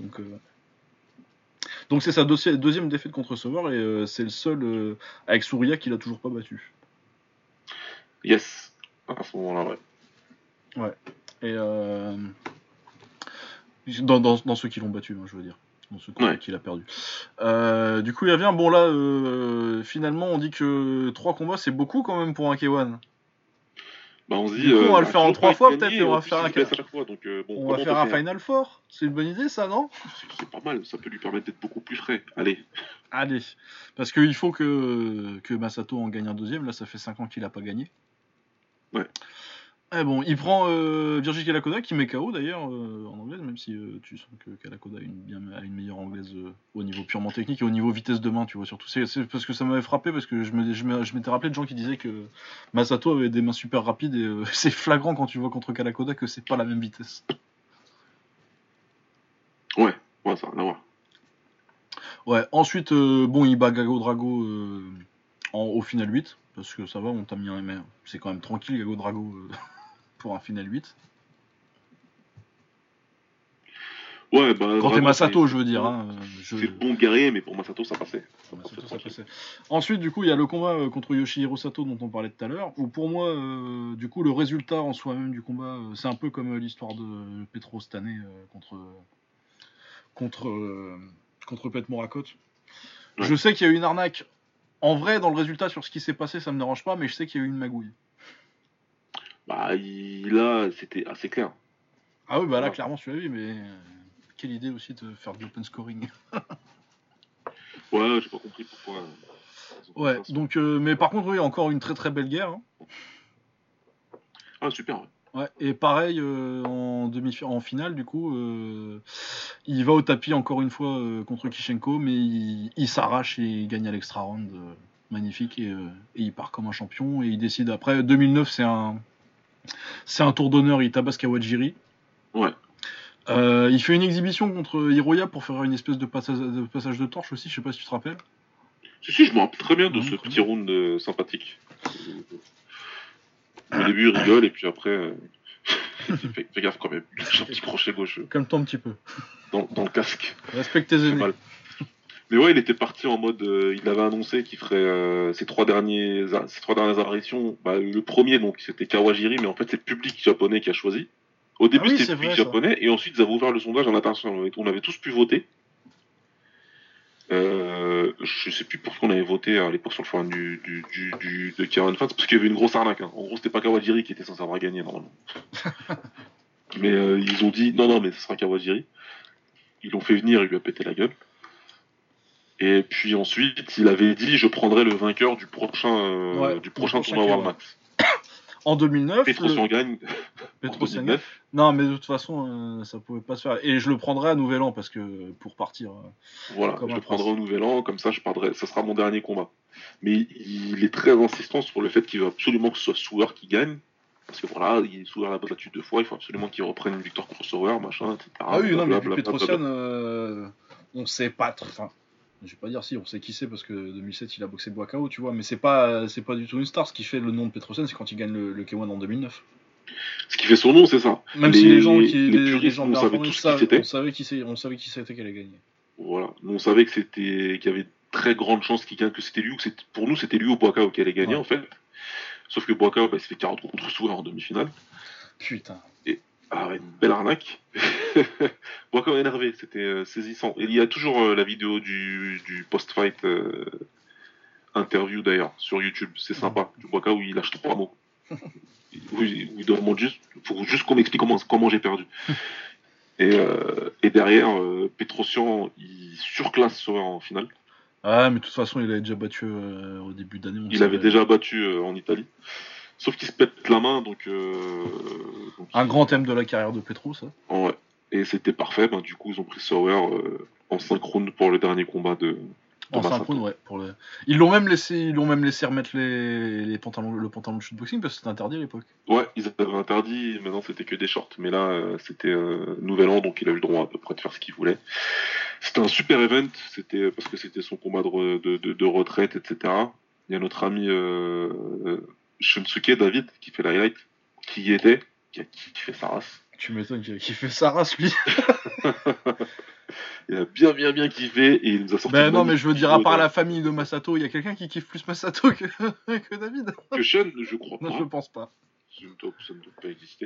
Donc c'est sa deuxième défaite contre Sauer et c'est le seul avec Souria qu'il a toujours pas battu. Yes. À ce moment-là, ouais. Ouais. Et dans ceux qui l'ont battu, hein, je veux dire. Dans ceux qu'il a perdu. Du coup, il revient. Bon, là, finalement, on dit que 3 combats, c'est beaucoup quand même pour un K1. Bah, on se dit. Du coup, on va le faire en 3 fois, peut-être, et on va faire un chaque fois, donc, on va faire un Final Four. C'est une bonne idée, ça, non? C'est pas mal. Ça peut lui permettre d'être beaucoup plus frais. Allez. Parce qu'il faut que Masato en gagne un deuxième. Là, ça fait 5 ans qu'il a pas gagné. Ouais. Eh bon, il prend Virgil Kalakoda qui met KO d'ailleurs en anglaise, même si tu sens que Kalakoda a une meilleure anglaise au niveau purement technique et au niveau vitesse de main, tu vois, surtout. C'est parce que ça m'avait frappé, parce que je m'étais rappelé de gens qui disaient que Masato avait des mains super rapides et c'est flagrant quand tu vois contre Kalakoda que c'est pas la même vitesse. Ouais, ça va voir. Ouais, ensuite, il bat Gago Drago au final 8, parce que ça va, on t'a mis un MR. C'est quand même tranquille, Gago Drago. Pour un final 8. Ouais, bah. Quand t'es Masato, je veux dire. Hein, c'est bon guerrier, mais pour Masato, ça passait. Ça passait. Ensuite, du coup, il y a le combat contre Yoshihiro Sato dont on parlait tout à l'heure. Où pour moi, du coup, le résultat en soi-même du combat, c'est un peu comme l'histoire de Petro cette année contre Pet Morakot. Ouais. Je sais qu'il y a eu une arnaque. En vrai, dans le résultat, sur ce qui s'est passé, ça me dérange pas, mais je sais qu'il y a eu une magouille. Bah, là, c'était assez clair. Ah oui, bah là, clairement, tu l'as vu, mais quelle idée aussi de faire de l'open scoring. Ouais, j'ai pas compris pourquoi. Ouais, donc, mais par contre, oui, encore une très très belle guerre. Hein. Ah, super, ouais. Ouais, et pareil, en finale, du coup, il va au tapis encore une fois contre Kishenko, mais il s'arrache et il gagne à l'extra round. Magnifique, et il part comme un champion, et il décide après. 2009, c'est un tour d'honneur, il tabasse Kawajiri. Ouais. Il fait une exhibition contre Hiroya pour faire une espèce de passage de torche aussi, je sais pas si tu te rappelles. Si, je me rappelle très bien de Mhm, ce cool. petit round sympathique. Au début, il rigole, et puis après, il dit, fais gaffe quand même, il touche un petit crochet gauche Calme-toi un petit peu. dans le casque. Respecte tes Ça fait aînés. mal. Mais ouais, il était parti en mode, il avait annoncé qu'il ferait ses trois dernières apparitions. Bah, le premier, donc, c'était Kawajiri, mais en fait, c'est le public japonais qui a choisi. Au Ah début, oui, c'était c'est le public vrai ça. japonais, et ensuite, ils avaient ouvert le sondage en international. On avait tous pu voter. Je sais plus pourquoi on avait voté à l'époque sur le forum de Kieran Fans, parce qu'il y avait une grosse arnaque. Hein. En gros, c'était pas Kawajiri qui était censé avoir gagné, normalement. Mais ils ont dit, non, mais ce sera Kawajiri. Ils l'ont fait venir, il lui a pété la gueule. Et puis ensuite, il avait dit, je prendrai le vainqueur du Ouais, prochain tournoi World Max. En 2009, Petrosian gagne en Petrosian 2009. Non, mais de toute façon, ça pouvait pas se faire. Et je le prendrai à Nouvel An parce que pour partir. Voilà, Comme je un le prendrai prince. au Nouvel An, comme ça je perdrai, ça sera mon dernier combat. Mais il est très insistant sur le fait qu'il veut absolument que ce soit Sauer qui gagne. Parce que voilà, Sauer l'a battu 2 fois, il faut absolument qu'il reprenne une victoire contre Sauer, machin, etc. Ah oui, non, mais puis Blablabla. Petrosian, on sait pas. Enfin, je vais pas dire si, on sait qui c'est parce que 2007 il a boxé Boakao, tu vois, mais c'est pas du tout une star. Ce qui fait le nom de Petrosian, c'est quand il gagne le K1 en 2009. Ce qui fait son nom, c'est ça. Même si les gens puristes, gens on bien savait informés tous qui c'était. on savait qui c'était qu'elle allait gagner. Voilà. Nous, on savait qu'il y avait très grande chance qu'il gagne, que c'était lui, ou que pour nous, c'était lui ou Boakao qui allait gagner, Ouais. en fait. Sauf que Boakao, il s'est fait 40 contre Sauer en demi-finale. Putain. Ah ouais, une belle arnaque. Boakao énervé, c'était saisissant. Et il y a toujours la vidéo du post-fight interview d'ailleurs sur YouTube, c'est sympa. Du Boakao où il lâche 3 mots. Où il demande juste, faut juste qu'on m'explique comment j'ai perdu. Et derrière, Petrosian, il surclasse Sauer en finale. Ah, mais de toute façon, il avait déjà battu au début d'année. Il avait déjà battu en Italie. Sauf qu'il se pète la main, donc un grand thème de la carrière de Petro, ça. Ouais. Et c'était parfait. Ben, du coup, ils ont pris Sauer en synchrone pour le dernier combat de En Masato. synchrone, ouais. Ils l'ont même laissé remettre le pantalon de shootboxing parce que c'était interdit à l'époque. Ouais, ils avaient interdit. Maintenant, c'était que des shorts. Mais là, c'était Nouvel An, donc il a eu le droit à peu près de faire ce qu'il voulait. C'était un super event. C'était parce que c'était son combat de retraite, etc. Il y a notre ami Shunsuke David qui fait l'highlight, qui y était, qui fait sa race. Tu m'étonnes qu'il fait sa race, lui. Il a bien kiffé et il nous a sorti. Ben non, mais je veux dire, à part la famille de Masato, il y a quelqu'un qui kiffe plus Masato que David. Que Sean, je crois pas. Non, je pense pas. Ça ne doit pas exister.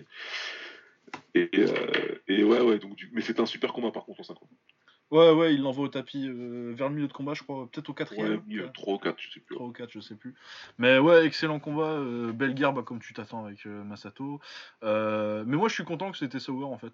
Et ouais, donc, mais c'était un super combat par contre en 50. Ouais, il l'envoie au tapis vers le milieu de combat, je crois. Peut-être au 4ème. Ouais, 3 ou 4, je sais plus. 3 ou 4, je sais plus. Mais ouais, excellent combat. Belle guerre, comme tu t'attends avec Masato. Mais moi, je suis content que c'était Sauer en fait.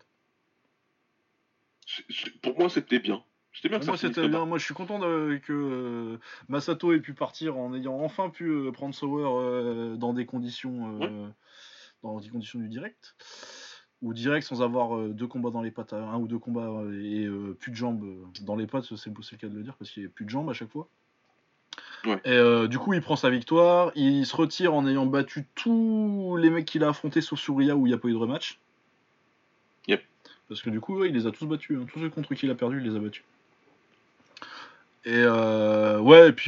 Pour moi, c'était bien. C'était bien que moi, ça c'était bien. Moi, je suis content que Masato ait pu partir en ayant enfin pu prendre Sauer dans des conditions du direct. Ou direct sans avoir 2 combats dans les pattes, 1 ou 2 combats et plus de jambes dans les pattes, c'est le cas de le dire parce qu'il n'y a plus de jambes à chaque fois. Ouais. Et du coup, il prend sa victoire, il se retire en ayant battu tous les mecs qu'il a affrontés sauf Surya où il n'y a pas eu de rematch. Yep. Parce que du coup, il les a tous battus, tous ceux contre qui il a perdu, il les a battus. Et et puis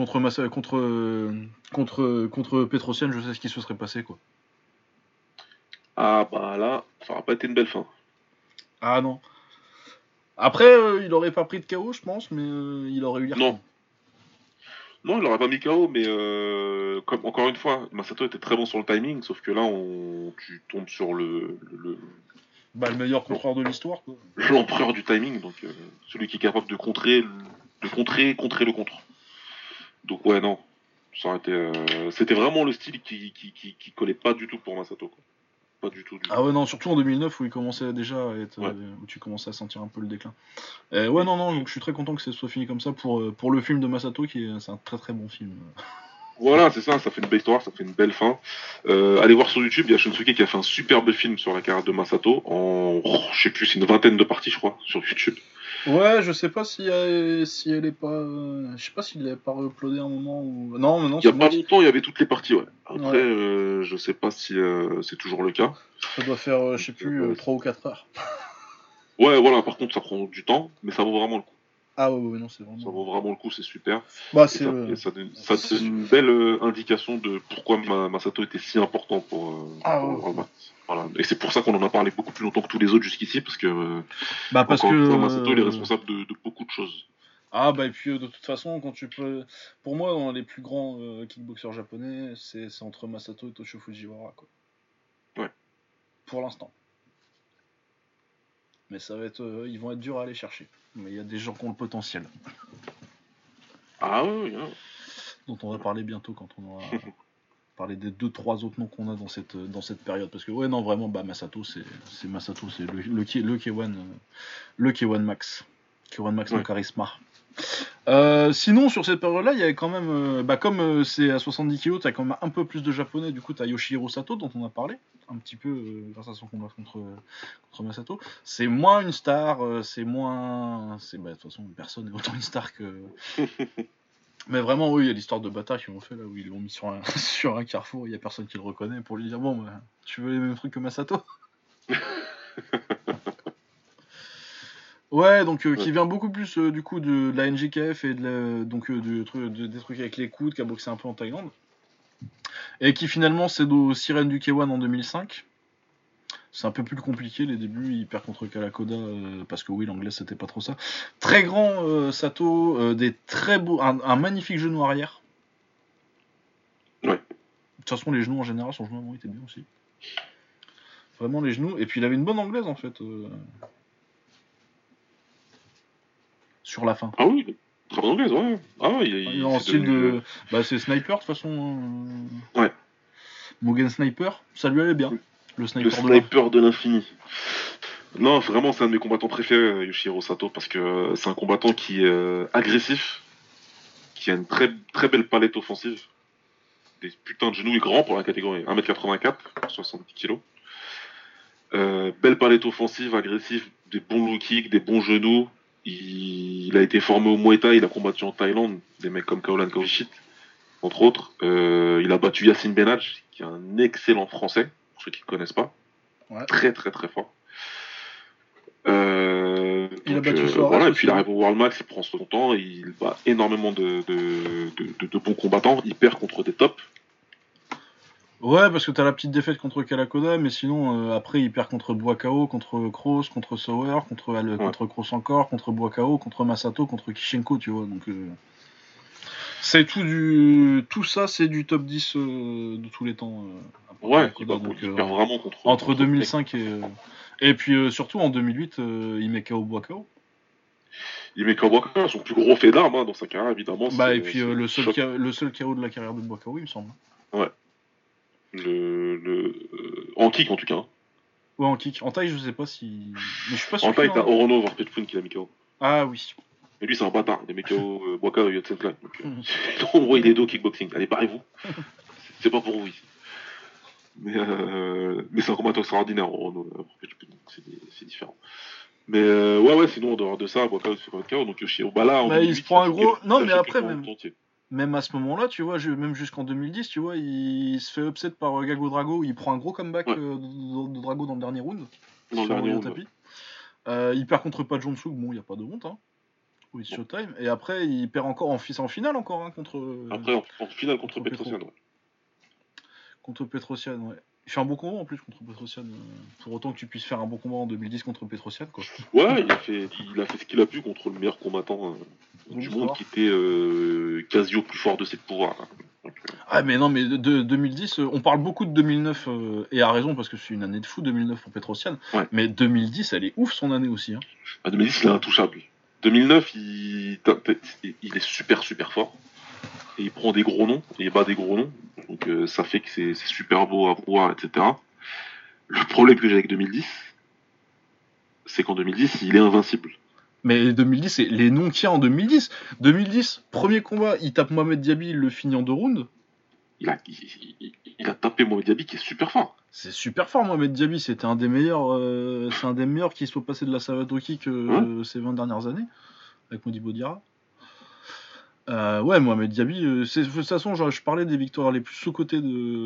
contre Petrosian, je sais ce qui se serait passé quoi. Ah bah là, ça aurait pas été une belle fin. Ah non. Après, il aurait pas pris de KO, je pense, mais il aurait eu l'air. Non, il aurait pas mis KO, mais comme encore une fois, Masato était très bon sur le timing, sauf que là, tu tombes sur le meilleur contreur de l'histoire, quoi. L'empereur du timing, donc celui qui est capable de contrer le contre. Donc ouais, non, ça aurait été, c'était vraiment le style qui collait pas du tout pour Masato, quoi. Pas du tout. Ah ouais, non, surtout en 2009 où il commençait déjà à être, où tu commençais à sentir un peu le déclin. Ouais, non, donc je suis très content que ça soit fini comme ça pour le film de Masato, c'est un très très bon film. Voilà, c'est ça fait une belle histoire, ça fait une belle fin. Allez voir sur YouTube, il y a Shunsuke qui a fait un superbe film sur la carrière de Masato, je sais plus, c'est une 20aine de parties, je crois, sur YouTube. Ouais, je sais pas si elle est pas. Je sais pas s'il l'avait pas uploadé un moment ou. Non, mais non. Il y a pas longtemps, il y avait toutes les parties, ouais. Après, ouais. Je sais pas si c'est toujours le cas. Ça doit faire, je sais plus, 3 ou 4 heures. Ouais, voilà, par contre, ça prend du temps, mais ça vaut vraiment le coup. Ah ouais, non, c'est Ça vraiment. vaut vraiment le coup, c'est super. Bah, Et c'est. ça donne une belle indication de pourquoi Masato était si important Ah pour le ouais. World Max. Voilà. Et c'est pour ça qu'on en a parlé beaucoup plus longtemps que tous les autres jusqu'ici, parce que, Bah, parce encore que. une fois, Masato, il est responsable de beaucoup de choses. Ah, bah, et puis de toute façon, quand tu peux. Pour moi, dans les plus grands kickboxers japonais, c'est entre Masato et Toshio Fujiwara, quoi. Ouais. Pour l'instant. Mais ça va être. Ils vont être durs à aller chercher. Mais il y a des gens qui ont le potentiel. Ah oui, oui. Dont on va parler bientôt quand on aura parlé des 2-3 autres noms qu'on a dans cette période. Parce que, ouais, non, vraiment, bah, Masato, c'est Masato, c'est le K1. Le K1 Max. K1 Max, Ouais. mon charisme. Sinon, sur cette période-là, il y avait quand même, comme c'est à 70 kg, tu as quand même un peu plus de japonais. Du coup, tu as Yoshihiro Sato, dont on a parlé, un petit peu grâce à son combat contre Masato. C'est moins une star, c'est moins. Bah, de toute façon, personne n'est autant une star que. Mais vraiment, oui, il y a l'histoire de bâtard qu'ils ont fait là, où ils l'ont mis sur un, sur un carrefour, il n'y a personne qui le reconnaît pour lui dire bon, bah, tu veux les mêmes trucs que Masato. Ouais, donc qui vient beaucoup plus du coup de la NJKF et donc des trucs avec les coudes, qui a boxé un peu en Thaïlande. Et qui finalement cède aux Sirènes du K1 en 2005. C'est un peu plus compliqué les débuts, il perd contre Kalakoda parce que oui, l'anglais c'était pas trop ça. Très grand Sato, des très beaux, un magnifique genou arrière. Ouais. De toute façon, les genoux en général, son genou avant était bien aussi. Vraiment les genoux. Et puis il avait une bonne anglaise en fait. Sur la fin. Ah oui, très bonne anglaise, ouais. Ah ouais, En c'est style devenu. de. Bah, c'est sniper de toute façon. Ouais. Mugen Sniper, ça lui allait bien. Le Le sniper de sniper de l'infini. Non, vraiment, c'est un de mes combattants préférés, Yoshihiro Sato, parce que c'est un combattant qui est agressif, qui a une très, très belle palette offensive. Des putains de genoux, il est grand pour la catégorie 1m84, 70 kg. Belle palette offensive, agressive, des bons low kicks, des bons genoux. Il a été formé au Muay Thai, il a combattu en Thaïlande, des mecs comme Kaolan Kaoshit, entre autres. Il a battu Yassine Benadj, qui est un excellent français, pour ceux qui ne connaissent pas. Ouais. Très très très fort. Il a battu Soares voilà, et aussi. puis il arrive au World Max, il prend son temps, il bat énormément de bons combattants, il perd contre des tops. Ouais, parce que t'as la petite défaite contre Kalakoda, mais sinon, après, il perd contre Boakao, contre Kroos, contre Sauer, Ouais. contre Kroos encore, contre Boakao, contre Masato, contre Kishenko, tu vois. Donc, c'est tout ça, c'est du top 10 de tous les temps. À part Ouais, Kalakoda, donc, il perd vraiment contre. entre contre 2005 et puis surtout en 2008, il met KO Boakao. Il met Kawaka, son plus gros fait d'armes dans sa carrière, évidemment. Bah, et puis c'est le choc. seul KO de la carrière de Boakao, il me semble. Ouais. En kick, en tout cas. Hein. Ouais, en kick. En taille, je sais pas si. Mais je suis pas En sûr taille, qu'il t'as en. Orono Varpetfun qui l'a mis KO. Ah oui. Et lui, c'est un bâtard. Il a mis KO Boaka et Yotsenka. Donc, on voit, il est dos kickboxing. Allez, barrez-vous. C'est pas pour vous ici. Mais c'est un combattant extraordinaire, Orono Varpetfun. C'est différent. Mais ouais, sinon, en dehors de ça, Boaka se fait pas de KO. Donc, Yoshihiro, bah là, en Bah, 2008, il se prend un gros. Non, il a mais choqué après, le monde entier. même à ce moment-là, tu vois, même jusqu'en 2010, tu vois, il se fait upset par Gago Drago. Il prend un gros comeback Ouais. de Drago dans le dernier round. Dans le Sur dernier Mario round. Tapi. Il perd contre Pajonsu, bon, il n'y a pas de honte, hein. Oui, Bon. Showtime. Et après, il perd encore en finale encore, hein, contre. Après, en finale contre Petrosian, ouais. Contre Petrosian, ouais. Il fait un bon combat en plus contre Petrosian. Pour autant que tu puisses faire un bon combat en 2010 contre Petrosian, quoi. Ouais, il a fait ce qu'il a pu contre le meilleur combattant du monde qui était quasi au plus fort de ses pouvoirs. Hein. Donc, Ah, mais non, mais de 2010, on parle beaucoup de 2009, et à raison, parce que c'est une année de fou 2009 pour Petrosian. Ouais. Mais 2010, elle est ouf son année aussi. Hein. 2010, il est intouchable. 2009, il est super super fort. Et il prend des gros noms, et il bat des gros noms. Donc ça fait que c'est super beau à voir, etc. Le problème que j'ai avec 2010, c'est qu'en 2010, il est invincible. Mais 2010, c'est les noms qu'il y a en 2010. 2010, premier combat, il tape Mohamed Diaby, il le finit en 2 rounds. Il a tapé Mohamed Diaby qui est super fort. C'est super fort, Mohamed Diaby. C'était un des meilleurs, c'est un des meilleurs qui soit passé de la Savate kick ces 20 dernières années, avec Modibo Diarra. Ouais, Mohamed Diaby, de toute façon, je parlais des victoires les plus sous-cotées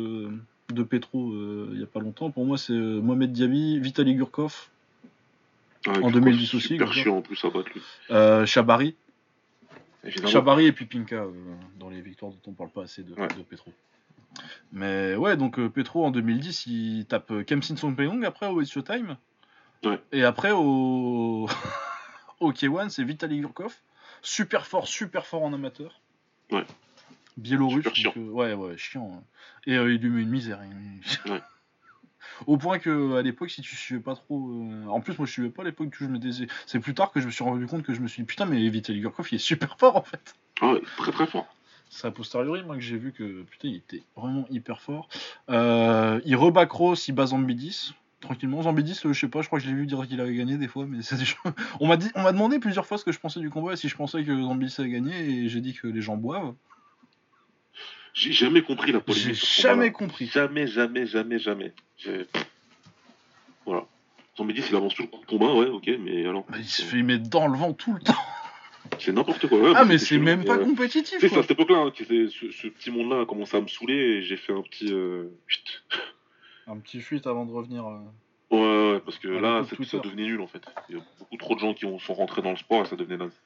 de Petro il y a pas longtemps. Pour moi, c'est Mohamed Diaby, Vitaly Gurkov. Ouais, En puis 2010 aussi, super comme ça. chiant en plus à battre lui. Chabari. Évidemment. Chabari et puis Pinka dans les victoires dont on parle pas assez Ouais. de Petro. Mais ouais, donc Petro en 2010, il tape Kemsin Songpyeong après au It's Showtime. Ouais. Et après au au K1, c'est Vitaly Gurkov. Super fort en amateur. Ouais. Biélorusse. Super chiant. Donc, ouais, chiant. Hein. Et il lui met une misère. Ouais. Au point que à l'époque, si tu suivais pas trop. En plus, moi je suivais pas à l'époque, je me disais. C'est plus tard que je me suis rendu compte que je me suis dit putain, mais Vitaly Gurkov il est super fort en fait. Ah ouais, très très fort. C'est a posteriori, moi, que j'ai vu que putain, il était vraiment hyper fort. Il rebat Kroos, il bat Zambidis. Tranquillement, Zambidis, je sais pas, je crois que je l'ai vu dire qu'il avait gagné des fois, mais c'est des choses... on m'a demandé plusieurs fois ce que je pensais du combat et si je pensais que Zambidis avait gagné, et j'ai dit que les gens boivent. J'ai jamais compris la polémique. J'ai sur ce jamais combat-là. compris. Jamais. Voilà. Zambidis, il avance tout le combat, ouais, ok, mais alors. Bah, il se fait mettre dans le vent tout le temps. C'est n'importe quoi. Ouais, Ah, bah, mais c'était c'est chelou, même pas mais, compétitif, c'est à quoi. cette époque-là, hein, ce petit monde-là a commencé à me saouler et j'ai fait un petit. Chut. Un petit fuite avant de revenir. Ouais, parce que À là, l'époque ça Twitter. devenait nul en fait. Il y a beaucoup trop de gens qui sont rentrés dans le sport et ça devenait naze.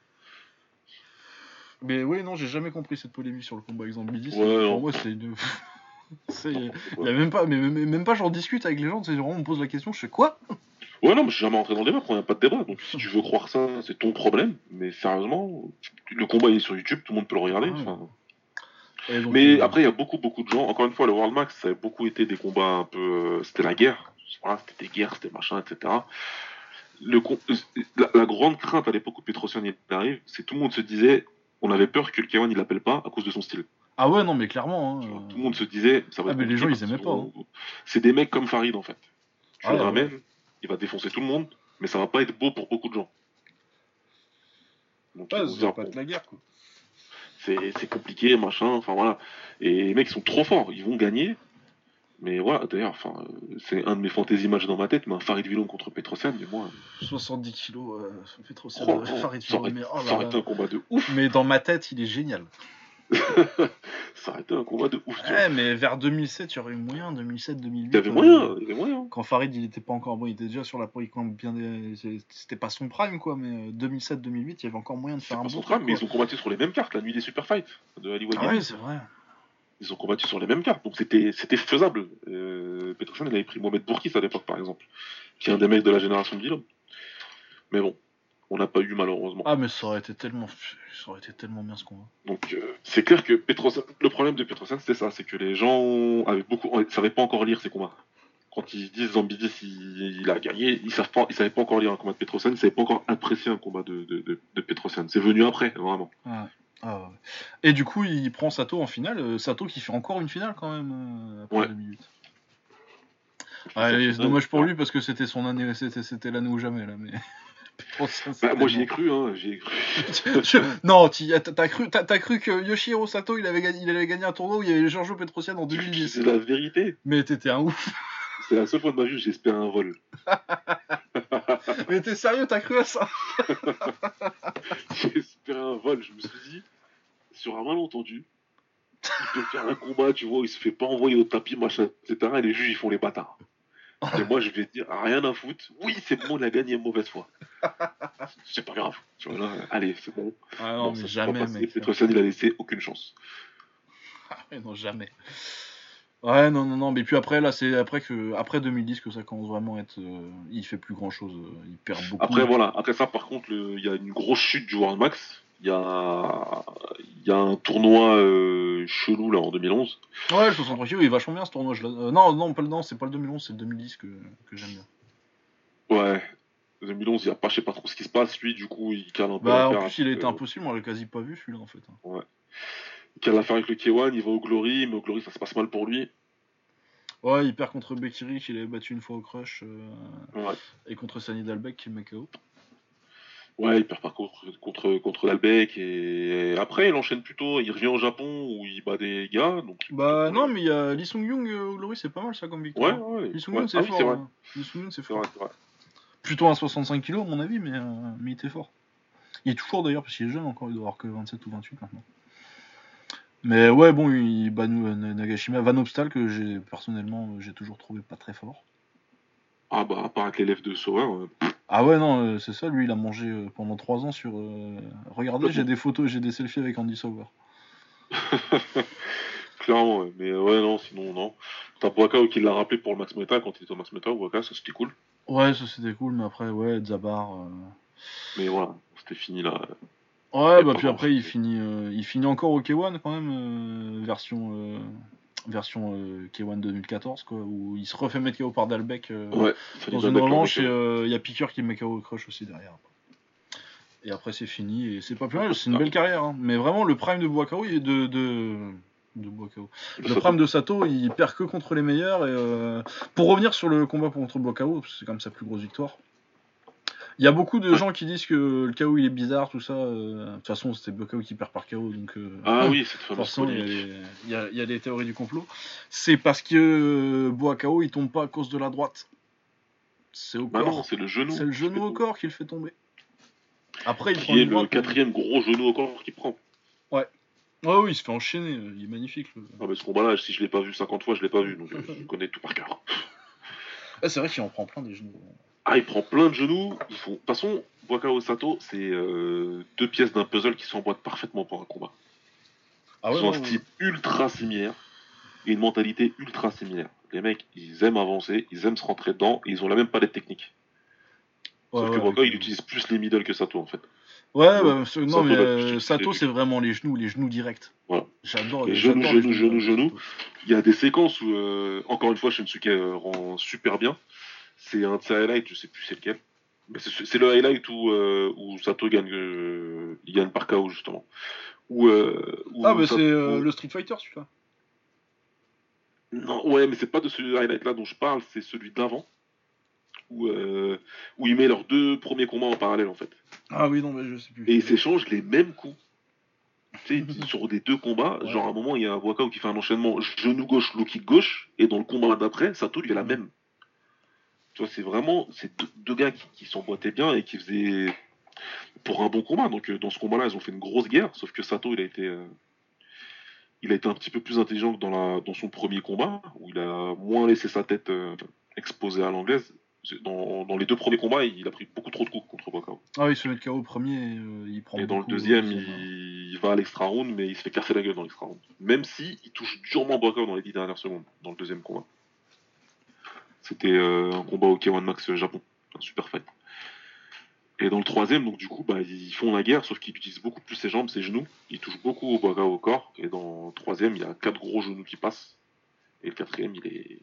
Mais oui, non, j'ai jamais compris cette polémique sur le combat avec Zambidis. Ouais, non. Pour moi, c'est une. Il N'importe y quoi. a même pas, mais même pas, j'en discute avec les gens. C'est vraiment, on me pose la question, je fais quoi? Ouais, non, mais je suis jamais rentré dans le débat, après, on n'a pas de débat. Donc si tu veux croire ça, c'est ton problème. Mais sérieusement, le combat il est sur YouTube, tout le monde peut le regarder. Ah ouais. Enfin, Et donc, mais après, il y a beaucoup de gens. Encore une fois, le World Max, ça a beaucoup été des combats un peu. C'était la guerre. Voilà, c'était des guerres, c'était machin, etc. La grande crainte à l'époque où Petrosian il arrive, c'est tout le monde se disait, on avait peur que le K1 il l'appelle pas à cause de son style. Ah ouais, non, mais clairement. Tu vois, tout le monde se disait, ça va Ah, être mais les compliqué gens, ils parce aimaient que pas. Hein. c'est des mecs comme Farid en fait. Tu Ah le ouais, ramènes, ouais. il va défoncer tout le monde, mais ça va pas être beau pour beaucoup de gens. Donc ils Ouais, vont ça se va dire, pas bon, être la guerre, quoi. c'est compliqué, machin, enfin voilà. Et les mecs sont trop forts, ils vont gagner. Mais voilà, d'ailleurs, enfin, c'est un de mes fantasy matchs dans ma tête, mais un Farid Villon contre Petrosian, mais moi, 70 kilos, Petrosian, oh, Farid ça Fillon, aurait, mais oh ça là aurait là. été un combat de ouf. Mais dans ma tête, il est génial. Ça aurait été un combat de ouf, tu vois. Ouais, mais vers 2007, il y aurait eu moyen, 2007, Il y 2008. avait moyen, il y avait moyen. Quand Farid, il était pas encore bon, il était déjà sur la il quand même bien, c'était pas son prime, quoi, mais 2007-2008, il y avait encore moyen de C'est faire un pas bon son truc, trame, mais quoi. ils ont combattu sur les mêmes cartes, la nuit des super fights de Ali Ah Wageni. ouais, c'est vrai. Ils ont combattu sur les mêmes cartes, donc c'était faisable. Petrosian, il avait pris Mohamed Bourkis à l'époque, par exemple, qui est un des mecs de la génération de Guillaume. Mais bon, on n'a pas eu malheureusement. Ah, mais ça aurait été tellement bien ce combat. Donc c'est clair que le problème de Petrosian, c'était ça, c'est que les gens savaient pas encore lire ses combats. Quand ils disent Zambidis il a gagné, ils savaient pas encore lire un combat de Petrosian, ils savaient pas encore apprécier un combat de Petrosian. C'est venu après, vraiment. Ouais. Ah, ouais. Et du coup, il prend Sato en finale. Sato qui fait encore une finale quand même après Ouais. 2008. Enfin, C'est dommage pour lui parce que c'était son année, c'était l'année ou jamais là. Mais bah, moi j'y ai cru, hein, j'y ai cru. Non, t'as cru que Yoshihiro Sato il allait gagner un tournoi où il y avait Giorgio Petrosian en 2010. C'est la vérité. Mais t'étais un ouf. C'est la seule fois de ma vie où j'ai espéré un vol. Mais t'es sérieux, t'as cru à ça? J'ai espéré un vol, je me suis dit, sur un malentendu, il peut faire un combat, tu vois, il se fait pas envoyer au tapis, machin, etc. Et les juges ils font les bâtards. Et moi je vais dire, rien à foutre, oui c'est bon, il a gagné mauvaise foi. C'est pas grave, tu vois là, allez, c'est bon. Ah non, mais ça jamais, pas passé. mec. Petrosian il a laissé aucune chance. Mais non, jamais. Ouais, non, mais puis après, là, c'est après 2010 que ça commence vraiment à être. Il fait plus grand chose, il perd beaucoup. Après, voilà, après ça, par contre, il y a une grosse chute du World Max. Il y a un tournoi chelou là en 2011. Ouais, le 63 kg, il est vachement bien ce tournoi. Non, c'est pas le 2011, c'est le 2010 que j'aime bien. Ouais. 2011, je sais pas trop ce qui se passe. Lui, du coup, il cale un peu Bah, en l'affaire. plus, il a été impossible, moi, je l'ai quasi pas vu celui-là en fait. Ouais. Il cale l'affaire avec le K1, il va au Glory, mais au Glory, ça se passe mal pour lui. Ouais, il perd contre Bekiri, qu'il avait battu une fois au Crush, Ouais. et contre Sani Dalbek, qui le met KO. Ouais, il perd par contre l'Albec et après il enchaîne plutôt, il revient au Japon où il bat des gars. Donc Bah, non, mais il y a Lee Sung-young au Glory, c'est pas mal ça comme victoire. ouais. Lee Sung-young, Ouais. c'est Ah oui, fort. c'est vrai. Lee Sung-young, c'est C'est fort. vrai. Plutôt un 65 kg à mon avis, mais il était fort. Il est toujours d'ailleurs, parce qu'il est jeune encore, il doit avoir que 27 ou 28 maintenant. Mais ouais, bon, il bat Nagashima. Van Opstal, que personnellement, j'ai toujours trouvé pas très fort. Ah bah, à part avec l'élève de Sauer. Ah ouais, non, c'est ça, lui, il a mangé pendant 3 ans sur... Regardez, j'ai Complètement. des photos, j'ai des selfies avec Andy Sauer. Clairement, ouais. Mais ouais, non, sinon, non. T'as Boakao qui l'a rappelé pour le Max Meta quand il était au Max Meta, Boakao, ça c'était cool. Ouais, ça c'était cool, mais après, ouais, Zabar... Mais voilà, c'était fini là. Il Ouais, n'y a bah pas puis grand après, chose. il finit encore au K1 quand même, version K1 2014, quoi, où il se refait mettre KO par Dalbec Ouais, Fanny dans une Dalbec le revanche, et remet KO. il y a Piqueur qui met KO Crush aussi derrière. Et après, c'est fini, et c'est pas plus Après, mal, c'est c'est une belle terminé. carrière, hein. Mais vraiment, le prime de Boakao, il est de Boakao. De Le prime Sato. de Sato, il perd que contre les meilleurs, et pour revenir sur le combat contre Boakao, parce que c'est quand même sa plus grosse victoire, il y a beaucoup de Ouais. gens qui disent que le KO il est bizarre, tout ça. De toute façon, c'était Boakao qui perd par KO, donc Ah oui, cette fameuse forcément, polémique. il y a des théories du complot. C'est parce que Boakao il tombe pas à cause de la droite. C'est au Bah non, corps. c'est le C'est genou le qui fait genou au tomber. corps qui le fait tomber. Après, il prend Qui est une le droite, mais. quatrième gros genou au corps qu'il prend. Ouais. Ouais, oui, il se fait enchaîner. Il est magnifique. Ah mais ce combat-là, si je l'ai pas vu 50 fois, je l'ai pas vu, donc je connais tout par cœur. Ah, c'est vrai qu'il en prend plein des genoux. Ah, il prend plein de genoux. Ils font. De toute façon, Boakao et Sato, c'est deux pièces d'un puzzle qui s'emboîtent parfaitement pour un combat. Ah ouais, Ils ont un non. style ultra similaire et une mentalité ultra similaire. Les mecs, ils aiment avancer, ils aiment se rentrer dedans, et ils ont la même palette technique. Ouais, Sauf que ouais, Boakao, avec. il utilise plus les middle que Sato en fait. Ouais, Donc bah, non, mais Sato va plus utiliser Sato, les c'est genoux. vraiment les genoux directs. Voilà. Et genoux, J'adore les genoux, genoux genoux, directs de genoux. Sato. Il y a des séquences où, encore une fois, Shinsuke rend super bien. C'est un de ses highlights, je sais plus c'est lequel. Mais c'est le highlight où Sato gagne, il gagne par KO justement. Ah, Où bah c'est où- le Street Fighter, celui-là. non, ouais, mais c'est pas de ce highlight-là dont je parle, c'est celui d'avant, où, où il met leurs deux premiers combats en parallèle en fait. Ah oui, non, mais je sais Et plus. ils s'échangent les mêmes coups. Tu sais, sur des deux combats, Ouais. genre à un moment, il y a un Wakao qui fait un enchaînement genou gauche, low kick gauche, et dans le combat d'après, Sato lui fait la Mm. même. Tu vois, c'est vraiment ces deux gars qui s'emboîtaient bien et qui faisaient pour un bon combat. Donc dans ce combat-là, ils ont fait une grosse guerre, sauf que Sato, il a été un petit peu plus intelligent que dans son premier combat, où il a moins laissé sa tête exposée à l'anglaise. Dans les deux premiers combats, il a pris beaucoup trop de coups contre Wakao. Ah oui, il se met KO au premier, et, il prend Et dans le beaucoup au deuxième, deuxième. Hein. il va à l'extra round, mais il se fait casser la gueule dans l'extra round. Même si il touche durement Wakao dans les 10 dernières secondes, dans le deuxième combat. C'était un combat au K1 Max Japon, un super fight. Et dans le troisième, donc du coup, bah, ils font la guerre, sauf qu'ils utilisent beaucoup plus ses jambes, ses genoux. Ils touchent beaucoup au Wakao au corps. Et dans le troisième, il y a 4 gros genoux qui passent. Et le quatrième,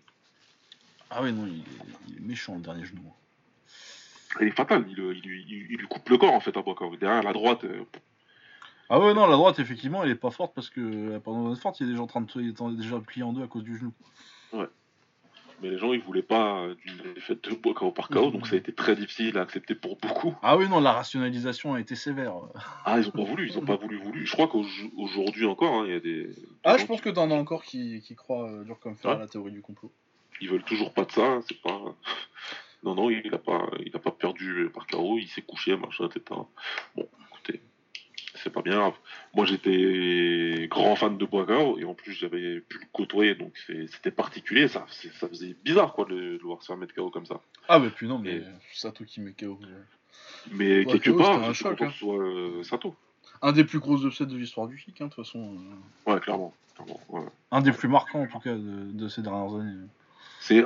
Ah oui, non, il est méchant le dernier genou. il est fatal. Il lui coupe le corps en fait à Wakao. Derrière la droite, Ah ouais, non, la droite, effectivement, elle est pas forte parce que pendant la forte, il y a des gens en train de il est déjà plié en deux à cause du genou. ouais. Mais les gens, ils voulaient pas d'une défaite de Wakao par KO, donc ça a été très difficile à accepter pour beaucoup. Ah oui, non, la rationalisation a été sévère. Ah, ils ont pas voulu. Je crois qu'aujourd'hui encore, hein, il y a des Ah, je gens pense que t'en as encore qui croient dur comme fer à ouais, la théorie du complot. ils veulent toujours pas de ça. Hein, c'est pas. Non, non, il a pas perdu par KO. Il s'est couché, machin, etc. Bon, écoutez, c'est pas bien grave. Moi, j'étais grand fan de Boakao et en plus, j'avais pu le côtoyer, donc c'était particulier. Ça faisait bizarre, quoi, de le voir se faire mettre KO comme ça. Ah bah puis non, mais Et, Sato qui met KO. mais Bah, quelque KO, c'était part, un j'étais choc. content Hein. que ce soit Sato. Un des plus gros upsets de l'histoire du kick, hein, de toute façon. Ouais, clairement. Clairement, ouais. Un des plus marquants, en tout cas, de ces dernières années. C'est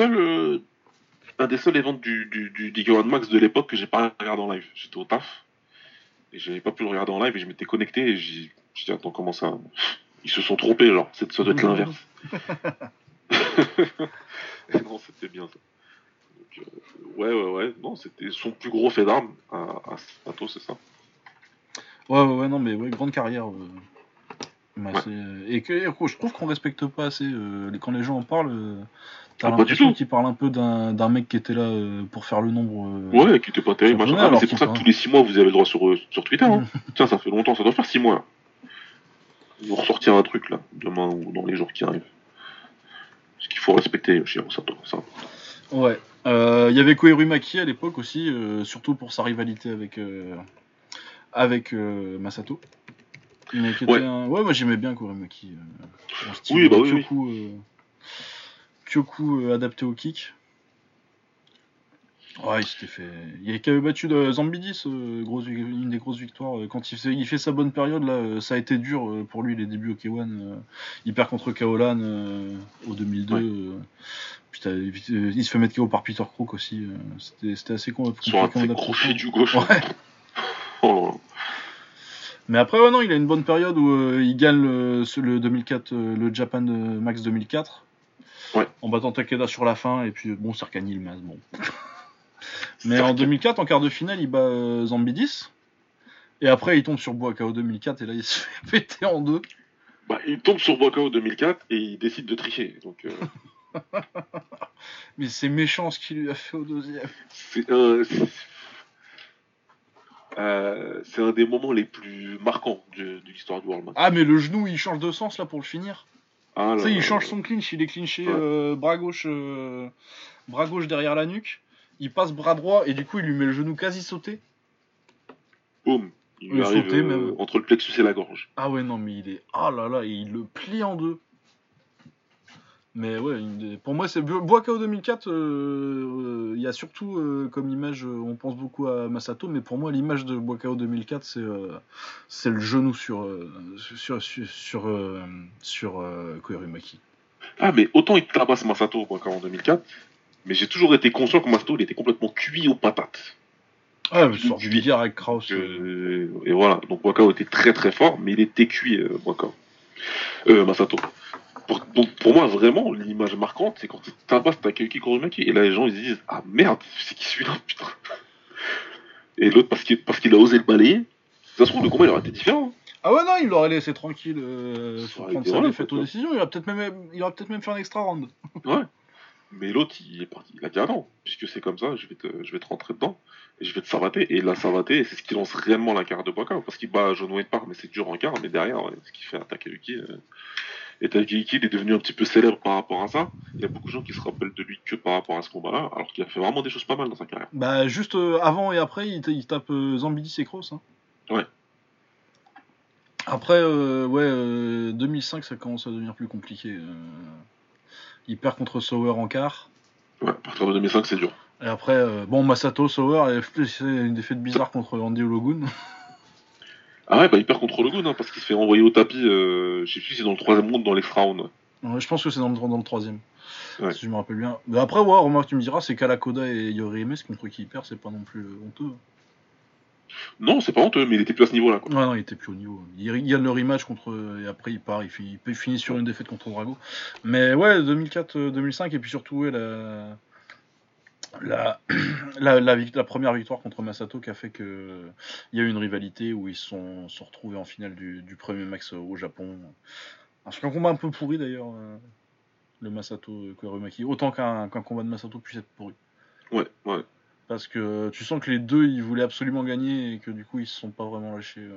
un des seuls events du Giga One Max de l'époque que j'ai pas regardé en live. J'étais au taf et j'avais pas pu le regarder en live et je m'étais connecté et j'ai dit attends comment ça ils se sont trompés genre ça doit être l'inverse. Et non c'était bien ça. Donc, ouais non c'était son plus gros fait d'armes à Sato c'est ça. Ouais, non, mais ouais, grande carrière. Bah, Ouais. et que je trouve qu'on respecte pas assez. Quand les gens en parlent, t'as Ah, pas du l'impression tout. qu'ils parlent un peu d'un mec qui était là pour faire le nombre Ouais qui était pas terrible machin. japonais, Ah mais alors c'est pour qu'il ça que parle. tous les 6 mois vous avez le droit sur Twitter. Hein. Tiens ça fait longtemps ça doit faire 6 mois là. Ils vont ressortir un truc là demain ou dans les jours qui arrivent. Parce qu'il faut respecter Shiro Sato ça. Ouais. Il y avait Koiru Maki à l'époque aussi, surtout pour sa rivalité avec Masato. Mais qui était Ouais. un... Ouais, moi j'aimais bien Koiru Maki. Son style Oui bah oui oui. Kyoku adapté au kick. Ouais, il s'était fait. Il avait battu Zambidis, une des grosses victoires. Quand il fait sa bonne période, là, ça a été dur pour lui, les débuts au K1. Il perd contre Kaolan au 2002. Ouais. Putain, il se fait mettre KO par Peter Crook aussi. C'était assez compliqué Sur un de en ses adaptation. crochets du gauche. Ouais. Oh. Mais après, ouais, non, il a une bonne période où il gagne le 2004, le Japan Max 2004. Ouais. En battant Takeda sur la fin, et puis bon, Serkan Yilmaz, bon. Mais en 2004, en quart de finale, il bat Zambidis. Et après, il tombe sur Boakao 2004, et là, il se fait péter en deux. Bah, il tombe sur Boakao 2004 et il décide de tricher. Donc, Mais c'est méchant ce qu'il lui a fait au deuxième. c'est un des moments les plus marquants de l'histoire du World Match. Ah, mais le genou, il change de sens là pour le finir. Ah, Tu sais, il change son clinch, il est clinché bras gauche derrière la nuque. Il passe bras droit et du coup, il lui met le genou quasi sauté. Boum. Il lui Le arrive sauté, même. entre le plexus et la gorge. Ah ouais, non, mais il est... Ah là là, il le plie en deux. Mais ouais, pour moi, c'est Boakao 2004. Il y a surtout comme image, on pense beaucoup à Masato, mais pour moi, l'image de Boakao 2004, c'est le genou sur Koirumaki. Ah, mais autant il tabasse Masato Boakao en 2004, mais j'ai toujours été conscient que Masato il était complètement cuit aux patates. Ah, il sort du billard avec Kraus. Et voilà, donc Boakao était très très fort, mais il était cuit, Masato. Donc pour moi, vraiment, l'image marquante, c'est quand il tabasse Takayuki Kurumaki, et là les gens ils se disent ah merde, c'est qui celui-là, putain. Et l'autre parce qu'il a osé le balayer. Ça se trouve, le combat il aurait été différent. Ah ouais, non, il l'aurait laissé tranquille Ça aurait prendre été sa voilà, défaite quoi, aux décisions. Il aurait peut-être même fait un extra round. Ouais. Mais l'autre, il est parti. Il a dit ah non, puisque c'est comme ça, je vais te rentrer dedans et je vais te savater. Et il l'a savaté, et c'est ce qui lance réellement la carrière de Boakao, parce qu'il bat John Wayne Park, mais c'est dur en quart. Mais derrière, ouais, ce qui fait à Takayuki. Et Takayuki, il est devenu un petit peu célèbre par rapport à ça. Il y a beaucoup de gens qui se rappellent de lui que par rapport à ce combat-là, alors qu'il a fait vraiment des choses pas mal dans sa carrière. Bah, juste avant et après, il tape Zambidis et Kroos. Hein. Ouais. Après, 2005, ça commence à devenir plus compliqué. Il perd contre Sauer en quart. Ouais, à partir de 2005, c'est dur. Et après, Masato, Sauer, c'est une défaite bizarre contre Andy Ologun. Ah ouais, bah il perd contre Logun, hein, parce qu'il se fait envoyer au tapis, je sais plus si c'est dans le troisième round, dans l'extra round. Ouais, je pense que c'est dans le troisième. Ouais. Si je me rappelle bien. Mais après, ouais, remarque, tu me diras, c'est Kalakoda et Yori Emes contre qui il perd, c'est pas non plus honteux. Non, c'est pas honteux, mais il était plus à ce niveau-là, quoi. Ouais, non, il était plus au niveau. Il gagne le rematch et après il part, il finit sur une défaite contre Drago. Mais ouais, 2004-2005, et puis surtout, ouais, la première victoire contre Masato qui a fait que il y a eu une rivalité où ils se sont retrouvés en finale du premier max au Japon. C'est un combat un peu pourri d'ailleurs, le Masato Koirumaki. Autant qu'un combat de Masato puisse être pourri. Ouais, ouais. Parce que tu sens que les deux ils voulaient absolument gagner et que du coup ils se sont pas vraiment lâchés.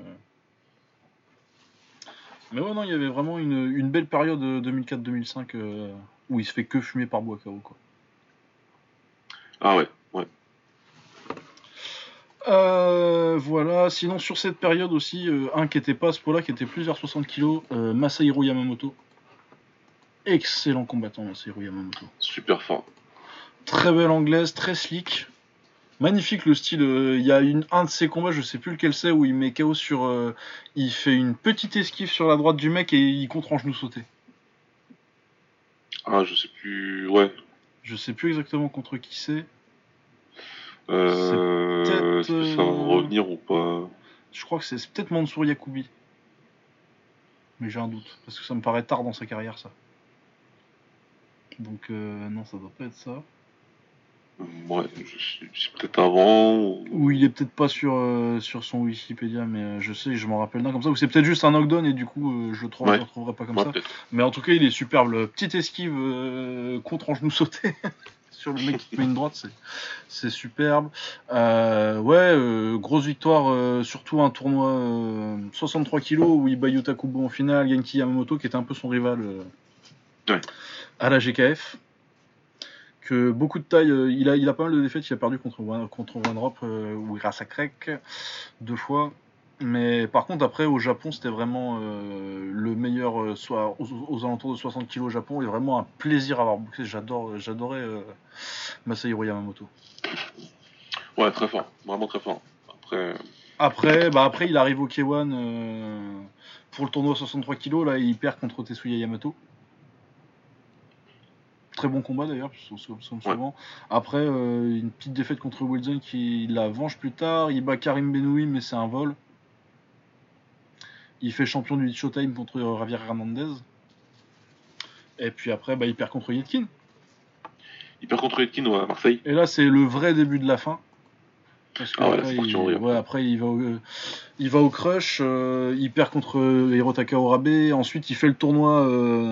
Mais ouais, non, il y avait vraiment une belle période 2004-2005 où il se fait que fumer par Boakao, quoi. Ah ouais, ouais. Voilà, sinon sur cette période aussi, un qui était pas à ce poids-là, qui était plus vers 60 kg, Masahiro Yamamoto. Excellent combattant, Masahiro Yamamoto. Super fort. Très belle anglaise, très slick. Magnifique le style. Il y a un de ses combats, je sais plus lequel c'est, où il met KO sur. Il fait une petite esquive sur la droite du mec et il contre en genou sauté. Ah, je sais plus. Ouais. Je sais plus exactement contre qui c'est. Est-ce que ça va revenir ou pas? Je crois que c'est peut-être Mansour Yacoubi. Mais j'ai un doute, parce que ça me paraît tard dans sa carrière, ça. Donc, non, ça doit pas être ça. Ouais, c'est peut-être avant. Ou il est peut-être pas sur son Wikipédia, mais je m'en rappelle d'un comme ça. Ou c'est peut-être juste un knockdown et du coup, je le retrouverai pas comme ça. Peut-être. Mais en tout cas, il est superbe. Petite esquive contre en genou sauté sur le mec qui te met une droite, c'est superbe. Grosse victoire, surtout un tournoi 63 kg où il bat Yuta Kubo en finale, Genki Yamamoto qui était un peu son rival à la GKF. Que beaucoup de taille, il a pas mal de défaites, il a perdu contre One Drop ou Irasakrek 2 fois. Mais par contre, après, au Japon, c'était vraiment le meilleur, soit aux alentours de 60 kilos au Japon, et vraiment un plaisir à avoir boxé. J'adorais Masahiro Yamamoto. Ouais, très fort, vraiment très fort. Après, il arrive au K1 pour le tournoi 63 kilos, là, il perd contre Tetsuya Yamato. Très bon combat d'ailleurs, souvent. Après, une petite défaite contre Wilson qui la venge plus tard. Il bat Karim Benoui, mais c'est un vol. Il fait champion du Showtime contre Javier Hernandez. Et puis après, il perd contre Yetkin. Il perd contre Yetkin à Marseille. Et là, c'est le vrai début de la fin. Parce que après, il va au Crush. Il perd contre Hirotaka Orabe. Ensuite, il fait le tournoi.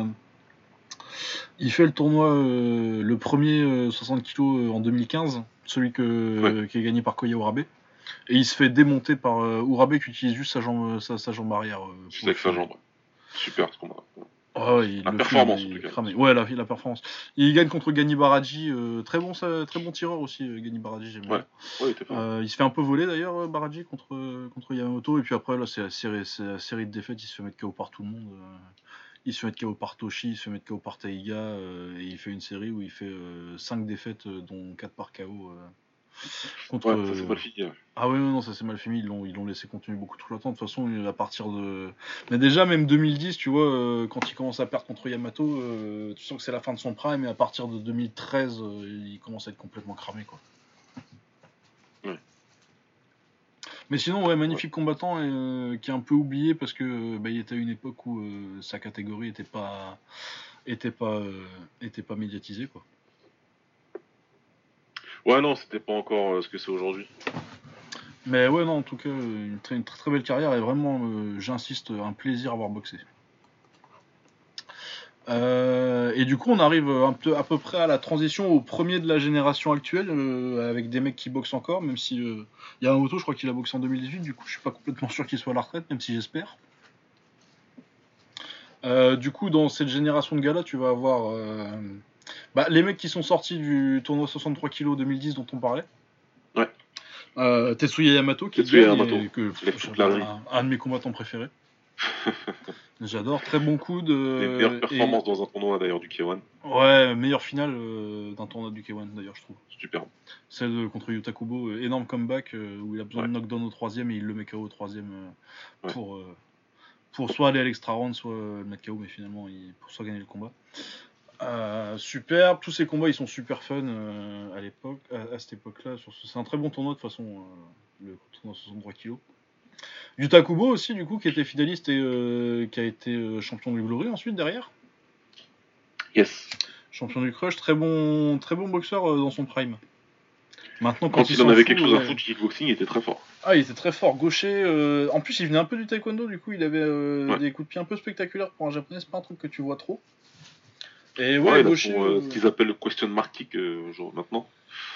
Le premier 60 kg en 2015, celui qui est gagné par Koya Urabe. Et il se fait démonter par Urabe qui utilise juste sa jambe arrière. Juste avec sa jambe. Super ce combat. Oh, la performance en tout cas. Ouais, la performance. Il gagne contre Gani Baraji, très bon tireur aussi, Gani Baraji, j'aime bien. Ouais, il se fait un peu voler d'ailleurs, Baraji contre Yamamoto, et puis après, là, c'est la série de défaites, il se fait mettre KO par tout le monde. Il se fait mettre KO par Toshi, il se fait mettre KO par Taiga, et il fait une série où il fait 5 défaites, dont 4 par KO. Contre... Ouais, ça c'est mal fini. Ah oui, non, ça c'est mal fini. Ils l'ont laissé continuer beaucoup trop longtemps. De toute façon, à partir de. Mais déjà, même 2010, tu vois, quand il commence à perdre contre Yamato, tu sens que c'est la fin de son prime. Et à partir de 2013, il commence à être complètement cramé, quoi. Ouais. Mais sinon, ouais, magnifique combattant qui est un peu oublié parce que il était à une époque où sa catégorie était pas médiatisée, quoi. Ouais, non, c'était pas encore ce que c'est aujourd'hui. Mais ouais, non, en tout cas, une très très belle carrière et vraiment, j'insiste, un plaisir à avoir boxé. Et du coup, on arrive à peu près à la transition au premier de la génération actuelle, avec des mecs qui boxent encore, même si Yamamoto, je crois qu'il a boxé en 2018, du coup, je suis pas complètement sûr qu'il soit à la retraite, même si j'espère. Du coup, dans cette génération de gars-là, tu vas avoir les mecs qui sont sortis du tournoi 63 kg 2010 dont on parlait. Ouais. Tetsuya Yamato, qui gagne, un de mes combattants préférés. J'adore, très bon coude. Les meilleures performances dans un tournoi d'ailleurs du K1. Ouais, meilleure finale d'un tournoi du K1 d'ailleurs, je trouve. Super. Celle contre Yuta Kubo, énorme comeback où il a besoin de knockdown au troisième et il le met KO au troisième pour soit aller à l'extra round, soit le mettre KO, mais finalement pour soit gagner le combat. Super, tous ces combats ils sont super fun à l'époque, à cette époque-là. C'est un très bon tournoi de toute façon, le tournoi 63 kg. Yuta Kubo aussi, du coup, qui était finaliste et qui a été champion du Glory ensuite derrière. Yes. Champion du Crush, très bon boxeur dans son prime. Maintenant, quand il en avait quelque chose à foutre du kickboxing, il était très fort. Ah, il était très fort, gaucher. En plus, il venait un peu du taekwondo, du coup, il avait des coups de pied un peu spectaculaires pour un japonais, c'est pas un truc que tu vois trop. Et gaucher. Ce qu'ils appellent le question mark kick maintenant.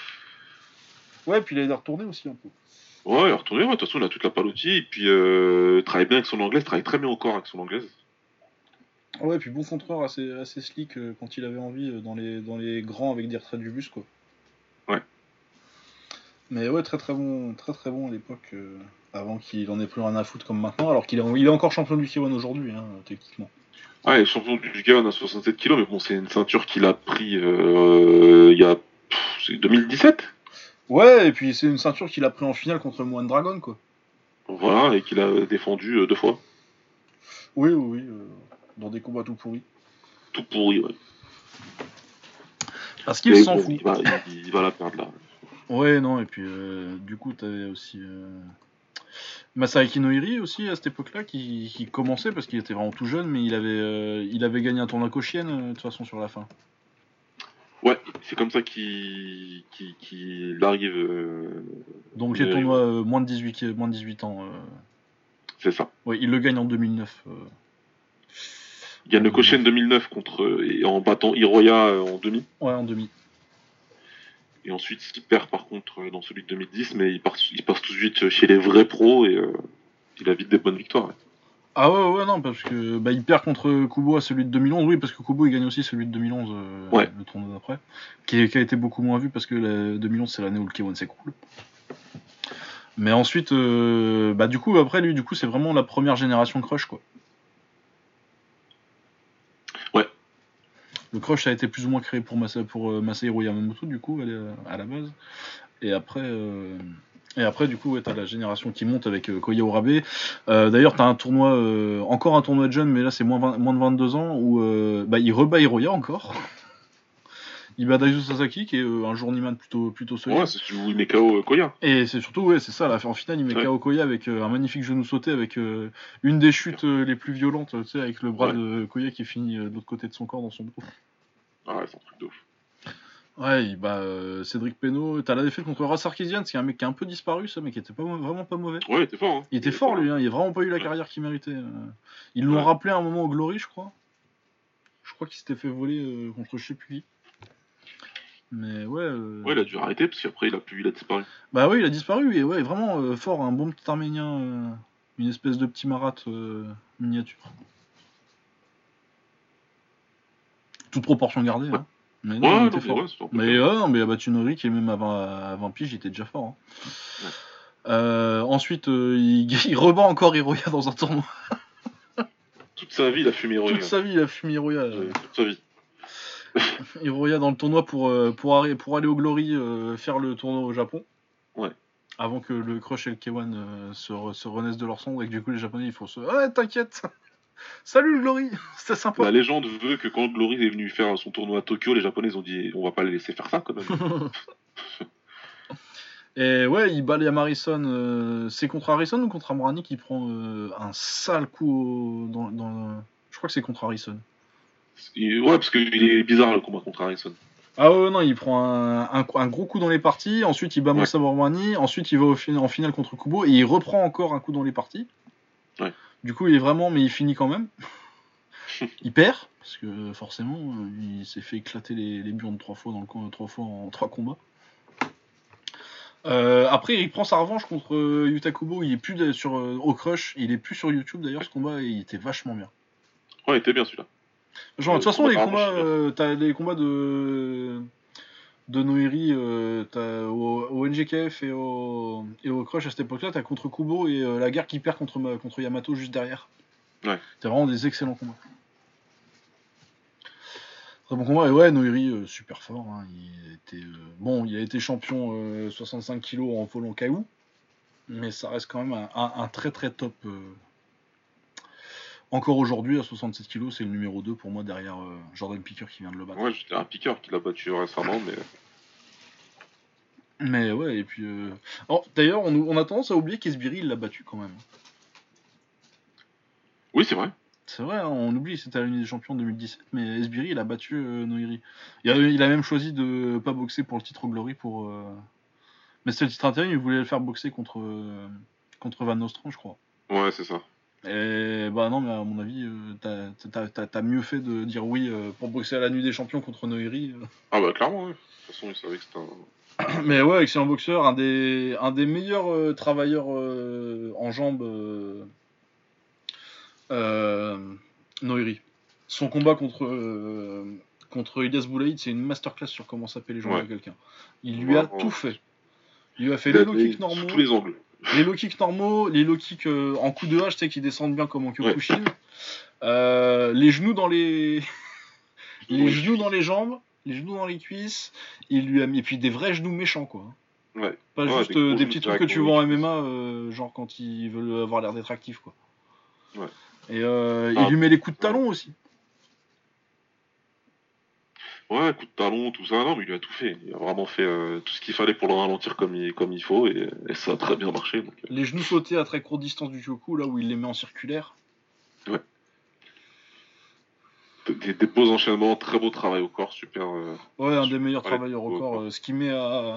Ouais, puis il a retourné aussi un peu. Ouais, il a retourné, de toute façon, il a toute la palotie, et puis travaille bien avec son anglaise, travaille très bien au corps avec son anglaise. Ouais, puis bon contreur, assez slick quand il avait envie dans les grands avec des retraits du bus, quoi. Ouais. Mais ouais, très très bon à l'époque, avant qu'il en ait plus rien à foutre comme maintenant, alors qu'il est encore champion du K1 aujourd'hui, techniquement. Ah, il est champion du K1 à 67 kg, mais bon, c'est une ceinture qu'il a pris il y a... c'est 2017 ? Ouais, et puis c'est une ceinture qu'il a pris en finale contre Moine Dragon, quoi. Voilà, et qu'il a défendu 2 fois. Oui, dans des combats tout pourris. Tout pourri, ouais. Parce qu'il s'en fout. Il va la perdre là. Ouais, non, et puis du coup, t'avais aussi Masaaki Noiri aussi à cette époque-là qui commençait parce qu'il était vraiment tout jeune, mais il avait gagné un tournoi Koshien de toute façon sur la fin. Ouais, c'est comme ça qu'il arrive. Donc les tournois moins de 18 ans. C'est ça. Ouais, il le gagne en 2009. Il gagne le Koshien 2009 en battant Hiroya en demi. Ouais, en demi. Et ensuite, il perd par contre dans celui de 2010, mais il passe tout de suite chez les vrais pros et il a vite des bonnes victoires. Ouais. Ah ouais, non, parce que il perd contre Kubo à celui de 2011, oui, parce que Kubo il gagne aussi celui de 2011, le tournoi d'après, qui a été beaucoup moins vu parce que 2011 c'est l'année où le K1 s'écroule. Mais ensuite, du coup, après lui, du coup, c'est vraiment la première génération Crush, quoi. Ouais. Le Crush a été plus ou moins créé pour Masahiro Yamamoto, du coup, à la base. Et après, du coup, ouais, t'as la génération qui monte avec Koya Urabe. D'ailleurs, t'as encore un tournoi de jeunes, mais là, c'est moins de 22 ans, où il rebat Hiroya encore. Il bat Daiso Sasaki, qui est un journeyman plutôt solide. Ouais, c'est celui où il met KO Koya. Et c'est surtout, ouais, c'est ça, en finale, il met KO Koya avec un magnifique genou sauté, avec une des chutes les plus violentes, tu sais, avec le bras de Koya qui finit de l'autre côté de son corps dans son dos. Ah ouais, c'est un truc de ouf. Ouais, il bat Cédric Penneau. T'as la défaite contre Ras Sarkisian, c'est un mec qui a un peu disparu, ça, mais qui était vraiment pas mauvais. Ouais, il était fort. Hein. Il était fort, lui, hein. Il a vraiment pas eu la carrière qu'il méritait. Ils l'ont rappelé à un moment au Glory, je crois. Je crois qu'il s'était fait voler contre je sais plus qui. Mais ouais. Ouais, il a dû arrêter parce qu'après il a disparu. Bah oui, il a disparu, et ouais, vraiment fort, un bon petit Arménien, une espèce de petit marat miniature. Toute proportion gardée, hein. Mais non, il était fort. Mais il a battu Nori qui est même à 20 piges, il était déjà fort. Hein. Ensuite, il rebat encore Hiroya dans un tournoi. Toute sa vie, il a fumé Hiroya. Toute sa vie, il a fumé Hiroya. Toute sa vie. Hiroya dans le tournoi pour aller au Glory faire le tournoi au Japon. Ouais. Avant que le Crush et le K1 se renaissent de leur cendre et que du coup les Japonais ils font ouais, t'inquiète. Salut le Glory, c'était sympa. La légende veut que quand Glory est venu faire son tournoi à Tokyo, les Japonais ont dit on va pas les laisser faire ça quand même. Et ouais, il bat Liam Harrison. C'est contre Harrison ou contre Amrani qui prend un sale coup Je crois que c'est contre Harrison. Ouais, parce qu'il est bizarre le combat contre Harrison. Ah ouais, non, il prend un gros coup dans les parties, ensuite il bat Moussa Bormani, ensuite il va en finale contre Kubo et il reprend encore un coup dans les parties. Ouais. Du coup, mais il finit quand même. Il perd, parce que forcément, il s'est fait éclater les burnes 3 fois en 3 combats. Après, il prend sa revanche contre Yuta Kubo. Il est plus au Crush, il est plus sur YouTube d'ailleurs ce combat et il était vachement bien. Ouais, il était bien celui-là. Genre, de toute façon, t'as les combats de Noiri, t'as au NGKF et au Crush à cette époque-là, t'as contre Kubo et la guerre qui perd contre Yamato juste derrière. Ouais. T'as vraiment des excellents combats. Très bon combat, et ouais, Noiri, super fort. Hein. Il a été champion 65 kg en volant Kaou, mais ça reste quand même un très très top. Encore aujourd'hui, à 67 kg, c'est le numéro 2 pour moi derrière Jordan Picker qui vient de le battre. Ouais, j'étais un Picker qui l'a battu récemment, mais. Mais ouais, et puis. D'ailleurs, on a tendance à oublier qu'Esbiri il l'a battu quand même. Oui, c'est vrai. C'est vrai, hein, on oublie, c'était à l'Uni des Champions en 2017, mais Esbiri il a battu Noiri. Il a même choisi de pas boxer pour le titre Glory pour. Mais c'était le titre intérim, il voulait le faire boxer contre Van Nostrand, je crois. Ouais, c'est ça. Et bah non, mais à mon avis, t'as mieux fait de dire oui pour boxer à la Nuit des Champions contre Noiri. Ah bah clairement, ouais. De toute façon, il savait que c'était un. Mais ouais, excellent boxeur, un des meilleurs travailleurs en jambes. Noiri. Son combat contre Ilyas Boulaïd, c'est une masterclass sur comment s'appeler les jambes de quelqu'un. Il lui a tout fait. Il lui a fait les low kicks normaux. Tous les angles. Les low kicks normaux, les low kicks en coup de hache, tu sais, qui descendent bien comme en Kyokushin. Les genoux dans les. Les genoux dans les jambes, les genoux dans les cuisses. Il lui a mis. Et puis des vrais genoux méchants, quoi. Ouais. Pas juste des petits trucs que tu vois en MMA, genre quand ils veulent avoir l'air d'être actifs, quoi. Ouais. Et il lui met les coups de talon aussi. Ouais, coups de talon, tout ça. Non, mais il lui a tout fait. Il a vraiment fait tout ce qu'il fallait pour le ralentir comme il faut et ça a très bien marché. Donc. Les genoux sautés à très courte distance du Kyoku, là où il les met en circulaire. Ouais. Des beaux enchaînements, très beau travail au corps, super. Ouais, un des meilleurs travailleurs au corps. Ce qui met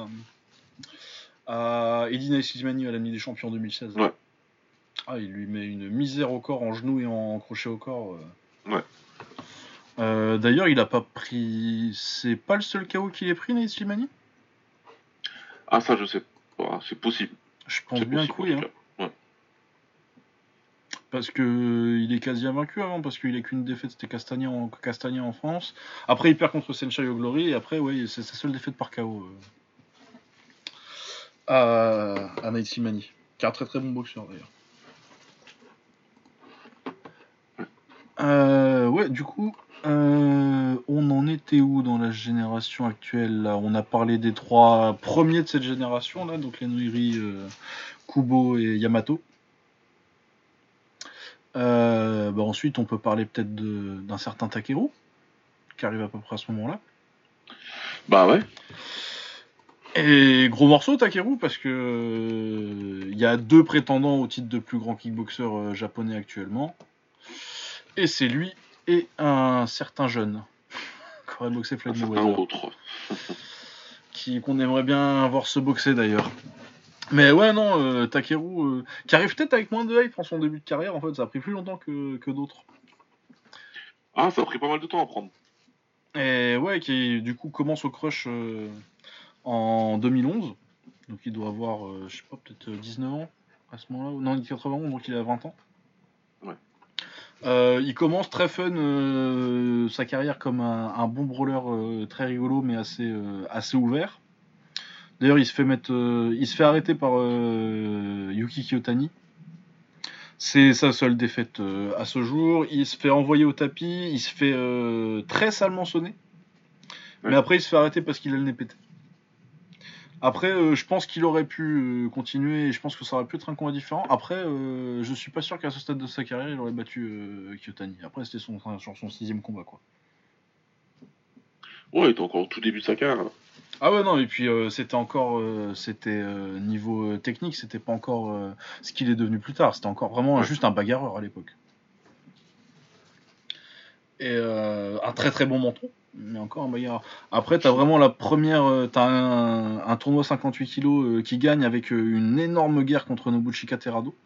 à Edina Slimani à la Nuit des Champions 2016. Ouais. Ah, il lui met une misère au corps en genoux et en crochet au corps. Ouais. D'ailleurs, il a pas pris. C'est pas le seul KO qu'il ait pris, Nate Slimani ? Ah, ça, je sais pas. C'est possible. Je pense bien que oui. Hein. Ouais. Parce que il est quasi invaincu avant, parce qu'il a qu'une défaite, c'était Castagna en France. Après, il perd contre Senshai au Glory, et après, ouais, c'est sa seule défaite par KO. à Night Slimani, qui est un très très bon boxeur d'ailleurs. Ouais, du coup, on en était où dans la génération actuelle là? On a parlé des 3 premiers de cette génération là, donc les Noiri, Kubo et Yamato. Ensuite, on peut parler peut-être d'un certain Takeru, qui arrive à peu près à ce moment-là. Bah ouais. Et gros morceau Takeru, parce que il y a 2 prétendants au titre de plus grand kickboxer japonais actuellement. Et c'est lui et un certain jeune qui aurait boxé Floyd Mayweather. Autre. Qu'on aimerait bien voir se boxer d'ailleurs. Mais ouais, non, Takeru, qui arrive peut-être avec moins de hype en son début de carrière, en fait, ça a pris plus longtemps que d'autres. Ah, ça a pris pas mal de temps à prendre. Et ouais, qui du coup commence au crush en 2011. Donc il doit avoir, je sais pas, peut-être 19 ans à ce moment-là. Non, il est 91, donc il a 20 ans. Ouais. Il commence très fun sa carrière comme un bon brawler très rigolo, mais assez ouvert. D'ailleurs, il se fait arrêter par Yuki Kiyotani. C'est sa seule défaite à ce jour. Il se fait envoyer au tapis, il se fait très salement sonner. Ouais. Mais après, il se fait arrêter parce qu'il a le nez pété. Après, je pense qu'il aurait pu continuer et je pense que ça aurait pu être un combat différent. Après, je suis pas sûr qu'à ce stade de sa carrière, il aurait battu Kiyotani. Après, c'était son 6ème combat, quoi. Ouais, il était encore au tout début de sa carrière. Ah ouais, non, et puis c'était encore, niveau technique, c'était pas encore ce qu'il est devenu plus tard. C'était encore vraiment juste un bagarreur à l'époque. Et un très très bon menton, mais encore un bagarreur. Après, t'as vraiment la première, t'as un tournoi 58 kg qui gagne avec une énorme guerre contre Nobuchika Terado.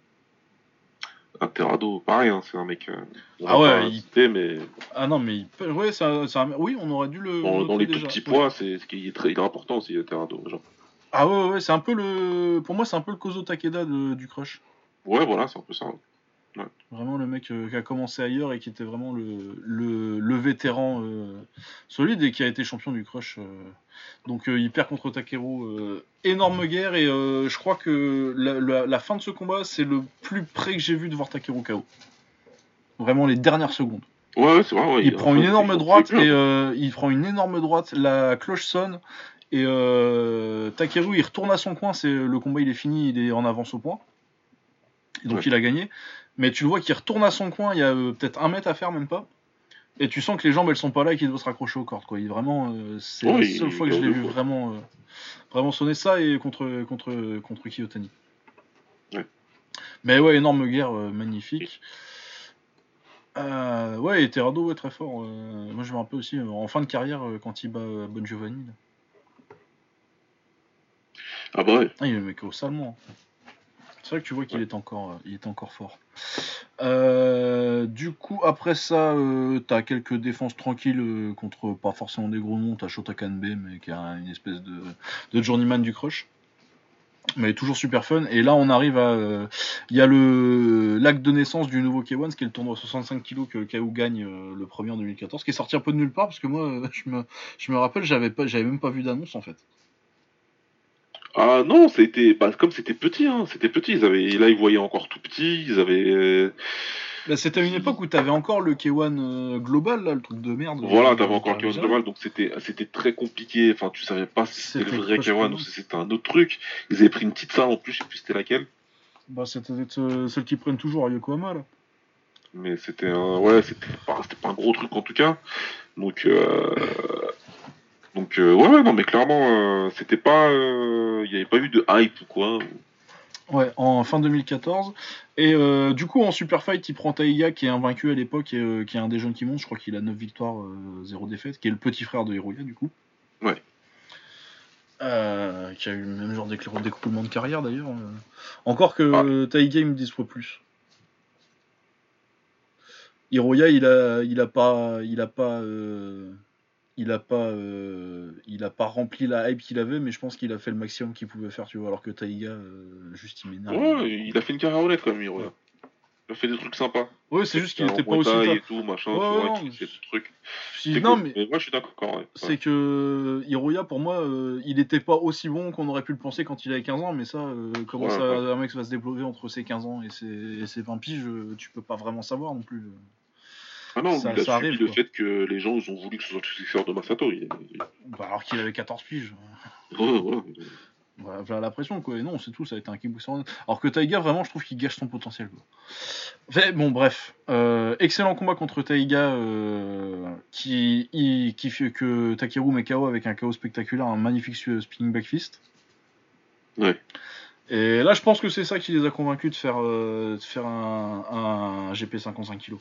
Terado, pareil, hein, c'est un mec. Ah ouais, mais. Ah non, mais ouais, oui, on aurait dû le Dans noter les déjà. tout petits poids, c'est ce qui est il est important aussi, Terado. Genre. Ah ouais, c'est un peu pour moi, c'est un peu le Kozo Takeda du Crush. Ouais, voilà, c'est un peu ça. Ouais. Vraiment le mec qui a commencé ailleurs et qui était vraiment le vétéran solide et qui a été champion du Crush. Donc il perd contre Takeru. Énorme guerre et je crois que la fin de ce combat, c'est le plus près que j'ai vu de voir Takeru KO. Vraiment les dernières secondes. Ouais, c'est vrai. Ouais, il prend une énorme droite et la cloche sonne et Takeru il retourne à son coin. Le combat il est fini, il est en avance au point. Et donc il a gagné. Mais tu le vois qu'il retourne à son coin, il y a peut-être 1 mètre à faire, même pas. Et tu sens que les jambes elles sont pas là et qu'il doit se raccrocher aux cordes, quoi. C'est la seule fois que je l'ai vu vraiment sonner ça et contre Kiyotani. Ouais. Mais ouais, énorme guerre, magnifique. Ouais, et Terrado, ouais, très fort. Moi je me rappelle aussi en fin de carrière quand il bat Bon Giovanni. Là. Ah bah ouais. Ah, il est le mec au salement. C'est vrai que tu vois qu'il est encore fort. Du coup, après ça, t'as quelques défenses tranquilles contre pas forcément des gros noms. T'as Shota Kanbe, mais qui a une espèce de journeyman du crush. Mais toujours super fun. Et là, on arrive à. Il y a l'acte de naissance du nouveau K1, qui est le tournoi 65 kg que KO gagne le premier en 2014, qui est sorti un peu de nulle part, parce que moi, je me rappelle, j'avais même pas vu d'annonce en fait. Ah non, comme c'était petit, hein, c'était petit. Là, ils voyaient encore tout petit. Ils avaient. C'était à une époque où t'avais encore le K1 global, là, le truc de merde. Voilà, t'avais encore le K1 global, donc c'était très compliqué. Enfin, tu savais pas si c'était le vrai K1 ou si c'était un autre truc. Ils avaient pris une petite salle en plus, je sais plus c'était laquelle. Bah, c'était celle qu'ils prennent toujours à Yokohama, là. Mais c'était pas un gros truc en tout cas. Donc, ouais, non, mais clairement, c'était pas. Il n'y avait pas eu de hype ou quoi. Ouais, en fin 2014. Et du coup, en Super Fight, il prend Taiga, qui est invaincu à l'époque, et qui est un des jeunes qui monte. Je crois qu'il a 9 victoires, 0 défaites, qui est le petit frère de Hiroya, du coup. Ouais. Qui a eu le même genre d'écroulement de carrière, d'ailleurs. Encore que Taiga, il me dispo plus. Hiroya, il a pas rempli la hype qu'il avait, mais je pense qu'il a fait le maximum qu'il pouvait faire, tu vois, alors que Taiga, juste il m'énerve. Ouais, il a fait une carrière honnête quand même, Hiroya. a fait des trucs sympas. Ouais, c'est juste qu'il En était pas Muay aussi Thai top. et tout, machin, Ouais, tu vois, non, qui fait ce truc. si- C'est non, cool. mais Mais moi, je suis d'accord, ouais. c'est que Hiroya, pour moi, il était pas aussi bon qu'on aurait pu le penser quand il avait 15 ans, mais ça, comment Ouais, ça, ouais. un mec va se développer entre ses 15 ans et ses 20 piges, tu peux pas vraiment savoir non plus. Ah non, lui, il a Ça subi arrive, le quoi. fait que les gens ils ont voulu que ce soit le successeur de Masato. Bah, alors qu'il avait 14 piges. Ouais, voilà. Voilà la pression, quoi. Et non, c'est tout, ça a été un kickboxer. Alors que Taiga, vraiment, je trouve qu'il gâche son potentiel, quoi. Bon, bref. Excellent combat contre Taiga, qui fait que Takeru met KO avec un KO spectaculaire, un magnifique spinning back fist. Ouais. Et là, je pense que c'est ça qui les a convaincus de faire un GP 55 kg.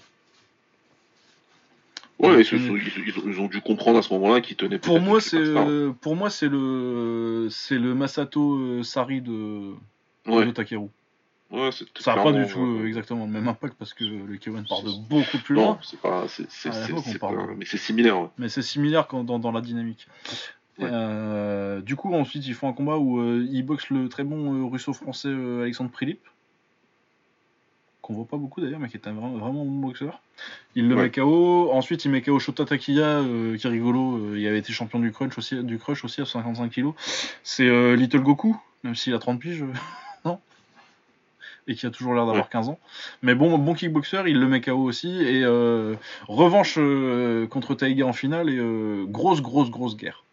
Ouais, ils ont dû comprendre à ce moment-là qu'ils tenaient Pour peut-être moi, une superstar. c'est le Masato Sari de Ouais. Takeru. Ouais, c'est Ça n'a pas clairement. du tout exactement le même impact parce que le K1 part de c'est- beaucoup plus Non, loin. c'est pas. À l'époque, on parle Mais c'est similaire, ouais. Mais c'est similaire dans la dynamique. Ouais. Du coup, ensuite, ils font un combat où ils boxent le très bon russo-français Alexandre Prilip, qu'on voit pas beaucoup d'ailleurs, mais qui est un vraiment bon boxeur. Il le met KO. Ensuite, il met KO Shota Takiya, qui est rigolo. Il avait été champion du Crush aussi à 55 kg. C'est Little Goku, même s'il a 30 piges. Non. Et qui a toujours l'air d'avoir 15 ans. Mais bon kickboxer, il le met KO aussi. Et revanche contre Taiga en finale et grosse guerre.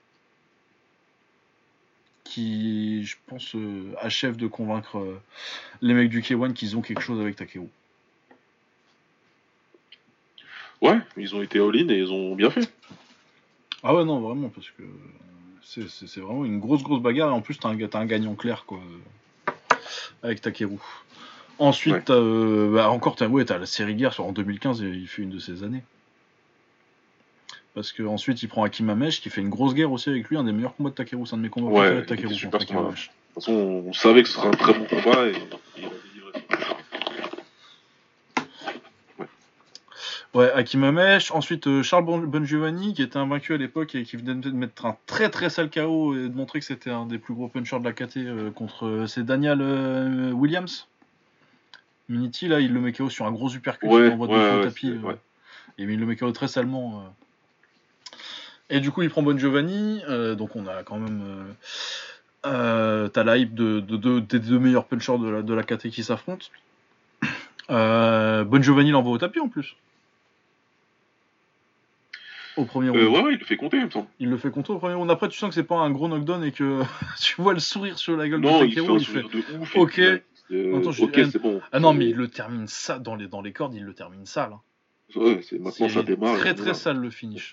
Qui, je pense, achève de convaincre les mecs du K1 qu'ils ont quelque chose avec Takeru. Ouais, ils ont été all-in et ils ont bien fait. Ah ouais, non, vraiment, parce que c'est vraiment une grosse bagarre. Et en plus, t'as un gagnant clair, quoi, avec Takeru. Ensuite, t'as la série guerre en 2015, et il fait une de ses années. Parce qu'ensuite, il prend Hakim Amesh, qui fait une grosse guerre aussi avec lui, un des meilleurs combats de Takeru. C'est un de mes combats préférés de Takeru contre Hakim Amesh. De toute façon, on savait que ce serait un très bon combat et il a délivré. Ouais, Hakim Amesh. Ensuite, Charles Bongiovanni, qui était invaincu à l'époque et qui venait de mettre un très sale KO et de montrer que c'était un des plus gros punchers de la KT contre c'est Daniel Williams. Miniti, là, il le met KO sur un gros uppercut, il l'envoie dessus le tapis. Et il le met KO très salement. Et du coup, il prend Bongiovanni. Donc, on a quand même. T'as la hype des deux meilleurs punchers de la KT qui s'affrontent. Bongiovanni l'envoie au tapis en plus. Au premier round. Ouais, il le fait compter, il me semble. Il le fait compter au premier round. Après, tu sens que c'est pas un gros knockdown et que tu vois le sourire sur la gueule de Takeru. Il fait de ouf. Ok. C'est bon. Ah non, mais il le termine ça dans les cordes, il le termine sale. Hein. Ouais, maintenant ça démarre. Très sale le finish.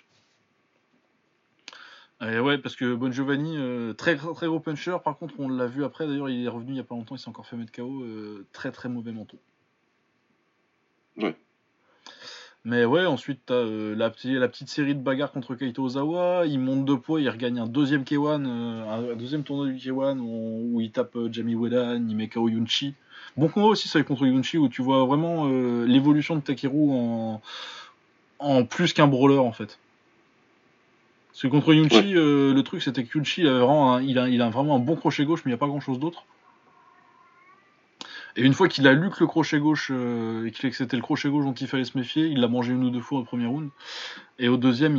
Et ouais, parce que Bongiovanni, très gros puncher. Par contre, on l'a vu après. D'ailleurs, il est revenu il y a pas longtemps. Il s'est encore fait mettre KO. Très mauvais menton. Ouais. Mais ouais, ensuite, t'as la petite série de bagarres contre Kaito Ozawa. Il monte de poids, il regagne un deuxième K1, un deuxième tournoi du K1 où il tape Jamie Wedan, il met KO Yunchi. Bon combat aussi, ça, contre Yunchi, où tu vois vraiment l'évolution de Takeru en plus qu'un brawler, en fait. Parce que contre Yunchi, le truc, c'était que Yunchi, il a vraiment un bon crochet gauche, mais il n'y a pas grand-chose d'autre. Et une fois qu'il a lu que le crochet gauche, et que c'était le crochet gauche dont il fallait se méfier, il l'a mangé une ou deux fois au premier round. Et au deuxième,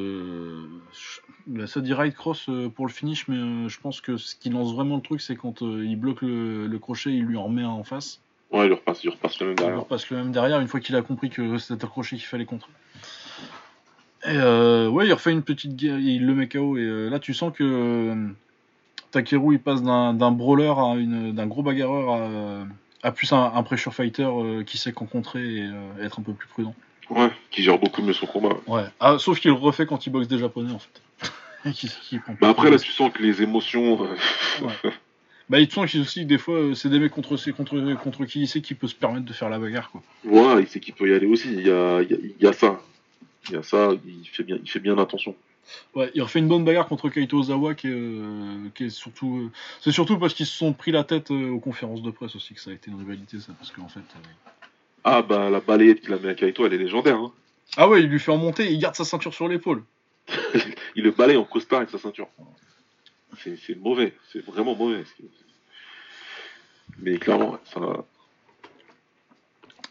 il a ça dit right cross pour le finish, mais je pense que ce qui lance vraiment le truc, c'est quand il bloque le crochet, il lui en remet un en face. Ouais, il repasse le même derrière. Il repasse le même derrière, une fois qu'il a compris que c'était le crochet qu'il fallait contrer. Et ouais, il refait une petite guerre, il le met KO, et là tu sens que Takeru il passe d'un brawler d'un gros bagarreur à plus un pressure fighter qui sait qu'en contrer et être un peu plus prudent. Ouais, qui gère beaucoup mieux son combat. Ouais, sauf qu'il le refait quand il boxe des japonais en fait. Bah après là tu sens que les émotions... Ouais. Bah il sent qu'il aussi des fois c'est des mecs contre qui il sait qu'il peut se permettre de faire la bagarre quoi. Voilà, il sait qu'il peut y aller aussi, il y a ça. Il y a ça, il fait bien attention. Ouais, il refait une bonne bagarre contre Kaito Ozawa qui est surtout... c'est surtout parce qu'ils se sont pris la tête aux conférences de presse aussi que ça a été une rivalité ça, parce qu'en fait... Ah bah la balayette qu'il a mis à Kaito, elle est légendaire. Hein. Ah ouais, il lui fait en monter et il garde sa ceinture sur l'épaule. Il le balaye en costard avec sa ceinture. C'est mauvais, c'est vraiment mauvais. Mais clairement, ça...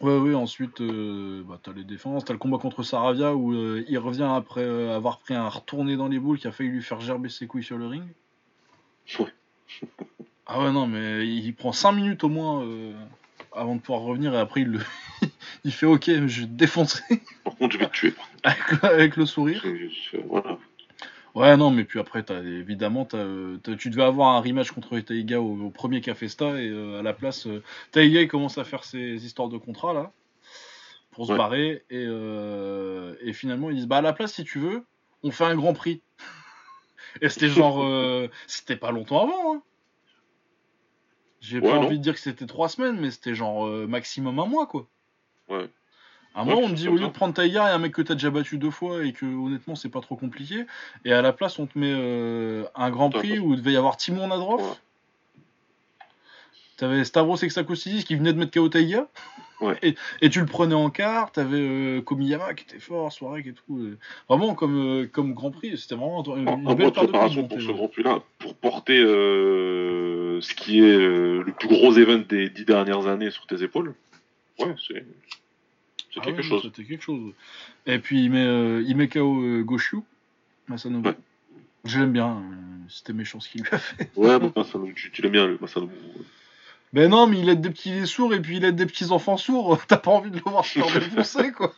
Ouais, ensuite, t'as les défenses, t'as le combat contre Saravia où il revient après avoir pris un retourné dans les boules qui a failli lui faire gerber ses couilles sur le ring. Ouais. Ah ouais, non, mais il prend 5 minutes au moins avant de pouvoir revenir et après il fait ok, je vais te défoncer Par contre, je vais te tuer. avec le sourire. Voilà. Ouais, non, mais puis après, tu devais avoir un rematch contre Taiga au premier Cafesta et à la place, Taiga il commence à faire ses histoires de contrat là pour se Ouais. barrer et finalement ils disent bah à la place si tu veux, on fait un Grand Prix. Et c'était genre, c'était pas longtemps avant. Hein. J'ai pas Ouais, envie non. de dire que c'était 3 semaines, mais c'était genre maximum un mois quoi. Ouais. À Ouais, moi, on quelque me chose dit au comme lieu de ça. prendre Taiga et un mec que t'as déjà battu 2 fois et que honnêtement c'est pas trop compliqué, et à la place on te met un Grand Putain, Prix parce- où il devait y avoir Timon Nadrov. Voilà. T'avais Stavros Exakosidis qui venait de mettre KO Taiga. Ouais. Et tu le prenais en quart. T'avais Komiyama qui était fort, Soirek et tout. Vraiment comme Grand Prix. C'était vraiment une Un mois belle de paire de couilles préparation montée. pour ce Grand Prix-là, pour porter ce qui est le plus gros event des 10 dernières années sur tes épaules. Ouais, c'est Ah quelque ouais, non, chose. c'était quelque chose. Et puis il met KO Goshu, Masanobu. Ouais. Je l'aime bien. C'était méchant ce qu'il lui a fait. Ouais, bon, Masanobu, tu l'aimes bien, le Masanobu. Ben non, mais il aide des petits sourds et puis il aide des petits enfants sourds. T'as pas envie de le voir se faire défoncer, quoi.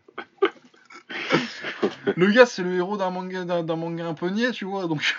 Le gars, c'est le héros d'un manga un peu niais, tu vois, donc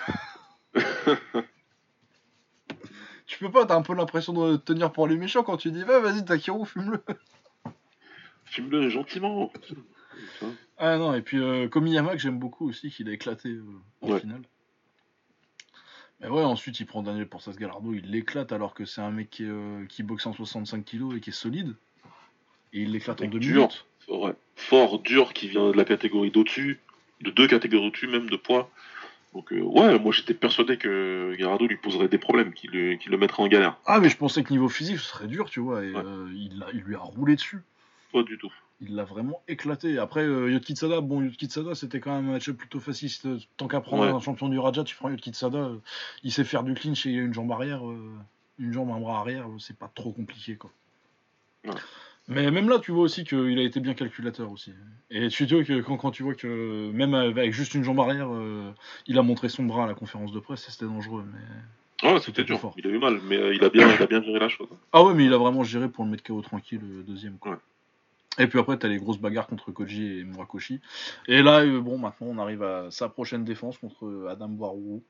tu peux pas, t'as un peu l'impression de te tenir pour les méchants quand tu dis va, vas-y, Takeru, fume-le. Fume-le gentiment. Ah non, et puis Komiyama, que j'aime beaucoup aussi, qu'il a éclaté en Ouais. finale. Mais ouais, ensuite il prend Daniel Portas Gallardo, il l'éclate alors que c'est un mec qui boxe en 65 kilos et qui est solide. Et il l'éclate en Mec 2 dur, minutes. ouais. Fort, dur, qui vient de la catégorie d'au-dessus, de 2 catégories au-dessus même de poids. Donc ouais, moi j'étais persuadé que Garado lui poserait des problèmes, qu'il le mettrait en galère. Ah, mais je pensais que niveau physique, ce serait dur, tu vois, et Ouais, il lui a roulé dessus. pas du tout. Il l'a vraiment éclaté. Après, Yotkitsada, Yotkitsada, c'était quand même un match plutôt facile. Tant qu'à prendre Ouais, un champion du Raja, tu prends Yotkitsada. Il sait faire du clinch et il a une jambe arrière, un bras arrière, c'est pas trop compliqué, quoi. ouais. Mais même là, tu vois aussi qu'il a été bien calculateur aussi. Et tu dis que quand tu vois que même avec juste une jambe arrière, il a montré son bras à la conférence de presse, et c'était dangereux, mais Ouais, c'était c'était trop dur. fort. Il a eu mal, mais il a bien géré la chose. Ah ouais, mais il a vraiment géré pour le mettre KO tranquille, deuxième, quoi. Ouais. Et puis après, t'as les grosses bagarres contre Koji et Murakoshi. Et là, bon, maintenant, on arrive à sa prochaine défense contre Adam Boirourou.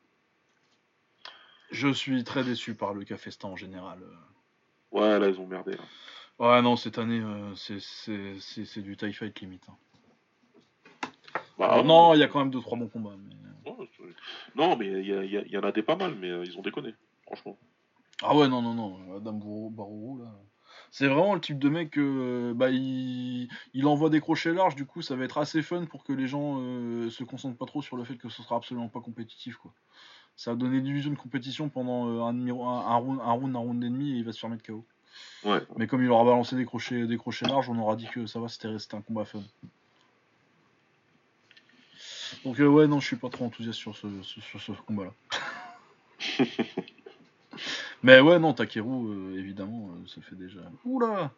Je suis très déçu par le Cafesta en général. Ouais, là ils ont merdé. Là. Ouais, non, cette année, c'est du TIE Fight limite. Hein. Bah Non, ouais, il y a quand même 2-3 bons combats. Mais... ouais, non, mais il y en a des pas mal, mais ils ont déconné, franchement. Ah ouais, non, Adam Boirourou, là. C'est vraiment le type de mec que il envoie des crochets larges, du coup ça va être assez fun pour que les gens se concentrent pas trop sur le fait que ce sera absolument pas compétitif, quoi. Ça a donné l'illusion de compétition pendant un round et demi et il va se faire mettre KO. Ouais. Mais comme il aura balancé des crochets larges, on aura dit que ça va, c'était un combat fun. Donc ouais, non, je suis pas trop enthousiaste sur ce combat-là. Mais ouais, non, Takeru, évidemment, ça fait déjà... Oula.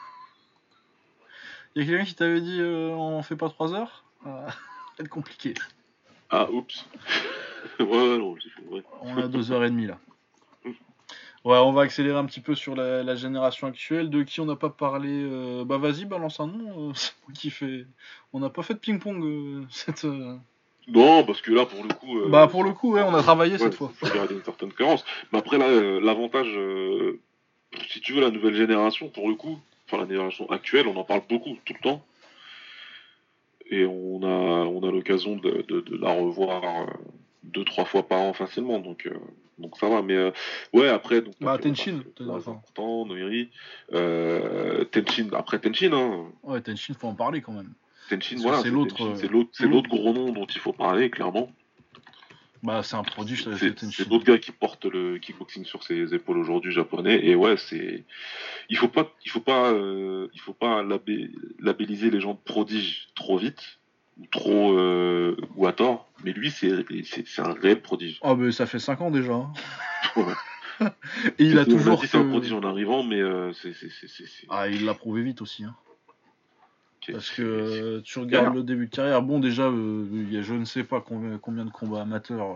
Y'a quelqu'un qui t'avait dit on fait pas 3 heures Ça va être compliqué. Ah, oups. Ouais, non, ouais. On a 2h30 là. Ouais, on va accélérer un petit peu sur la génération actuelle. De qui on n'a pas parlé Bah vas-y, balance un nom. C'est moi qui fais. On n'a pas fait de ping-pong cette. Non, parce que là, pour le coup, Bah pour le coup, ouais, on a travaillé ouais, cette fois. faut garder une certaine cohérence. Mais après, là, l'avantage, si tu veux, la nouvelle génération, pour le coup, enfin la génération actuelle, on en parle beaucoup, tout le temps. Et on a l'occasion de la revoir 2, 3 fois par an facilement, donc ça va. Mais ouais, après, donc Bah Takeru, bah, Tenshin, c'est là, c'est enfin. important, Noiri, Tenshin, après Tenshin, hein. Ouais, Tenshin, faut en parler quand même. Tenshin, Parce que voilà, c'est c'est l'autre. Tenshin, c'est l'autre gros nom dont il faut parler, clairement. Bah c'est un prodige, C'est Tenshin. l'autre gars qui porte le kickboxing sur ses épaules aujourd'hui, japonais. Et ouais, il faut pas labelliser les gens de prodiges trop vite ou trop à tort. Mais lui, c'est un réel prodige. Ah bah ça fait 5 ans déjà. Hein. Ouais. Et il a On toujours dit c'est un que... prodige en arrivant, mais c'est. Ah, il l'a prouvé vite aussi. Hein. Parce c'est- que tu regardes galère. le début de carrière, bon déjà, il y a je ne sais pas combien de combats amateurs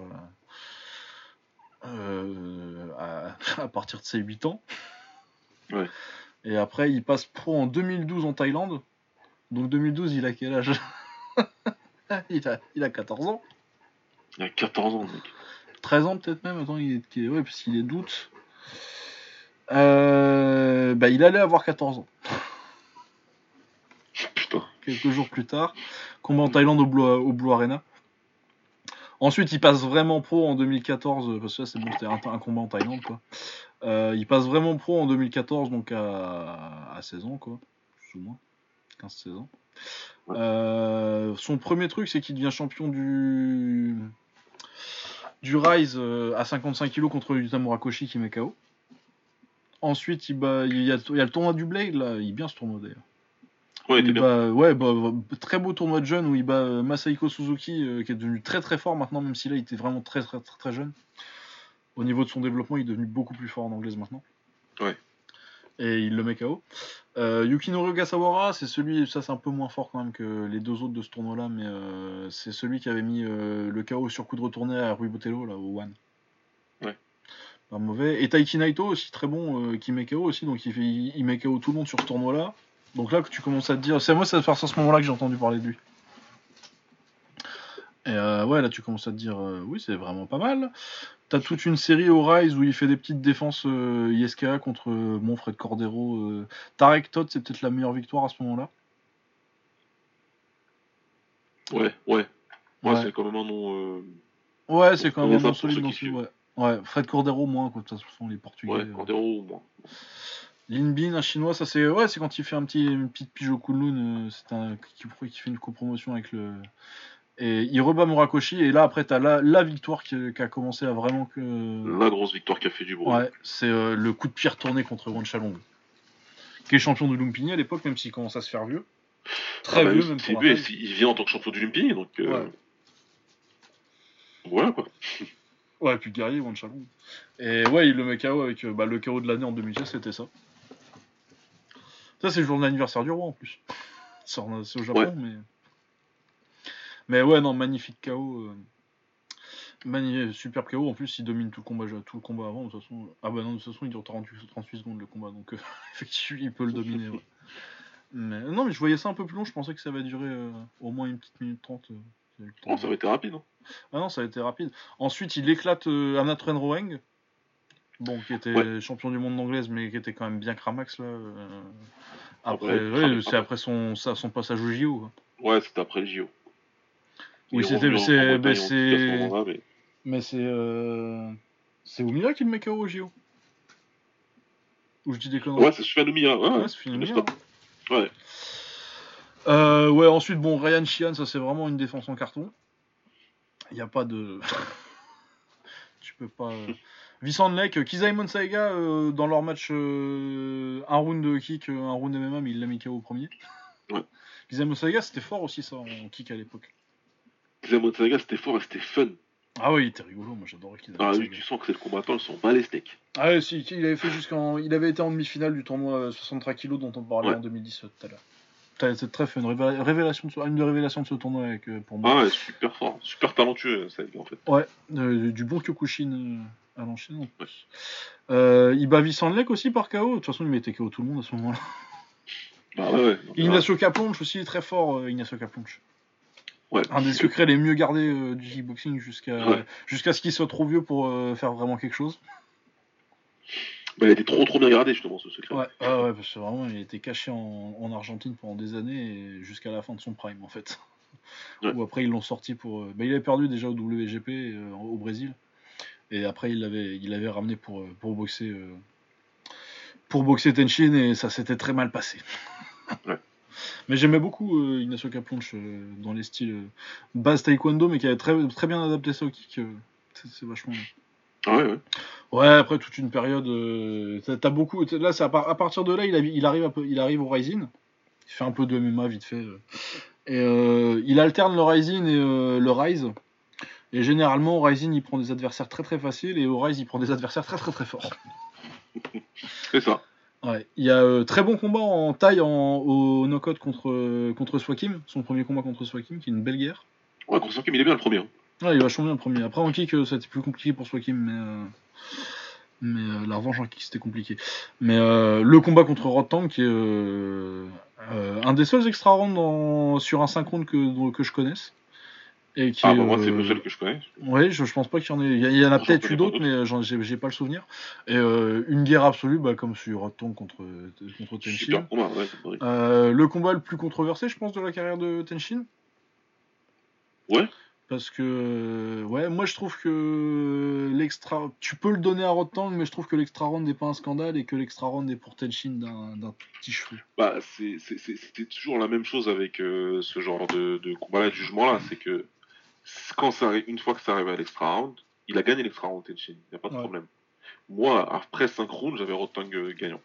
à partir de ses 8 ans. Ouais. Et après, il passe pro en 2012 en Thaïlande. Donc 2012, il a quel âge? il a 14 ans. Il a 14 ans, mec. 13 ans peut-être même. Attends, ouais, puisqu'il est d'août. Il allait avoir 14 ans. Putain. Quelques jours plus tard. Combat en Thaïlande au Blue Arena. Ensuite, il passe vraiment pro en 2014, parce que là, c'est bon, c'était un combat en Thaïlande, quoi. Il passe vraiment pro en 2014, donc à 16 ans, quoi. Plus ou moins. 15-16 ans. Ouais. Son premier truc, c'est qu'il devient champion du Rise à 55 kg contre Yuta Murakoshi qui met KO. Ensuite, il y a le tournoi du Blade, là. Il est bien ce tournoi, d'ailleurs. Ouais, il était bien. Très beau tournoi de jeunes où il bat Masahiko Suzuki, qui est devenu très très fort maintenant, même si là il était vraiment très très très, très jeune. Au niveau de son développement, il est devenu beaucoup plus fort en anglaise maintenant. Ouais. Et il le met KO. Yukinori Ogasawara, c'est celui, ça c'est un peu moins fort quand même que les deux autres de ce tournoi-là, mais c'est celui qui avait mis le KO sur coup de retourné à Rui Botello, là, au One. Ouais. Pas mauvais. Et Taiki Naito aussi, très bon, qui met KO aussi, donc il met KO tout le monde sur ce tournoi-là. Donc là que tu commences à te dire, c'est moi ça faire à ce moment-là que j'ai entendu parler de lui. Et ouais, là tu commences à te dire, oui c'est vraiment pas mal. T'as toute une série au Rise où il fait des petites défenses ISKA contre mon Fred Cordero. Tarek Todd, c'est peut-être la meilleure victoire à ce moment-là. Ouais, c'est quand même un nom. Ouais, c'est quand même un nom pour solide ceux dans qui ce suivent. Ouais. Ouais, Fred Cordero moins, quoi. De toute façon, les Portugais. Ouais, Cordero, bon. Lin Bin, un chinois, ça c'est quand il fait une petite pige au Kunlun, c'est un qui fait une copromotion avec le. Et il rebat Murakoshi, et là après t'as la victoire qui a commencé à vraiment que. La grosse victoire qui a fait du bruit. Ouais, c'est le coup de pied retourné contre Wan Chalong, qui est champion de Lumpini à l'époque, même s'il commence à se faire vieux. Très vieux même pour lui, il vient en tant que champion du Lumpini, donc. Ouais. Voilà quoi. Ouais, puis guerrier, Wan Chalong. Et ouais, il le met KO avec le KO de l'année en 2016, c'était ça. Ça, c'est le jour de l'anniversaire du roi en plus. C'est au Japon, Ouais. Mais ouais, non, magnifique KO. Superbe KO. En plus, il domine tout le combat avant. De toute façon. Ah bah non, de toute façon, il dure 38 secondes le combat. Donc, effectivement, il peut le dominer. Ouais. Mais non, mais je voyais ça un peu plus long. Je pensais que ça va durer au moins une petite minute 30. Oh, ça aurait été rapide. Hein. Ah non, ça a été rapide. Ensuite, il éclate Anatren Roeng. Bon, qui était champion du monde d'anglaise, mais qui était quand même bien cramax là. Après, c'est après son passage au JO. Ouais, c'était après le JO. Oui, mais c'est Oumia qui le met KO au JO. Ou je dis des conneries. Ouais, c'est Soufiane Oumia. Ouais, c'est Oumia. Ouais. Ouais, ensuite, bon, Ryan Sheehan, ça c'est vraiment une défense en carton. Il n'y a pas de. Tu peux pas. Vincent Lek, Kizaimon Saiga, dans leur match, un round de kick, un round MMA, mais il l'a mis KO au premier. Ouais. Kizaimon Saiga, c'était fort aussi ça en kick à l'époque. Kizaimon Saiga, c'était fort et c'était fun. Ah oui, il était rigolo, moi j'adorais Kizaimon Saiga. Tu sens que c'est le combattant, ils sont bas les steaks. Ah ouais, si, il avait été en demi-finale du tournoi 63 kg dont on parlait en 2017 tout à l'heure. C'est très fun, une des révélations de ce tournoi pour moi. Ah ouais, super fort, super talentueux Saiga en fait. Ouais, du bon Kyokushin à l'enchaîne en plus. Il bat Vincent Lek aussi par KO, de toute façon il mettait KO tout le monde à ce moment-là. Bah ouais. Ignacio Caponche aussi est très fort, Ignacio Caponche. Ouais, un des secrets les mieux gardés du kickboxing jusqu'à ce qu'il soit trop vieux pour faire vraiment quelque chose. Bah, il a été trop bien gardé justement ce secret. Ouais, parce que vraiment il a été caché en Argentine pendant des années et jusqu'à la fin de son prime en fait. Ouais. Ou après ils l'ont sorti pour. Il avait perdu déjà au WGP au Brésil et après il l'avait ramené pour boxer Tenshin et ça s'était très mal passé. Ouais. Mais j'aimais beaucoup Ignacio Caponche dans les styles base taekwondo, mais qui avait très, très bien adapté ça au kick. C'est vachement bien. Ah ouais. Ouais, après toute une période, t'as beaucoup. Là, c'est à partir de là, il arrive au Rising. Il fait un peu de MMA vite fait. Et il alterne le Rising et le Rise. Et généralement, Rising il prend des adversaires très très faciles et Rise il prend des adversaires très très très forts. C'est ça. Ouais. Il y a très bon combat en taille au knockout contre Swakim, son premier combat contre Swakim, qui est une belle guerre. Ouais, contre Swakim, il est bien le premier. Hein. Ouais, il est vachement bien le premier. Après en kick, ça a été plus compliqué pour Swakim, mais la revanche en kick c'était compliqué. Mais le combat contre Rotang, qui est un des seuls extra rounds sur un synchrone que je connaisse. Et qui bah moi, c'est le seul que je connais. Oui, je pense pas qu'il y en ait. Il y en a J'en peut-être connais eu pas d'autres, mais j'ai pas le souvenir. Et une guerre absolue, comme sur Rotong contre Tenshin. Super combat, ouais. Le combat le plus controversé, je pense, de la carrière de Tenshin. Ouais. Parce que, ouais, moi je trouve que l'extra. Tu peux le donner à Rotang, mais je trouve que l'extra round n'est pas un scandale et que l'extra round est pour Tenshin d'un petit cheveu. Bah, c'est toujours la même chose avec ce genre de combat-là, de jugement-là. C'est que une fois que ça arrive à l'extra round, il a gagné l'extra round, Tenshin. Il n'y a pas de problème. Moi, après 5 rounds, j'avais Rotang gagnant.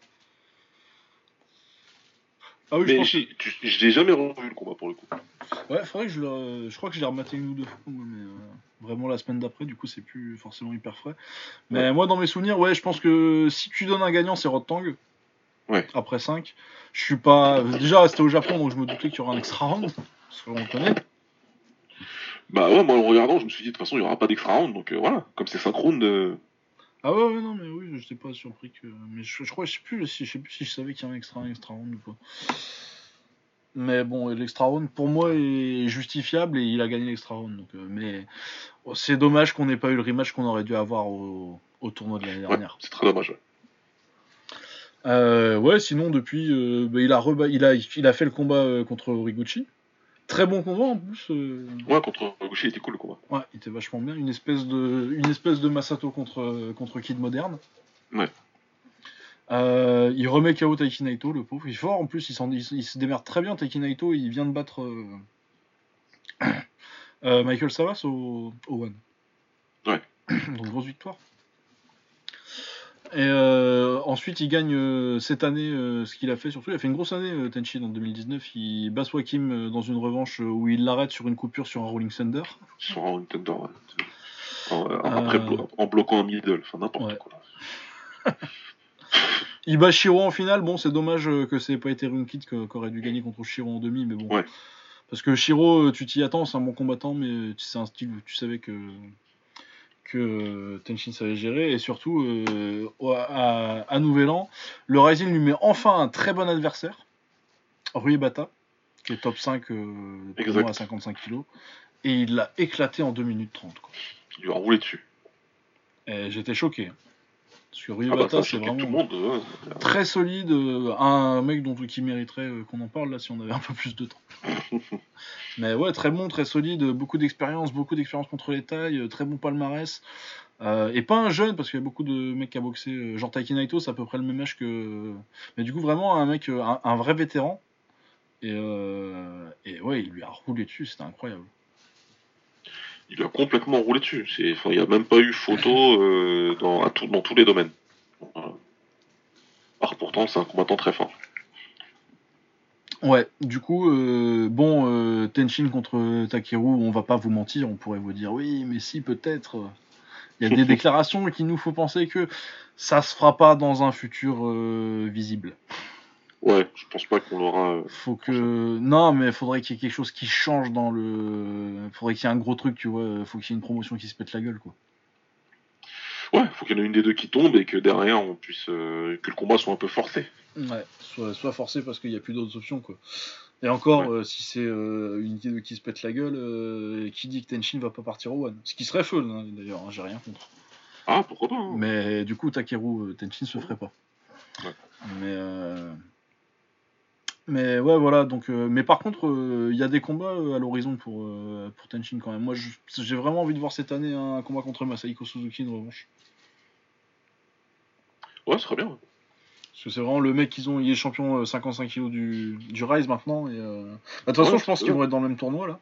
Ah oui, mais je l'ai jamais revu le combat pour le coup. Ouais, faudrait que je crois que je l'ai rematé une ou deux fois, moi, mais vraiment la semaine d'après, du coup, c'est plus forcément hyper frais. Mais moi, dans mes souvenirs, ouais, je pense que si tu donnes un gagnant, c'est Rotang. Ouais. Après 5. Je suis pas déjà resté au Japon, donc je me doutais qu'il y aurait un extra round, parce qu'on le connaît. Bah ouais, moi en regardant, je me suis dit de toute façon, il n'y aura pas d'extra round, donc voilà, comme c'est 5 rounds. Ah ouais, non, mais oui, je n'étais pas surpris que. Mais je crois, je sais plus si je savais qu'il y avait un extra round ou pas. Mais bon, l'extra round pour moi est justifiable et il a gagné l'extra round. Donc, mais c'est dommage qu'on n'ait pas eu le rematch qu'on aurait dû avoir au tournoi de l'année dernière. Ouais, c'est très dommage. Ouais, sinon depuis, il a fait le combat contre Horiguchi. Très bon combat en plus. Ouais, contre Horiguchi, il était cool le combat. Ouais, il était vachement bien. Une espèce de Masato contre Kid Moderne. Ouais. Il remet KO Taiki Naito, le pauvre. Il est fort en plus, il se démerde très bien. Taiki Naito, il vient de battre Michael Savas au One. Ouais. Donc grosse victoire. Et ensuite, il gagne cette année ce qu'il a fait surtout. Il a fait une grosse année, Tenshin, en 2019. Il bat Swakim dans une revanche où il l'arrête sur une coupure sur un Rolling Thunder. Sur un Rolling Thunder, ouais. Après, en bloquant un middle, enfin n'importe quoi. Il bat Shiro en finale. Bon, c'est dommage que ça n'ait pas été Runkid qui aurait dû gagner contre Shiro en demi, mais bon. Ouais. Parce que Shiro, tu t'y attends, c'est un bon combattant, mais c'est un style où tu savais que Tenshin savait gérer. Et surtout, à Nouvel An, le Rising lui met enfin un très bon adversaire, Rui Bata, qui est top 5 pour moi à 55 kg. Et il l'a éclaté en 2 minutes 30. Quoi. Il lui a roulé dessus. Et j'étais choqué. Parce que Rui Bata, c'est vraiment tout le monde, très solide. Un mec qui mériterait qu'on en parle là si on avait un peu plus de temps. Mais ouais, très bon, très solide, beaucoup d'expérience contre les tailles, très bon palmarès. Et pas un jeune, parce qu'il y a beaucoup de mecs qui a boxé. Genre Taiki Naito, c'est à peu près le même âge que. Mais du coup, vraiment un mec, un vrai vétéran. Et ouais, il lui a roulé dessus, c'était incroyable. Il lui a complètement roulé dessus. Il n'y a même pas eu photo dans tous les domaines. Alors pourtant, c'est un combattant très fort. Ouais, du coup, Tenshin contre Takeru, on va pas vous mentir, on pourrait vous dire oui, mais si, peut-être. Il y a des déclarations qui nous font penser que ça se fera pas dans un futur visible. Ouais, je pense pas qu'on l'aura. Non, mais faudrait qu'il y ait quelque chose qui change dans le. Faudrait qu'il y ait un gros truc, tu vois. Faut qu'il y ait une promotion qui se pète la gueule, quoi. Ouais, faut qu'il y en ait une des deux qui tombe et que derrière on puisse que le combat soit un peu forcé. Ouais, soit forcé parce qu'il n'y a plus d'autres options, quoi. Et encore, si c'est une des deux qui se pète la gueule, qui dit que Tenshin va pas partir au One. Ce qui serait fun, hein, d'ailleurs, hein, j'ai rien contre. Ah, pourquoi pas hein. Mais du coup, Takeru, Tenshin se ferait pas. Ouais. Mais ouais, voilà. Donc, mais par contre, il y a des combats à l'horizon pour Tenshin quand même. Moi, j'ai vraiment envie de voir cette année un combat contre Masahiko Suzuki, une revanche. Ouais, ce serait bien. Parce que c'est vraiment le mec il est champion 55 kg du Rise maintenant. Et de toute façon, je pense qu'ils vont être dans le même tournoi là.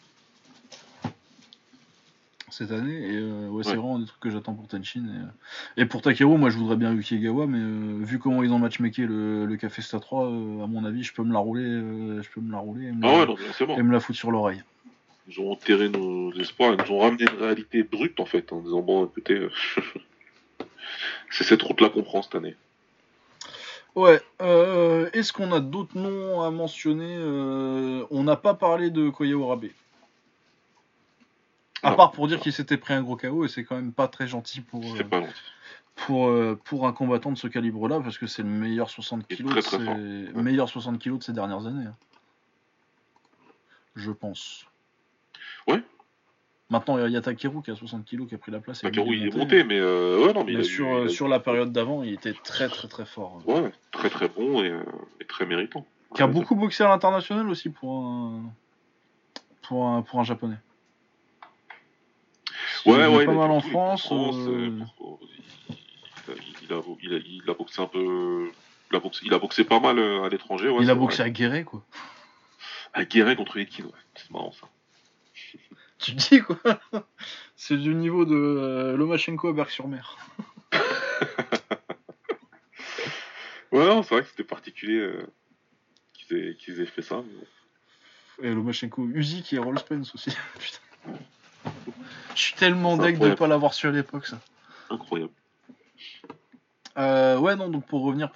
Cette année. Et c'est vraiment des trucs que j'attends pour Tenshin. Et pour Takeru, moi je voudrais bien Yuki Egawa, mais vu comment ils ont matchmaké le Café Sta 3, à mon avis, je peux me la rouler. Et me la foutre sur l'oreille. nous ont enterré nos espoirs, ils nous ont ramené une réalité brute en fait, en disant bon écoutez, c'est cette route-là qu'on prend cette année. Ouais, est-ce qu'on a d'autres noms à mentionner On n'a pas parlé de Koya Urabe. À Non. part pour dire qu'il s'était pris un gros KO, et c'est quand même pas très gentil C'est pas gentil. pour un combattant de ce calibre-là, parce que c'est le meilleur 60 Il est kilos très, de très ces- fort. Ouais. meilleur 60 kilos de ces dernières années. Hein. Je pense. Ouais. Maintenant, il y a Takeru qui a 60 kilos qui a pris la place. et lui, Takeru il est monté, mais ouais non mais il a eu, sur la période d'avant, il était très très très fort. ouais, très très bon et très méritant. Qui a beaucoup boxé à l'international aussi pour un japonais. Ouais, il ouais, est pas il a mal été en tous les France. il a boxé un peu. Il a boxé pas mal à l'étranger. Ouais, il c'est a boxé vrai. à Guéret, quoi. À Guéret contre Ekin, ouais. C'est marrant ça. Tu te dis quoi? C'est du niveau de Lomachenko à Berck-sur-Mer. Ouais, non, c'est vrai que c'était particulier qu'ils aient fait ça. Mais... Et Lomachenko, Usyk et Errol Spence aussi. Putain. Je suis tellement C'est deg de incroyable. pas l'avoir su à l'époque, ça. Incroyable. Ouais, non, donc pour revenir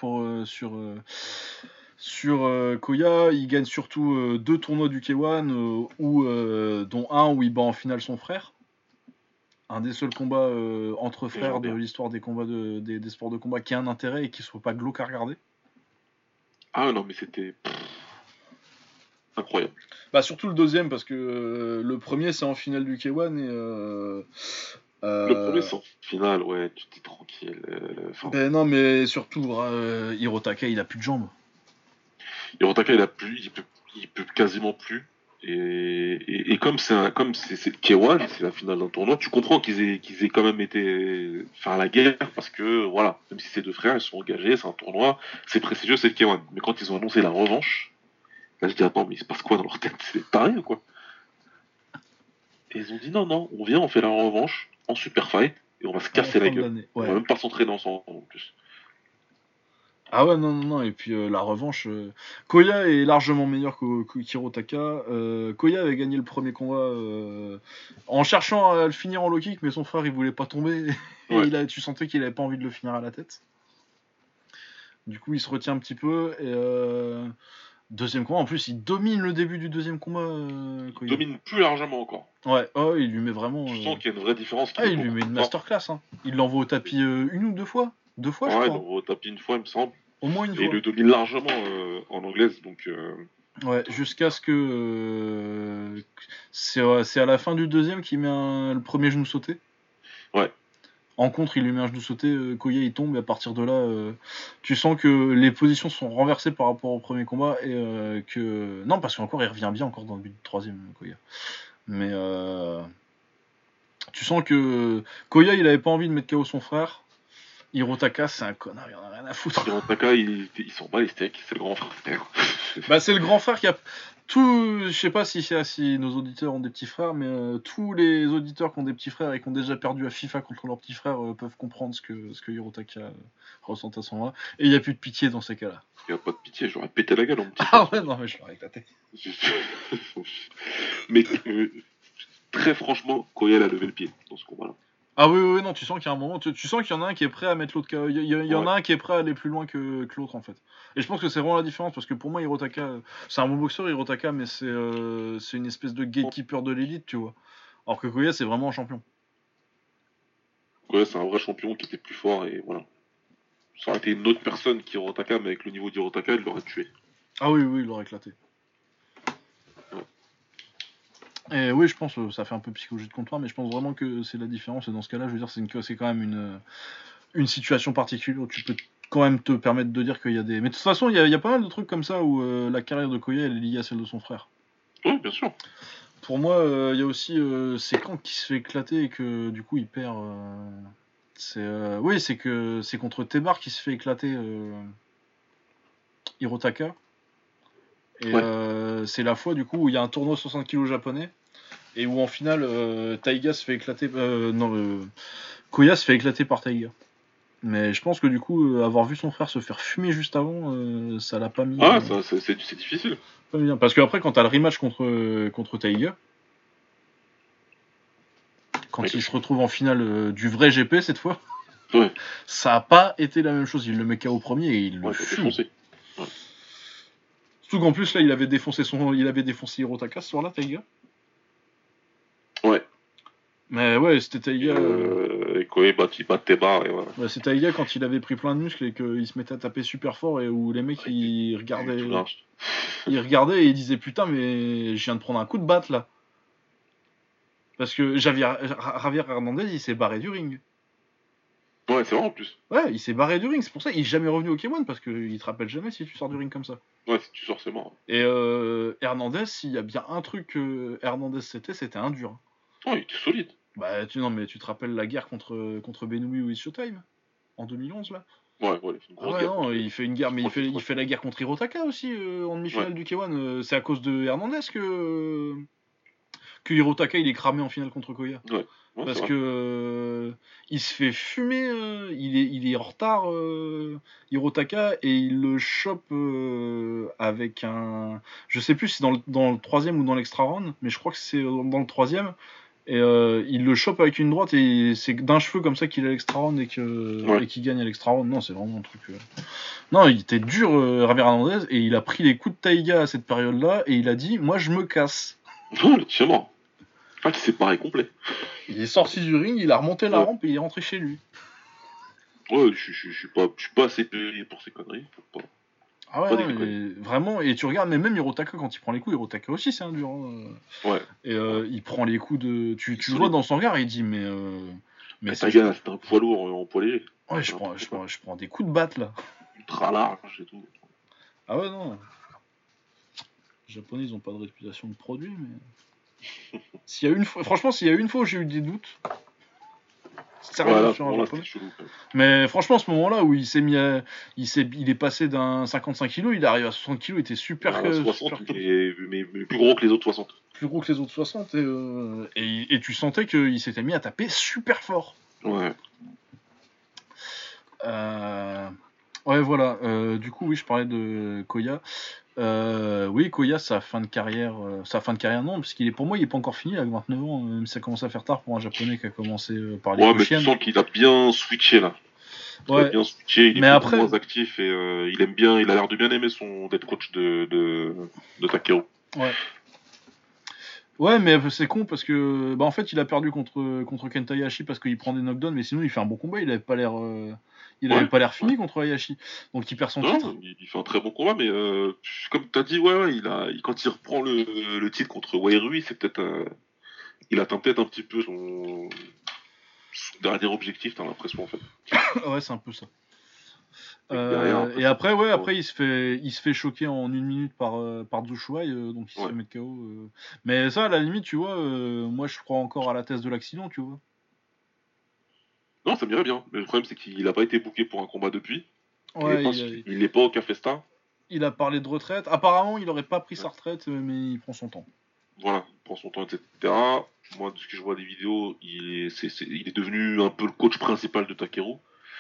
sur Koya, il gagne surtout 2 tournois du K1, dont un où il bat en finale son frère. Un des seuls combats entre frères de l'histoire des combats des sports de combat qui a un intérêt et qui soit pas glauque à regarder. Ah non, mais c'était incroyable. Bah surtout le deuxième parce que le premier c'est en finale du K1 et Le premier c'est en finale, ouais, tu t'es tranquille. Ben non, mais surtout Hirotaka il a plus de jambes. Hirotaka il peut quasiment plus. Et comme c'est le K1, c'est la finale d'un tournoi, tu comprends qu'ils aient quand même été faire la guerre parce que voilà, même si c'est deux frères, ils sont engagés, c'est un tournoi, c'est prestigieux, c'est le K1. Mais quand ils ont annoncé la revanche, là je dis attends, mais il se passe quoi dans leur tête? C'est pareil ou quoi? Et ils ont dit non, on vient, on fait la revanche en super fight et on va se casser la gueule. Ouais. On va même pas s'entraîner ensemble en plus. Ah ouais, non, et puis la revanche, Koya est largement meilleur qu'Hirotaka. Koya avait gagné le premier combat en cherchant à le finir en low kick, mais son frère il voulait pas tomber, et Ouais. tu sentais qu'il avait pas envie de le finir à la tête. Du coup, il se retient un petit peu, et deuxième combat, en plus, il domine le début du deuxième combat, Il Koya. domine plus largement encore. Ouais, il lui met vraiment... Tu sens qu'il y a une vraie différence. il lui met une masterclass, hein. Il l'envoie au tapis une ou deux fois. Deux fois, je crois. Ouais, il l'envoie au tapis une fois, il me semble. Au moins une Et fois. il le domine largement en anglaise, donc... Ouais, jusqu'à ce que... c'est à la fin du deuxième qu'il met le premier genou sauté. Ouais. En contre, il lui met un genou sauté, Koya il tombe, et à partir de là, tu sens que les positions sont renversées par rapport au premier combat, et que... Non, parce qu'encore, il revient bien encore dans le but du troisième, Koya. Mais tu sens que Koya, il avait pas envie de mettre KO son frère. Hirotaka, c'est un connard, il en a rien à foutre. Hirotaka, il s'en bat les steaks, c'est le grand frère. Bah, c'est le grand frère qui a tout. Je sais pas si nos auditeurs ont des petits frères, mais tous les auditeurs qui ont des petits frères et qui ont déjà perdu à FIFA contre leurs petits frères peuvent comprendre ce que Hirotaka ressent à ce moment-là. Et il n'y a plus de pitié dans ces cas-là. Il n'y a pas de pitié, j'aurais pété la gueule en petit. Ah ouais, non, mais je l'aurais éclaté. Mais très franchement, Koya a levé le pied dans ce combat-là. Ah oui, non, tu sens qu'il y a un moment, tu sens qu'il y en a un qui est prêt à mettre l'autre. Il y en a un qui est prêt à aller plus loin que l'autre en fait. Et je pense que c'est vraiment la différence parce que pour moi, Hirotaka, c'est un bon boxeur, Hirotaka, mais c'est une espèce de gatekeeper de l'élite, tu vois. Alors que Koya, c'est vraiment un champion. Koya, c'est un vrai champion qui était plus fort et voilà. Ça aurait été une autre personne qu'Hirotaka, mais avec le niveau d'Hirotaka, il l'aurait tué. Ah oui, il l'aurait éclaté. Et oui, je pense que ça fait un peu psychologie de comptoir, mais je pense vraiment que c'est la différence. Et dans ce cas-là, je veux dire, c'est quand même une situation particulière où tu peux quand même te permettre de dire qu'il y a des... Mais de toute façon, il y a pas mal de trucs comme ça où la carrière de Koya, elle est liée à celle de son frère. Oui, bien sûr. Pour moi, il y a aussi c'est Kang qui se fait éclater et que du coup, il perd... Oui, c'est contre Tebar qui se fait éclater Hirotaka. Et c'est la fois, du coup, où il y a un tournoi 60 kg japonais. Et où en finale, Taiga se fait éclater. Koya se fait éclater par Taiga. Mais je pense que du coup, avoir vu son frère se faire fumer juste avant, ça l'a pas mis. Ah, c'est difficile. Pas bien. Parce qu'après, quand t'as le rematch contre Taiga, quand Ouais, il se retrouve en finale du vrai GP cette fois, Ouais, ça a pas été la même chose. Il le met KO premier et il le ouais, t'as fume. défoncé. Surtout qu'en plus là, il avait défoncé Hirotaka ce soir-là, Taiga. Ouais. Mais ouais, c'était Taiga. Et quoi, il bat tes barres et voilà. Ouais, c'est Taiga quand il avait pris plein de muscles et qu'il se mettait à taper super fort et où les mecs Ouais, ils Tout regardaient, large. ils regardaient et ils disaient putain mais je viens de prendre un coup de batte là. Parce que Javier Hernandez il s'est barré du ring. Ouais, c'est vrai en plus. Ouais, il s'est barré du ring, c'est pour ça qu'il est jamais revenu au K1 parce qu'il te rappelle jamais si tu sors du ring comme ça. Ouais, si tu sors, c'est mort. Et Hernandez, s'il y a bien un truc que Hernandez c'était un dur. Ouais, il était solide. Bah non mais tu te rappelles la guerre contre Benoît ou It's Showtime en 2011 là. Ouais, il a fait une Ah grosse ouais guerre. non, il fait une guerre mais Je crois il fait la guerre contre Hirotaka aussi en demi-finale Ouais. du K1. C'est à cause de Hernandez que Hirotaka il est cramé en finale contre Koya. Ouais, Parce c'est vrai. que il se fait fumer, il est en retard, Hirotaka, et il le chope avec un. Je sais plus si c'est dans le troisième ou dans l'extra round, mais je crois que c'est dans le troisième. Et il le chope avec une droite et c'est d'un cheveu comme ça qu'il a l'extra round Ouais. et qu'il gagne à l'extra round. Non, c'est vraiment un truc. Non, il était dur, Javier Hernandez, et il a pris les coups de Taiga à cette période-là et il a dit moi je me casse. Non, il était mort. Ah, il s'est barré complet. Il est sorti du ring, il a remonté la Ouais. rampe et il est rentré chez lui. Ouais, je suis pas assez payé pour ces conneries. Faut pas. Ah ouais, Pas non, déconner. mais vraiment, et tu regardes, mais même Hirotaka, quand il prend les coups, Hirotaka aussi, c'est un dur. Ouais. Et il prend les coups de. Tu le Solide. vois dans son regard, il dit, mais Mais c'est. Taga, c'était un poids lourd en poids léger. Ouais, je prends des coups de batte là. Ultra large et tout. Ah ouais, non. Les Japonais, ils ont pas de réputation de produit, mais. S'il y a une fois, franchement, s'il y a une fois où j'ai eu des doutes, sérieux Voilà, à ce sur un moment-là, japonais. c'était chelou. Quand même. Mais franchement, ce moment-là où il s'est mis à. Il est passé d'un 55 kg, il arrive à 60 kg, il était super. À 60, mais plus gros que les autres 60. Plus gros que les autres 60, et tu sentais qu'il s'était mis à taper super fort. Ouais. Ouais, voilà. Du coup, oui, je parlais de Koya. Oui, Koya, sa fin de carrière non, parce pour moi, il est pas encore fini avec 29 ans, même si ça commence à faire tard pour un japonais qui a commencé par les Ouais, mais tu Koshiens. sens qu'il a bien switché là. Il a Ouais, bien switché, il est mais beaucoup après, moins actif et il aime bien, il a l'air de bien aimer d'être coach de Takeru. ouais. Ouais, mais c'est con parce que, bah, en fait, il a perdu contre Kenta Hayashi parce qu'il prend des knockdowns, mais sinon, il fait un bon combat. Il avait pas l'air, fini contre Hayashi, donc il perd son titre. Non, il fait un très bon combat, mais comme tu as dit, ouais, quand il reprend le titre contre Wairui, c'est peut-être. Il atteint peut-être un petit peu son dernier objectif, t'as l'impression en fait. Ouais, c'est un peu ça. Derrière, Et après, ouais, après il se fait choquer en une minute par Zhou donc il se fait mettre KO. Mais ça, à la limite, tu vois, moi je crois encore à la thèse de l'accident, tu vois. Non, ça m'irait bien, mais le problème c'est qu'il a pas été booké pour un combat depuis. Ouais, Il est pas au Café Star. il a parlé de retraite. Apparemment, il aurait pas pris sa retraite, mais il prend son temps. Voilà, il prend son temps, etc. Moi, de ce que je vois des vidéos, il est devenu un peu le coach principal de Takeru.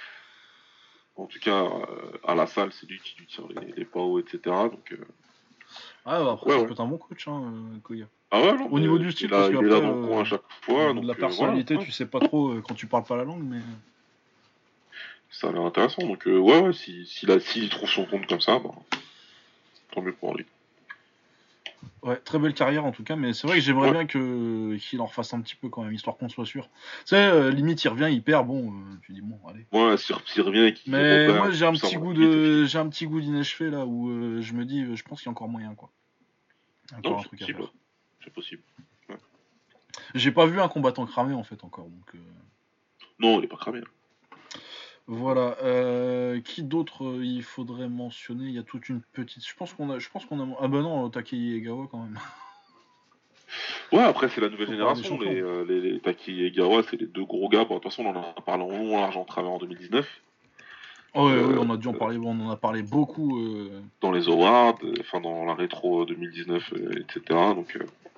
En tout cas, à la salle, c'est lui qui lui tire les PAO, etc. Donc, Ah, bah, après, ouais, ça ouais. peut être un bon coach, Koya. Ah ouais, non, Au niveau du style, parce il est qu'après, là dans le coin à chaque au fois. niveau Donc, de la personnalité, voilà, tu sais pas trop quand tu parles pas la langue, mais. ça a l'air intéressant. Donc, ouais, s'il trouve son compte comme ça, bah, tant mieux pour lui. Ouais, très belle carrière en tout cas, mais c'est vrai que j'aimerais bien qu'il en refasse un petit peu quand même, histoire qu'on soit sûr. Tu sais, limite il revient, il perd, bon, tu dis bon, allez. Ouais, s'il revient et qu'il Mais repère, moi j'ai un tout ça, petit voilà, j'ai un petit goût d'inachevé là où je me dis, je pense qu'il y a encore moyen quoi. Encore Non, un c'est truc à possible. faire. C'est possible. Ouais. J'ai pas vu un combattant cramé en fait encore, donc. Non, il est pas cramé. Voilà. Qui d'autre il faudrait mentionner? Il y a toute une petite. Je pense qu'on a. Ah bah non, Takei Egawa quand même. Ouais, après, c'est la nouvelle Faut parler des génération. champions. Les Taki et Gawa, c'est les deux gros gars. Bon, de toute façon, on en a parlé en long, en large, en travers en 2019. Oh, ouais, oui, on a dû en parler. Bon, on en a parlé beaucoup. Dans les awards, enfin, dans la rétro 2019, etc. Donc,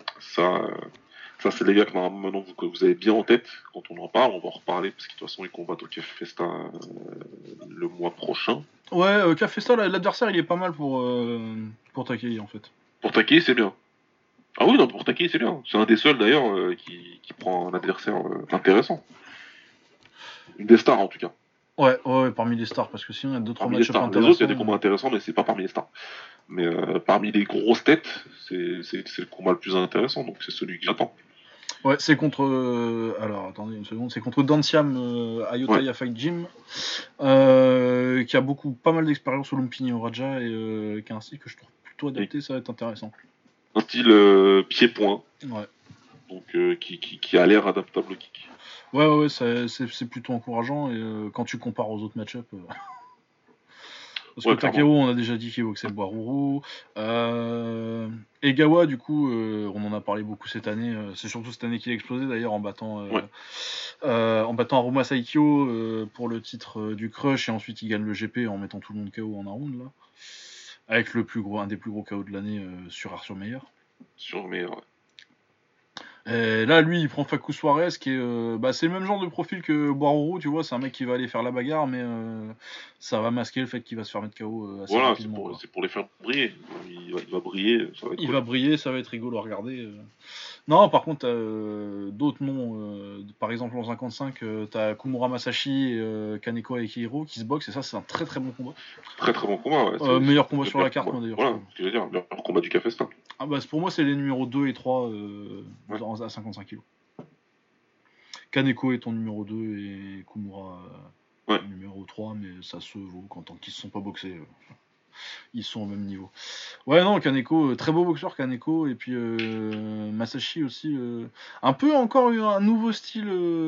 ça c'est les gars que normalement, maintenant, que vous avez bien en tête. Quand on en parle, on va en reparler. Parce que de toute façon, ils combattent au Café Festa le mois prochain. Ouais, Festa, l'adversaire, il est pas mal pour Takei, en fait. Pour Taki, c'est bien. Ah oui, non, pour Takei, c'est bien. C'est un des seuls d'ailleurs qui prend un adversaire intéressant. Une des stars en tout cas. Ouais, parmi les stars, parce que sinon il y a d'autres Parmi les match-up stars. Les autres, il y a intéressants. des combats intéressants, mais c'est pas parmi les stars. Mais parmi les grosses têtes, c'est le combat le plus intéressant, donc c'est celui que j'attends. Ouais, c'est contre. Alors, attendez une seconde. C'est contre Danciam Ouais. Ayutthaya Fight Gym, qui a pas mal d'expérience au Lumpini au Raja et qui a un style que je trouve plutôt Et adapté, ça va être intéressant. un style pied-point, Ouais. donc qui a l'air adaptable au kick. Ouais, c'est plutôt encourageant et quand tu compares aux autres match-up. Parce que Ouais, clairement. Takeo, on a déjà dit qu'il boxait le Boirourou. Egawa, du coup, on en a parlé beaucoup cette année. C'est surtout cette année qu'il a explosé d'ailleurs Ouais. en battant Aruma Saikyo pour le titre du Crush et ensuite il gagne le GP en mettant tout le monde KO en un round là. Avec un des plus gros KO de l'année sur Arthur Meyer. Mais Et là, lui, il prend Facu Suarez, qui est, c'est le même genre de profil que Boirourou, tu vois. C'est un mec qui va aller faire la bagarre, mais ça va masquer le fait qu'il va se faire mettre KO assez voilà, rapidement. Quoi. c'est pour les faire briller. Il va briller, ça va être Il cool. va briller, ça va être rigolo à regarder. Non, par contre, d'autres noms. Par exemple, en 55, t'as Kumura Masashi et Kaneko Akihiro qui se boxent, et ça, c'est un très très bon combat. Très très bon combat, ouais. Meilleur combat le sur la meilleur carte, combat. moi d'ailleurs, je Voilà, trouve. ce que je veux dire, le meilleur combat du Café Star. Ah pour moi, c'est les numéros 2 et 3 Ouais. à 55 kg. Kaneko est ton numéro 2 et Kumura numéro 3, mais ça se vaut tant qu'ils se sont pas boxés. Ils sont au même niveau. Ouais, non, Kaneko, très beau boxeur, Kaneko, et puis Masashi aussi. Un peu encore un nouveau style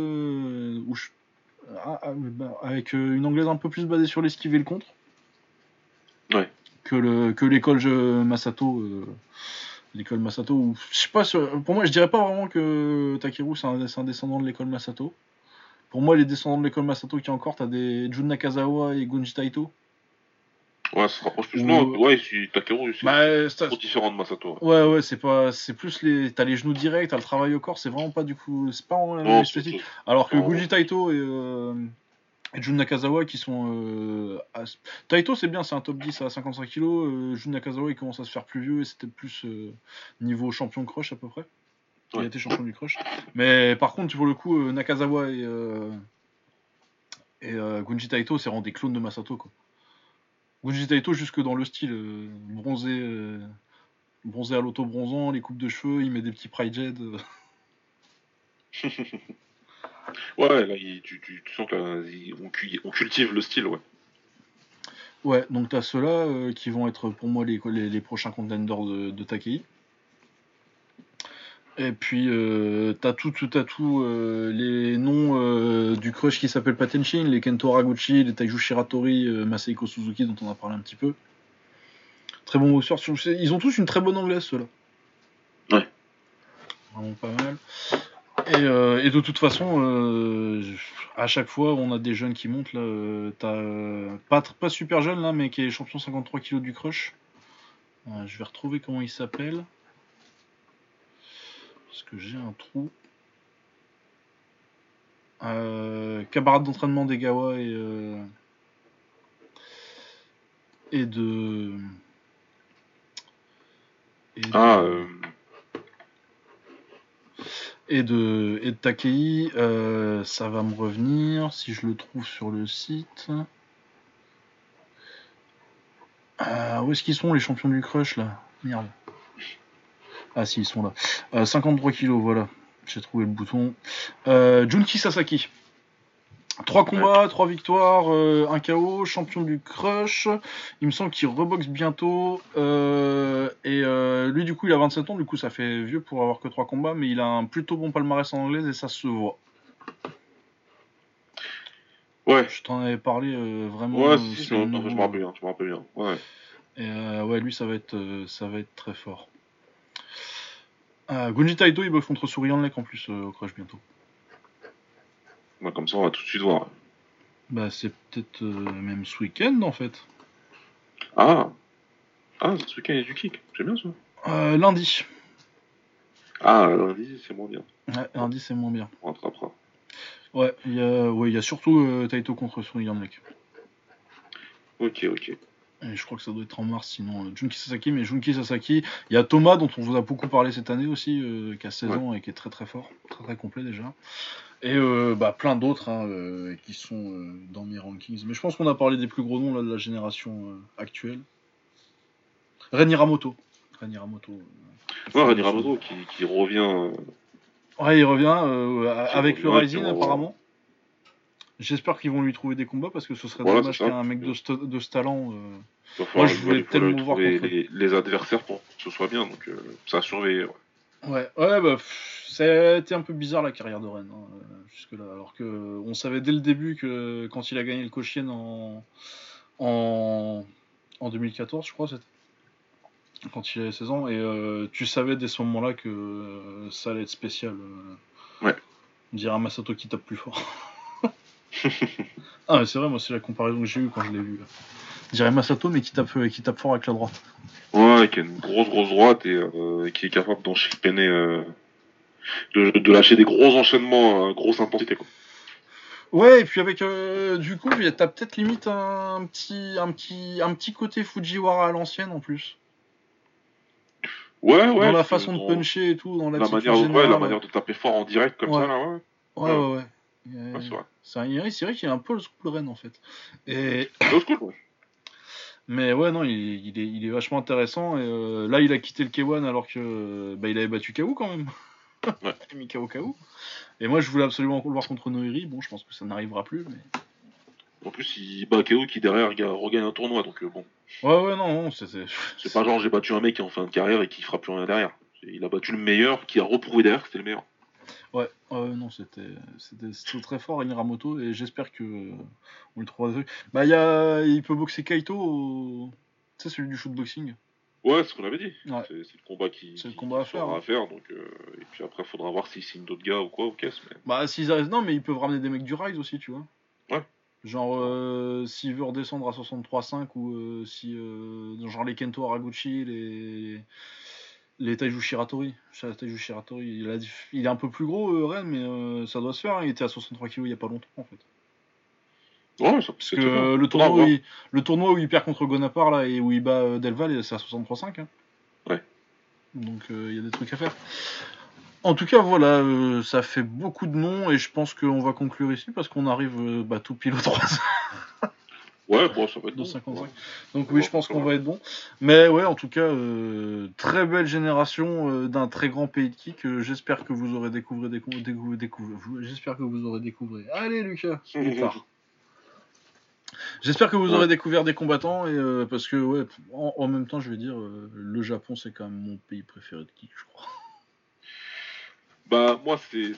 avec une anglaise un peu plus basée sur l'esquive et le contre. Ouais. Que l'école Masato. L'école Masato, ou je sais pas, pour moi, je dirais pas vraiment que Takeru c'est un descendant de l'école Masato. Pour moi, les descendants de l'école Masato qui encore, t'as des Jun Nakazawa et Gunji Taito. Ouais, ça se rapproche plus. Ou... Non, ouais, Takeru, c'est trop c'est différent de Masato. Ouais, c'est plus t'as les genoux directs, t'as le travail au corps, c'est vraiment pas du coup, c'est pas vraiment la même Non, c'est autre esthétique. chose. Alors que Non. Gunji Taito et Jun Nakazawa qui sont. Taito c'est bien, c'est un top 10 à 55 kg. Jun Nakazawa il commence à se faire plus vieux et c'était plus niveau champion de crush à peu près. Il a été champion du crush. Mais par contre, pour le coup, Nakazawa et Gunji Taito c'est vraiment des clones de Masato quoi. Gunji Taito jusque dans le style bronzé à l'auto-bronzant, les coupes de cheveux, il met des petits pride jets. Ouais, là, tu sens qu'on cultive le style, ouais. Ouais, donc t'as ceux-là qui vont être pour moi les prochains contenders de Takei. Et puis t'as tout les noms du crush qui s'appelle Patenshin, les Kento Haraguchi, les Taiju Shiratori, Masahiko Suzuki dont on a parlé un petit peu. Très bons boxeurs, ils ont tous une très bonne anglaise ceux-là. Ouais. Vraiment pas mal. Et de toute façon, à chaque fois, on a des jeunes qui montent. Là, t'as pas super jeune, là, mais qui est champion 53 kg du crush. Je vais retrouver comment il s'appelle. Parce que j'ai un trou. Camarade d'entraînement d'Egawa et de. Et de Takei, ça va me revenir si je le trouve sur le site. Où est-ce qu'ils sont les champions du crush là? Merde. Ah si, ils sont là. 53 kilos, voilà. J'ai trouvé le bouton. Junki Sasaki. 3 combats, 3 victoires, 1 KO, champion du crush. Il me semble qu'il reboxe bientôt. Lui, du coup, il a 27 ans. Du coup, ça fait vieux pour avoir que 3 combats. Mais il a un plutôt bon palmarès en anglaise et ça se voit. Ouais. Je t'en avais parlé vraiment. Ouais, si, je me rappelle bien. Ouais. Et ouais, lui, ça va être très fort. Gunji Taito, il boxe contre Surian Lek en plus au crush bientôt. Ouais, comme ça, on va tout de suite voir. C'est peut-être même ce week-end en fait. Ah, ce week-end il y a du kick. J'aime bien ça. Lundi. Ah, lundi, c'est moins bien. Ouais, lundi, c'est moins bien. On rattrapera. Ouais, il y a surtout Taito contre Surian Lek. Ok. Et je crois que ça doit être en mars, sinon Junki Sasaki. Mais Junki Sasaki, il y a Thomas, dont on vous a beaucoup parlé cette année aussi, qui a 16 ans et qui est très très fort, très très complet déjà. Et plein d'autres qui sont dans mes rankings. Mais je pense qu'on a parlé des plus gros noms là, de la génération actuelle. Reni Ramoto. Reni Ramoto qui revient. Ouais, il revient avec le Rising apparemment. J'espère qu'ils vont lui trouver des combats parce que ce serait dommage qu'un mec de ce talent. Moi, je voulais tellement voir contre les adversaires pour que ce soit bien, donc ça a surveillé. Ouais, bah, ça a été un peu bizarre la carrière de Ren jusque-là, alors que on savait dès le début que quand il a gagné le Koshien en 2014, je crois, c'était quand il avait 16 ans, et tu savais dès ce moment-là que ça allait être spécial. Ouais. On dirait un Masato qui tape plus fort. Ah, mais c'est vrai, moi, c'est la comparaison que j'ai eue quand je l'ai vu. Je dirais Masato, mais qui tape fort avec la droite. Ouais, qui a une grosse droite et qui est capable d'enchaîner, de lâcher des gros enchaînements à grosse intensité, quoi. Ouais, et puis avec du coup, t'as peut-être limite un petit côté Fujiwara à l'ancienne en plus. Ouais. Dans la façon de puncher et tout, dans la manière de taper fort en direct comme ça, là, ouais. Ouais. C'est vrai. C'est vrai qu'il est un peu le school Ren en fait. Et... Le school, ouais. Mais ouais, non, il est vachement intéressant. Et là, il a quitté le K1 alors que il avait battu KO quand même. Ouais. Il a mis KO. Et moi, je voulais absolument le voir contre Noiri. Bon, je pense que ça n'arrivera plus. Mais... En plus, il bat KO qui derrière regagne un tournoi, donc bon. Ouais, non, c'est pas genre j'ai battu un mec qui est en fin de carrière et qui fera plus rien derrière. Il a battu le meilleur, qui a reprouvé derrière que c'était le meilleur. Ouais, non, c'était très fort, Ramoto, et j'espère que on lui trouvera des trucs. Il peut boxer Kaito, tu sais, celui du shootboxing. Ouais, c'est ce qu'on avait dit. Ouais. C'est le combat qui à faire. Donc, et puis après, faudra voir s'ils signent d'autres gars ou quoi, ou qu'est-ce. Mais... s'ils arrivent, non, mais ils peuvent ramener des mecs du Rise aussi, tu vois. Ouais. Genre, s'il veut redescendre à 63,5 ou si, genre les Kento Haraguchi, les Taiju Shiratori. Il est un peu plus gros, Ren, mais ça doit se faire. Il était à 63 kg il y a pas longtemps, en fait. Ouais, ça parce que le tournoi où il perd contre Gonapar là, et où il bat Delval, c'est à 63,5. Hein. Ouais. Donc il y a des trucs à faire. En tout cas, voilà, ça fait beaucoup de noms et je pense qu'on va conclure ici parce qu'on arrive tout pile aux 3 Ouais, bon, ça va être bon. 55. Ouais. Donc oui, je pense qu'on va être bon. Mais ouais, en tout cas, très belle génération d'un très grand pays de kick. J'espère que vous aurez découvert J'espère que vous aurez découvert. Allez, Lucas. J'espère que vous aurez découvert des combattants et parce que ouais, en même temps, je vais dire, le Japon c'est quand même mon pays préféré de kick, je crois. Bah moi c'est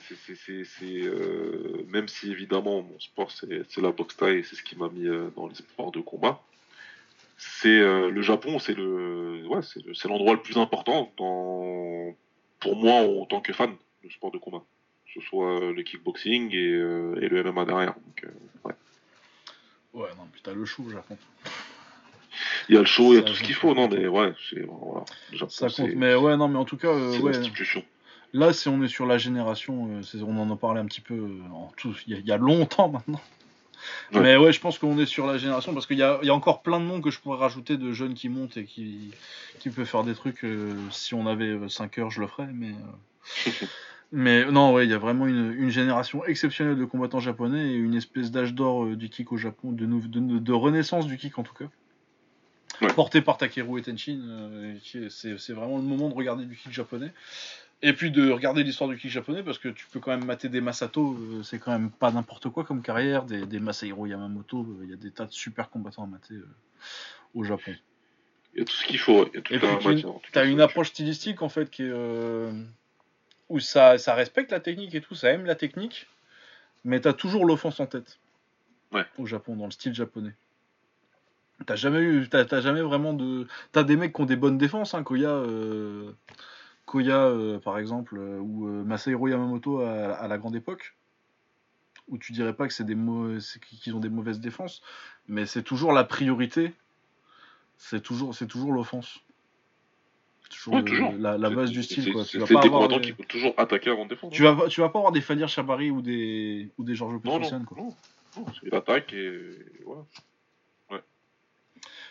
même si évidemment mon sport c'est la boxe thaï et c'est ce qui m'a mis dans les sports de combat. C'est le Japon, c'est l'endroit le plus important pour moi en tant que fan de sport de combat. Que ce soit le kickboxing et le MMA derrière. Donc, ouais. Ouais, non, putain, le show au Japon. Il y a le show, il y a tout ce qu'il faut, non, mais ouais, voilà. Le Japon, ça compte, mais ouais, non, mais en tout cas, c'est l'institution. Là, si on est sur la génération, on en a parlé un petit peu il y a longtemps maintenant. Ouais. Mais ouais, je pense qu'on est sur la génération parce qu'il y a encore plein de noms que je pourrais rajouter de jeunes qui montent et qui peuvent faire des trucs. Si on avait 5 heures, je le ferais, mais. Mais non, ouais, il y a vraiment une génération exceptionnelle de combattants japonais et une espèce d'âge d'or du kick au Japon, de renaissance du kick en tout cas. Ouais. Porté par Takeru et Tenshin, c'est vraiment le moment de regarder du kick japonais. Et puis de regarder l'histoire du kick japonais parce que tu peux quand même mater des Masato, c'est quand même pas n'importe quoi comme carrière, des Masahiro Yamamoto, il y a des tas de super combattants à mater au Japon. Il y a tout ce qu'il faut, il y a toute la matière. T'as une approche stylistique en fait qui est où ça respecte la technique et tout, ça aime la technique, mais t'as toujours l'offense en tête. Ouais. Au Japon, dans le style japonais. T'as jamais vraiment de. T'as des mecs qui ont des bonnes défenses, hein, Koya, par exemple, ou Masahiro Yamamoto à la grande époque, où tu dirais pas que qu'ils ont des mauvaises défenses, mais c'est toujours la priorité, c'est toujours l'offense. Toujours. La base du style, quoi. C'est des combattants qui peuvent toujours attaquer avant de défendre. Tu vas pas avoir des Fadir Chabari ou des Georges Petrosian, quoi. Non, c'est l'attaque et voilà.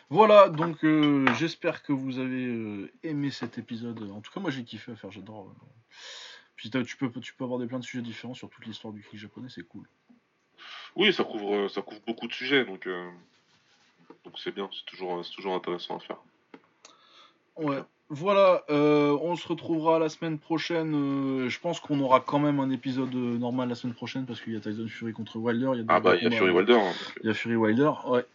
Voilà, donc j'espère que vous avez aimé cet épisode. En tout cas, moi j'ai kiffé à faire, j'adore. Puis tu peux aborder plein de sujets différents sur toute l'histoire du kick japonais, c'est cool. Oui, ça couvre beaucoup de sujets, donc c'est bien, c'est toujours intéressant à faire. Ouais. Voilà, on se retrouvera la semaine prochaine. Je pense qu'on aura quand même un épisode normal la semaine prochaine parce qu'il y a Tyson Fury contre Wilder. Il y a Ah des bah, il y a combats. Fury Wilder. Hein, Il y a Fury Wilder, ouais.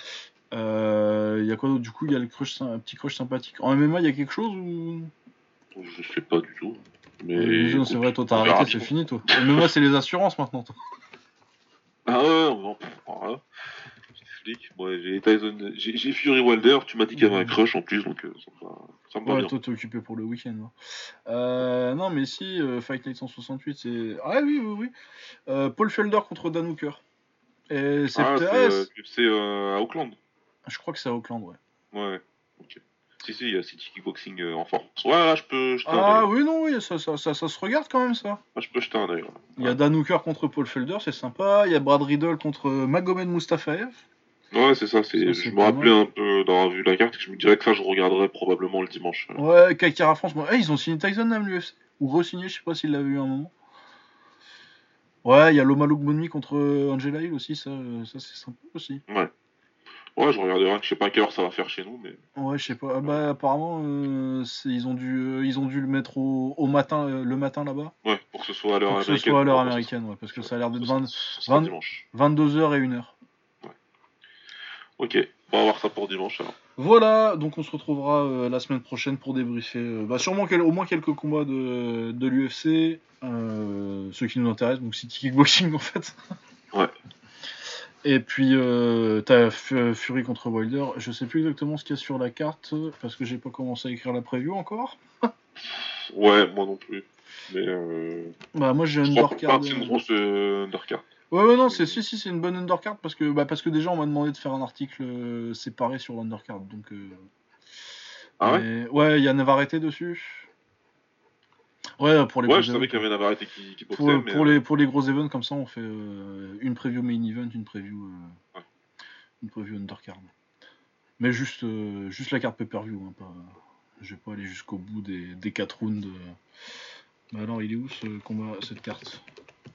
Il y a quoi d'autre? Du coup, il y a un petit crush sympathique. En MMA, il y a quelque chose ou... je sais pas du tout. Mais Ouais, c'est vrai, toi t'as on verra arrêté, c'est bien. fini toi. MMA, c'est les assurances maintenant. Toi. Ah ouais, voilà. Je t'explique. Moi, j'ai Fury Wilder, tu m'as dit qu'il y avait un crush en plus, donc ça me va Ouais, bien. toi t'es occupé pour le week-end. Non, mais si, Fight Night 168, c'est. Ah oui, oui, oui. Paul Felder contre Dan Hooker. Et c'est Ah, c'est peut-être. UFC à Auckland. Je crois que c'est à Auckland, ouais. Ouais, ok. Si, il y a City Kickboxing en force. Ouais, là, je peux jeter un Ah œil. oui, non, oui, ça se regarde quand même, ça. Là, je peux jeter un œil. Il y a Dan Hooker contre Paul Felder, c'est sympa. Il y a Brad Riddle contre Magomed Mustafaev. Ouais, c'est ça. Ça, Je c'est me pas rappelais mal. un peu d'avoir vu la carte et que je me dirais que ça, je regarderai probablement le dimanche. Ouais, Kakira France. Bon, ils ont signé Tyson à l'UFC. Ou re-signé, je sais pas s'il l'avait eu à un moment. Ouais, il y a Loma Lookboonmi contre Angela Hill aussi, ça c'est sympa aussi. Ouais. Ouais, je regarderai. Je sais pas à quelle heure ça va faire chez nous, mais. Ouais, je sais pas. Ah bah apparemment, ils ont dû le mettre au matin, le matin là-bas, Ouais, pour que ce soit à l'heure pour que ce américaine. soit à l'heure Normalement, américaine, ouais, parce que ça a l'air d'être ce sera dimanche. 22h et 1h. Ok, on va voir ça pour dimanche alors. Voilà, donc on se retrouvera la semaine prochaine pour débriefer sûrement au moins quelques combats de l'UFC, ceux qui nous intéressent, donc City Kickboxing en fait. Ouais. Et puis t'as Fury contre Wilder. Je sais plus exactement ce qu'il y a sur la carte parce que j'ai pas commencé à écrire la preview encore. Ouais, moi non plus. Mais Bah moi j'ai je crois undercard. pas que c'est une grosse undercard. Ouais non c'est une bonne undercard parce que déjà on m'a demandé de faire un article séparé sur l'undercard donc. Ah ouais? Ouais il y a Navarrete dessus. Ouais pour les Ouais, gros je savais events. qu'il y avait Navarrete qui boxait, mais. Pour les gros events comme ça on fait une preview main event, Ouais. une preview undercard. Mais juste la carte pay-per-view hein, pas. Je vais pas aller jusqu'au bout des 4 rounds. Mais alors, il est où ce combat, cette carte?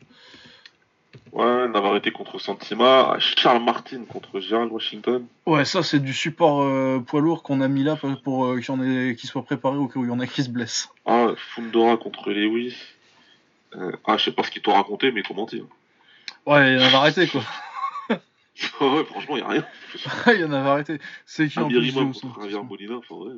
Ouais, Navarrete contre Santima, Charles Martin contre Gerald Washington. Ouais, ça, c'est du support poids lourd qu'on a mis là pour qu'il soit préparé au cas où il y en a qui se blessent. Ah, Fundora contre Lewis. Je sais pas ce qu'il t'a raconté, mais comment dire. Ouais, il y en avait arrêté quoi. Ouais, franchement, y a rien. Il y en avait arrêté. C'est qui en plus Imam Zeus, contre Javier Molina, enfin ouais.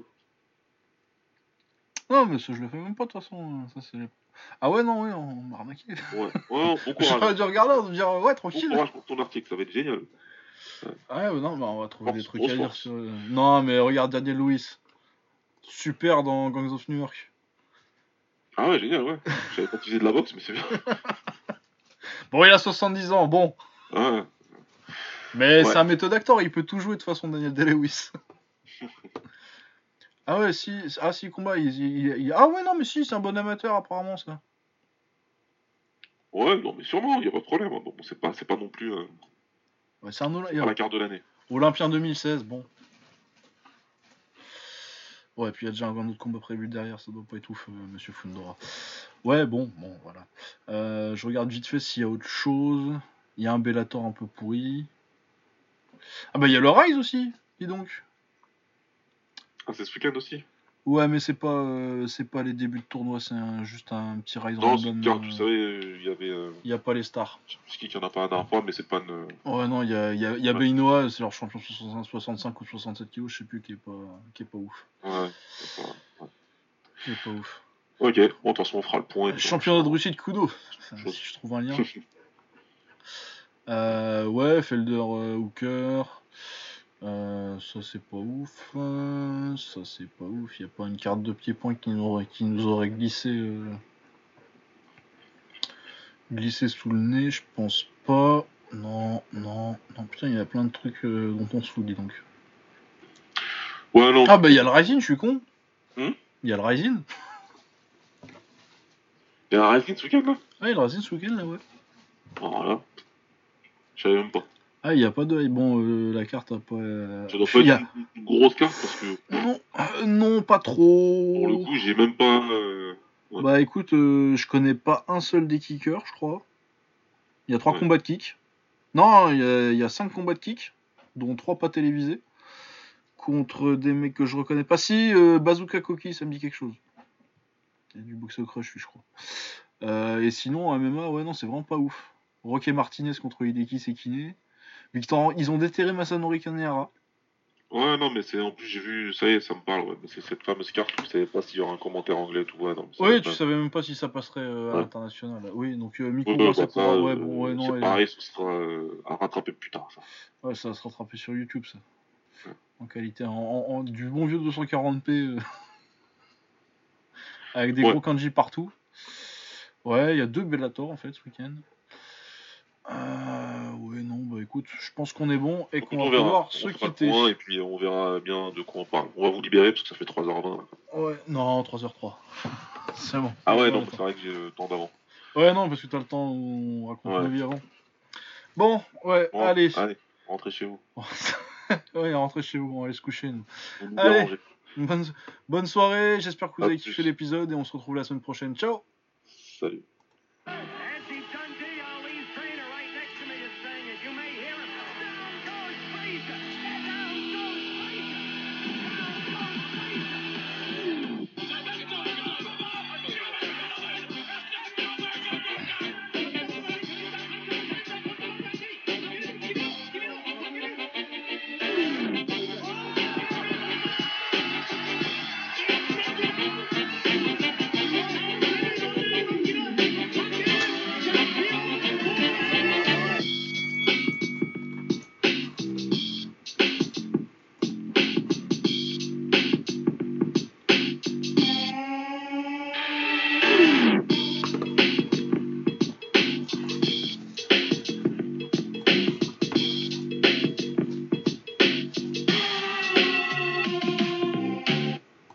Non, mais ça, je le fais même pas de toute façon. Ça, c'est... Ah ouais, non, ouais, on m'a arnaqué. Ouais, bon J'aurais courage. dû regarder, on me dire ouais, Bon tranquille. courage pour ton article, ça va être génial. Ouais, non, bah, on va trouver des trucs Grosse à dire force. sur. Non, mais regarde Daniel Lewis. Super dans Gangs of New York. Ah ouais, génial, ouais. Je savais pas que tu faisais de la boxe, mais c'est bien. Bon, il a 70 ans, bon. Ouais. Mais Ouais. c'est un méthode acteur, il peut tout jouer de toute façon, Daniel Day-Lewis. Ah ouais, si, combat, ah ouais, non, mais si, c'est un bon amateur apparemment, ça. Ouais, non, mais sûrement, y a pas de problème. Bon, c'est pas non plus. Ouais, c'est un Pas la carte de l'année. Olympien 2016, bon. Ouais, puis il y a déjà un autre combat prévu derrière, ça doit pas être ouf, monsieur Fundora. Ouais, bon, voilà. Je regarde vite fait s'il y a autre chose. Il y a un Bellator un peu pourri. Ah bah il y a le Rise aussi, dis donc. Ah, c'est ce week-end aussi. Ouais, mais c'est pas les débuts de tournoi, c'est juste un petit Rise Non, c'est random. une carte, tu savais, il y avait. Il y a pas les stars. Je sais plus qui en a pas la dernière fois, mais c'est pas une. Ouais, non, il y a Beinoa, c'est leur champion 65 ou 67 kg, je sais plus, qui est pas ouf. Ouais, c'est pas. Ouais. Qui est pas ouf. Ok, bon, de toute façon, on fera le point. Championnat de Russie de Kudo, si je trouve un lien. Ouais, Felder Hooker. Ça c'est pas ouf. Ça c'est pas ouf. Il n'y a pas une carte de pied-point qui nous aurait glissé sous le nez, je pense pas. Non, putain, il y a plein de trucs dont on se fout, dis donc. Ouais, non. Ah bah il y a le Rising, je suis con. Il y a le Rising. Il y a un Rising ce week-end là? Ah, il y a le Rising ce week-end là, ouais. Oh là. Je savais même pas. Ah, il y a pas de. Bon, la carte a pas. Ça doit pas Il y être a... une grosse carte parce que Non, pas pour le trop. coup, j'ai même pas. Ouais. Bah écoute, je connais pas un seul des kickers, je crois. Il y a 3 Ouais. combats de kick. Non, il y a 5 combats de kick, dont 3 pas télévisés. Contre des mecs que je reconnais pas. Si, Bazooka Koki, ça me dit quelque chose. Il y a du boxe au crush, je crois. Et sinon, MMA, ouais, non, c'est vraiment pas ouf. Roque Martinez contre Hideki Sekine. Victor, ils ont déterré Masanori Kanehara. Ouais, non, mais c'est en plus, j'ai vu, ça y est, ça me parle, ouais. Mais c'est cette fameuse carte où je savais pas s'il y aura un commentaire anglais et tout, ouais, non, ça va Oui, être tu dingue. savais même pas si ça passerait à Ouais. l'international. Oui, donc Ouais, Mikuba, bah ça ça, pourra. Ouais, bon, ouais, non, c'est pareil, ce sera à rattraper plus tard, ça. ouais, ça va se rattraper sur YouTube, ça. Ouais. En qualité, du bon vieux 240p, avec des Ouais. gros kanji partout. Ouais, il y a 2 Bellator en fait ce week-end. Ouais, non, bah écoute, je pense qu'on est bon et Écoute, qu'on va on verra. pouvoir On se fera le quitter. point et puis on verra bien de quoi on parle. On va vous libérer parce que ça fait 3h20. Là. Ouais, non, 3h03. C'est bon. Ah C'est ouais, bon, non, le mais c'est temps. vrai que j'ai le temps d'avant. Ouais, non, parce que t'as le temps où on raconte nos Ouais. vies avant. Bon, ouais, Bon, allez. allez, rentrez chez vous. Ouais, rentrez chez vous, on va aller se coucher, nous. Vous nous Allez, dérangez. bonne, bonne soirée, j'espère que vous À avez kiffé plus. l'épisode et on se retrouve la semaine prochaine. Ciao! Salut.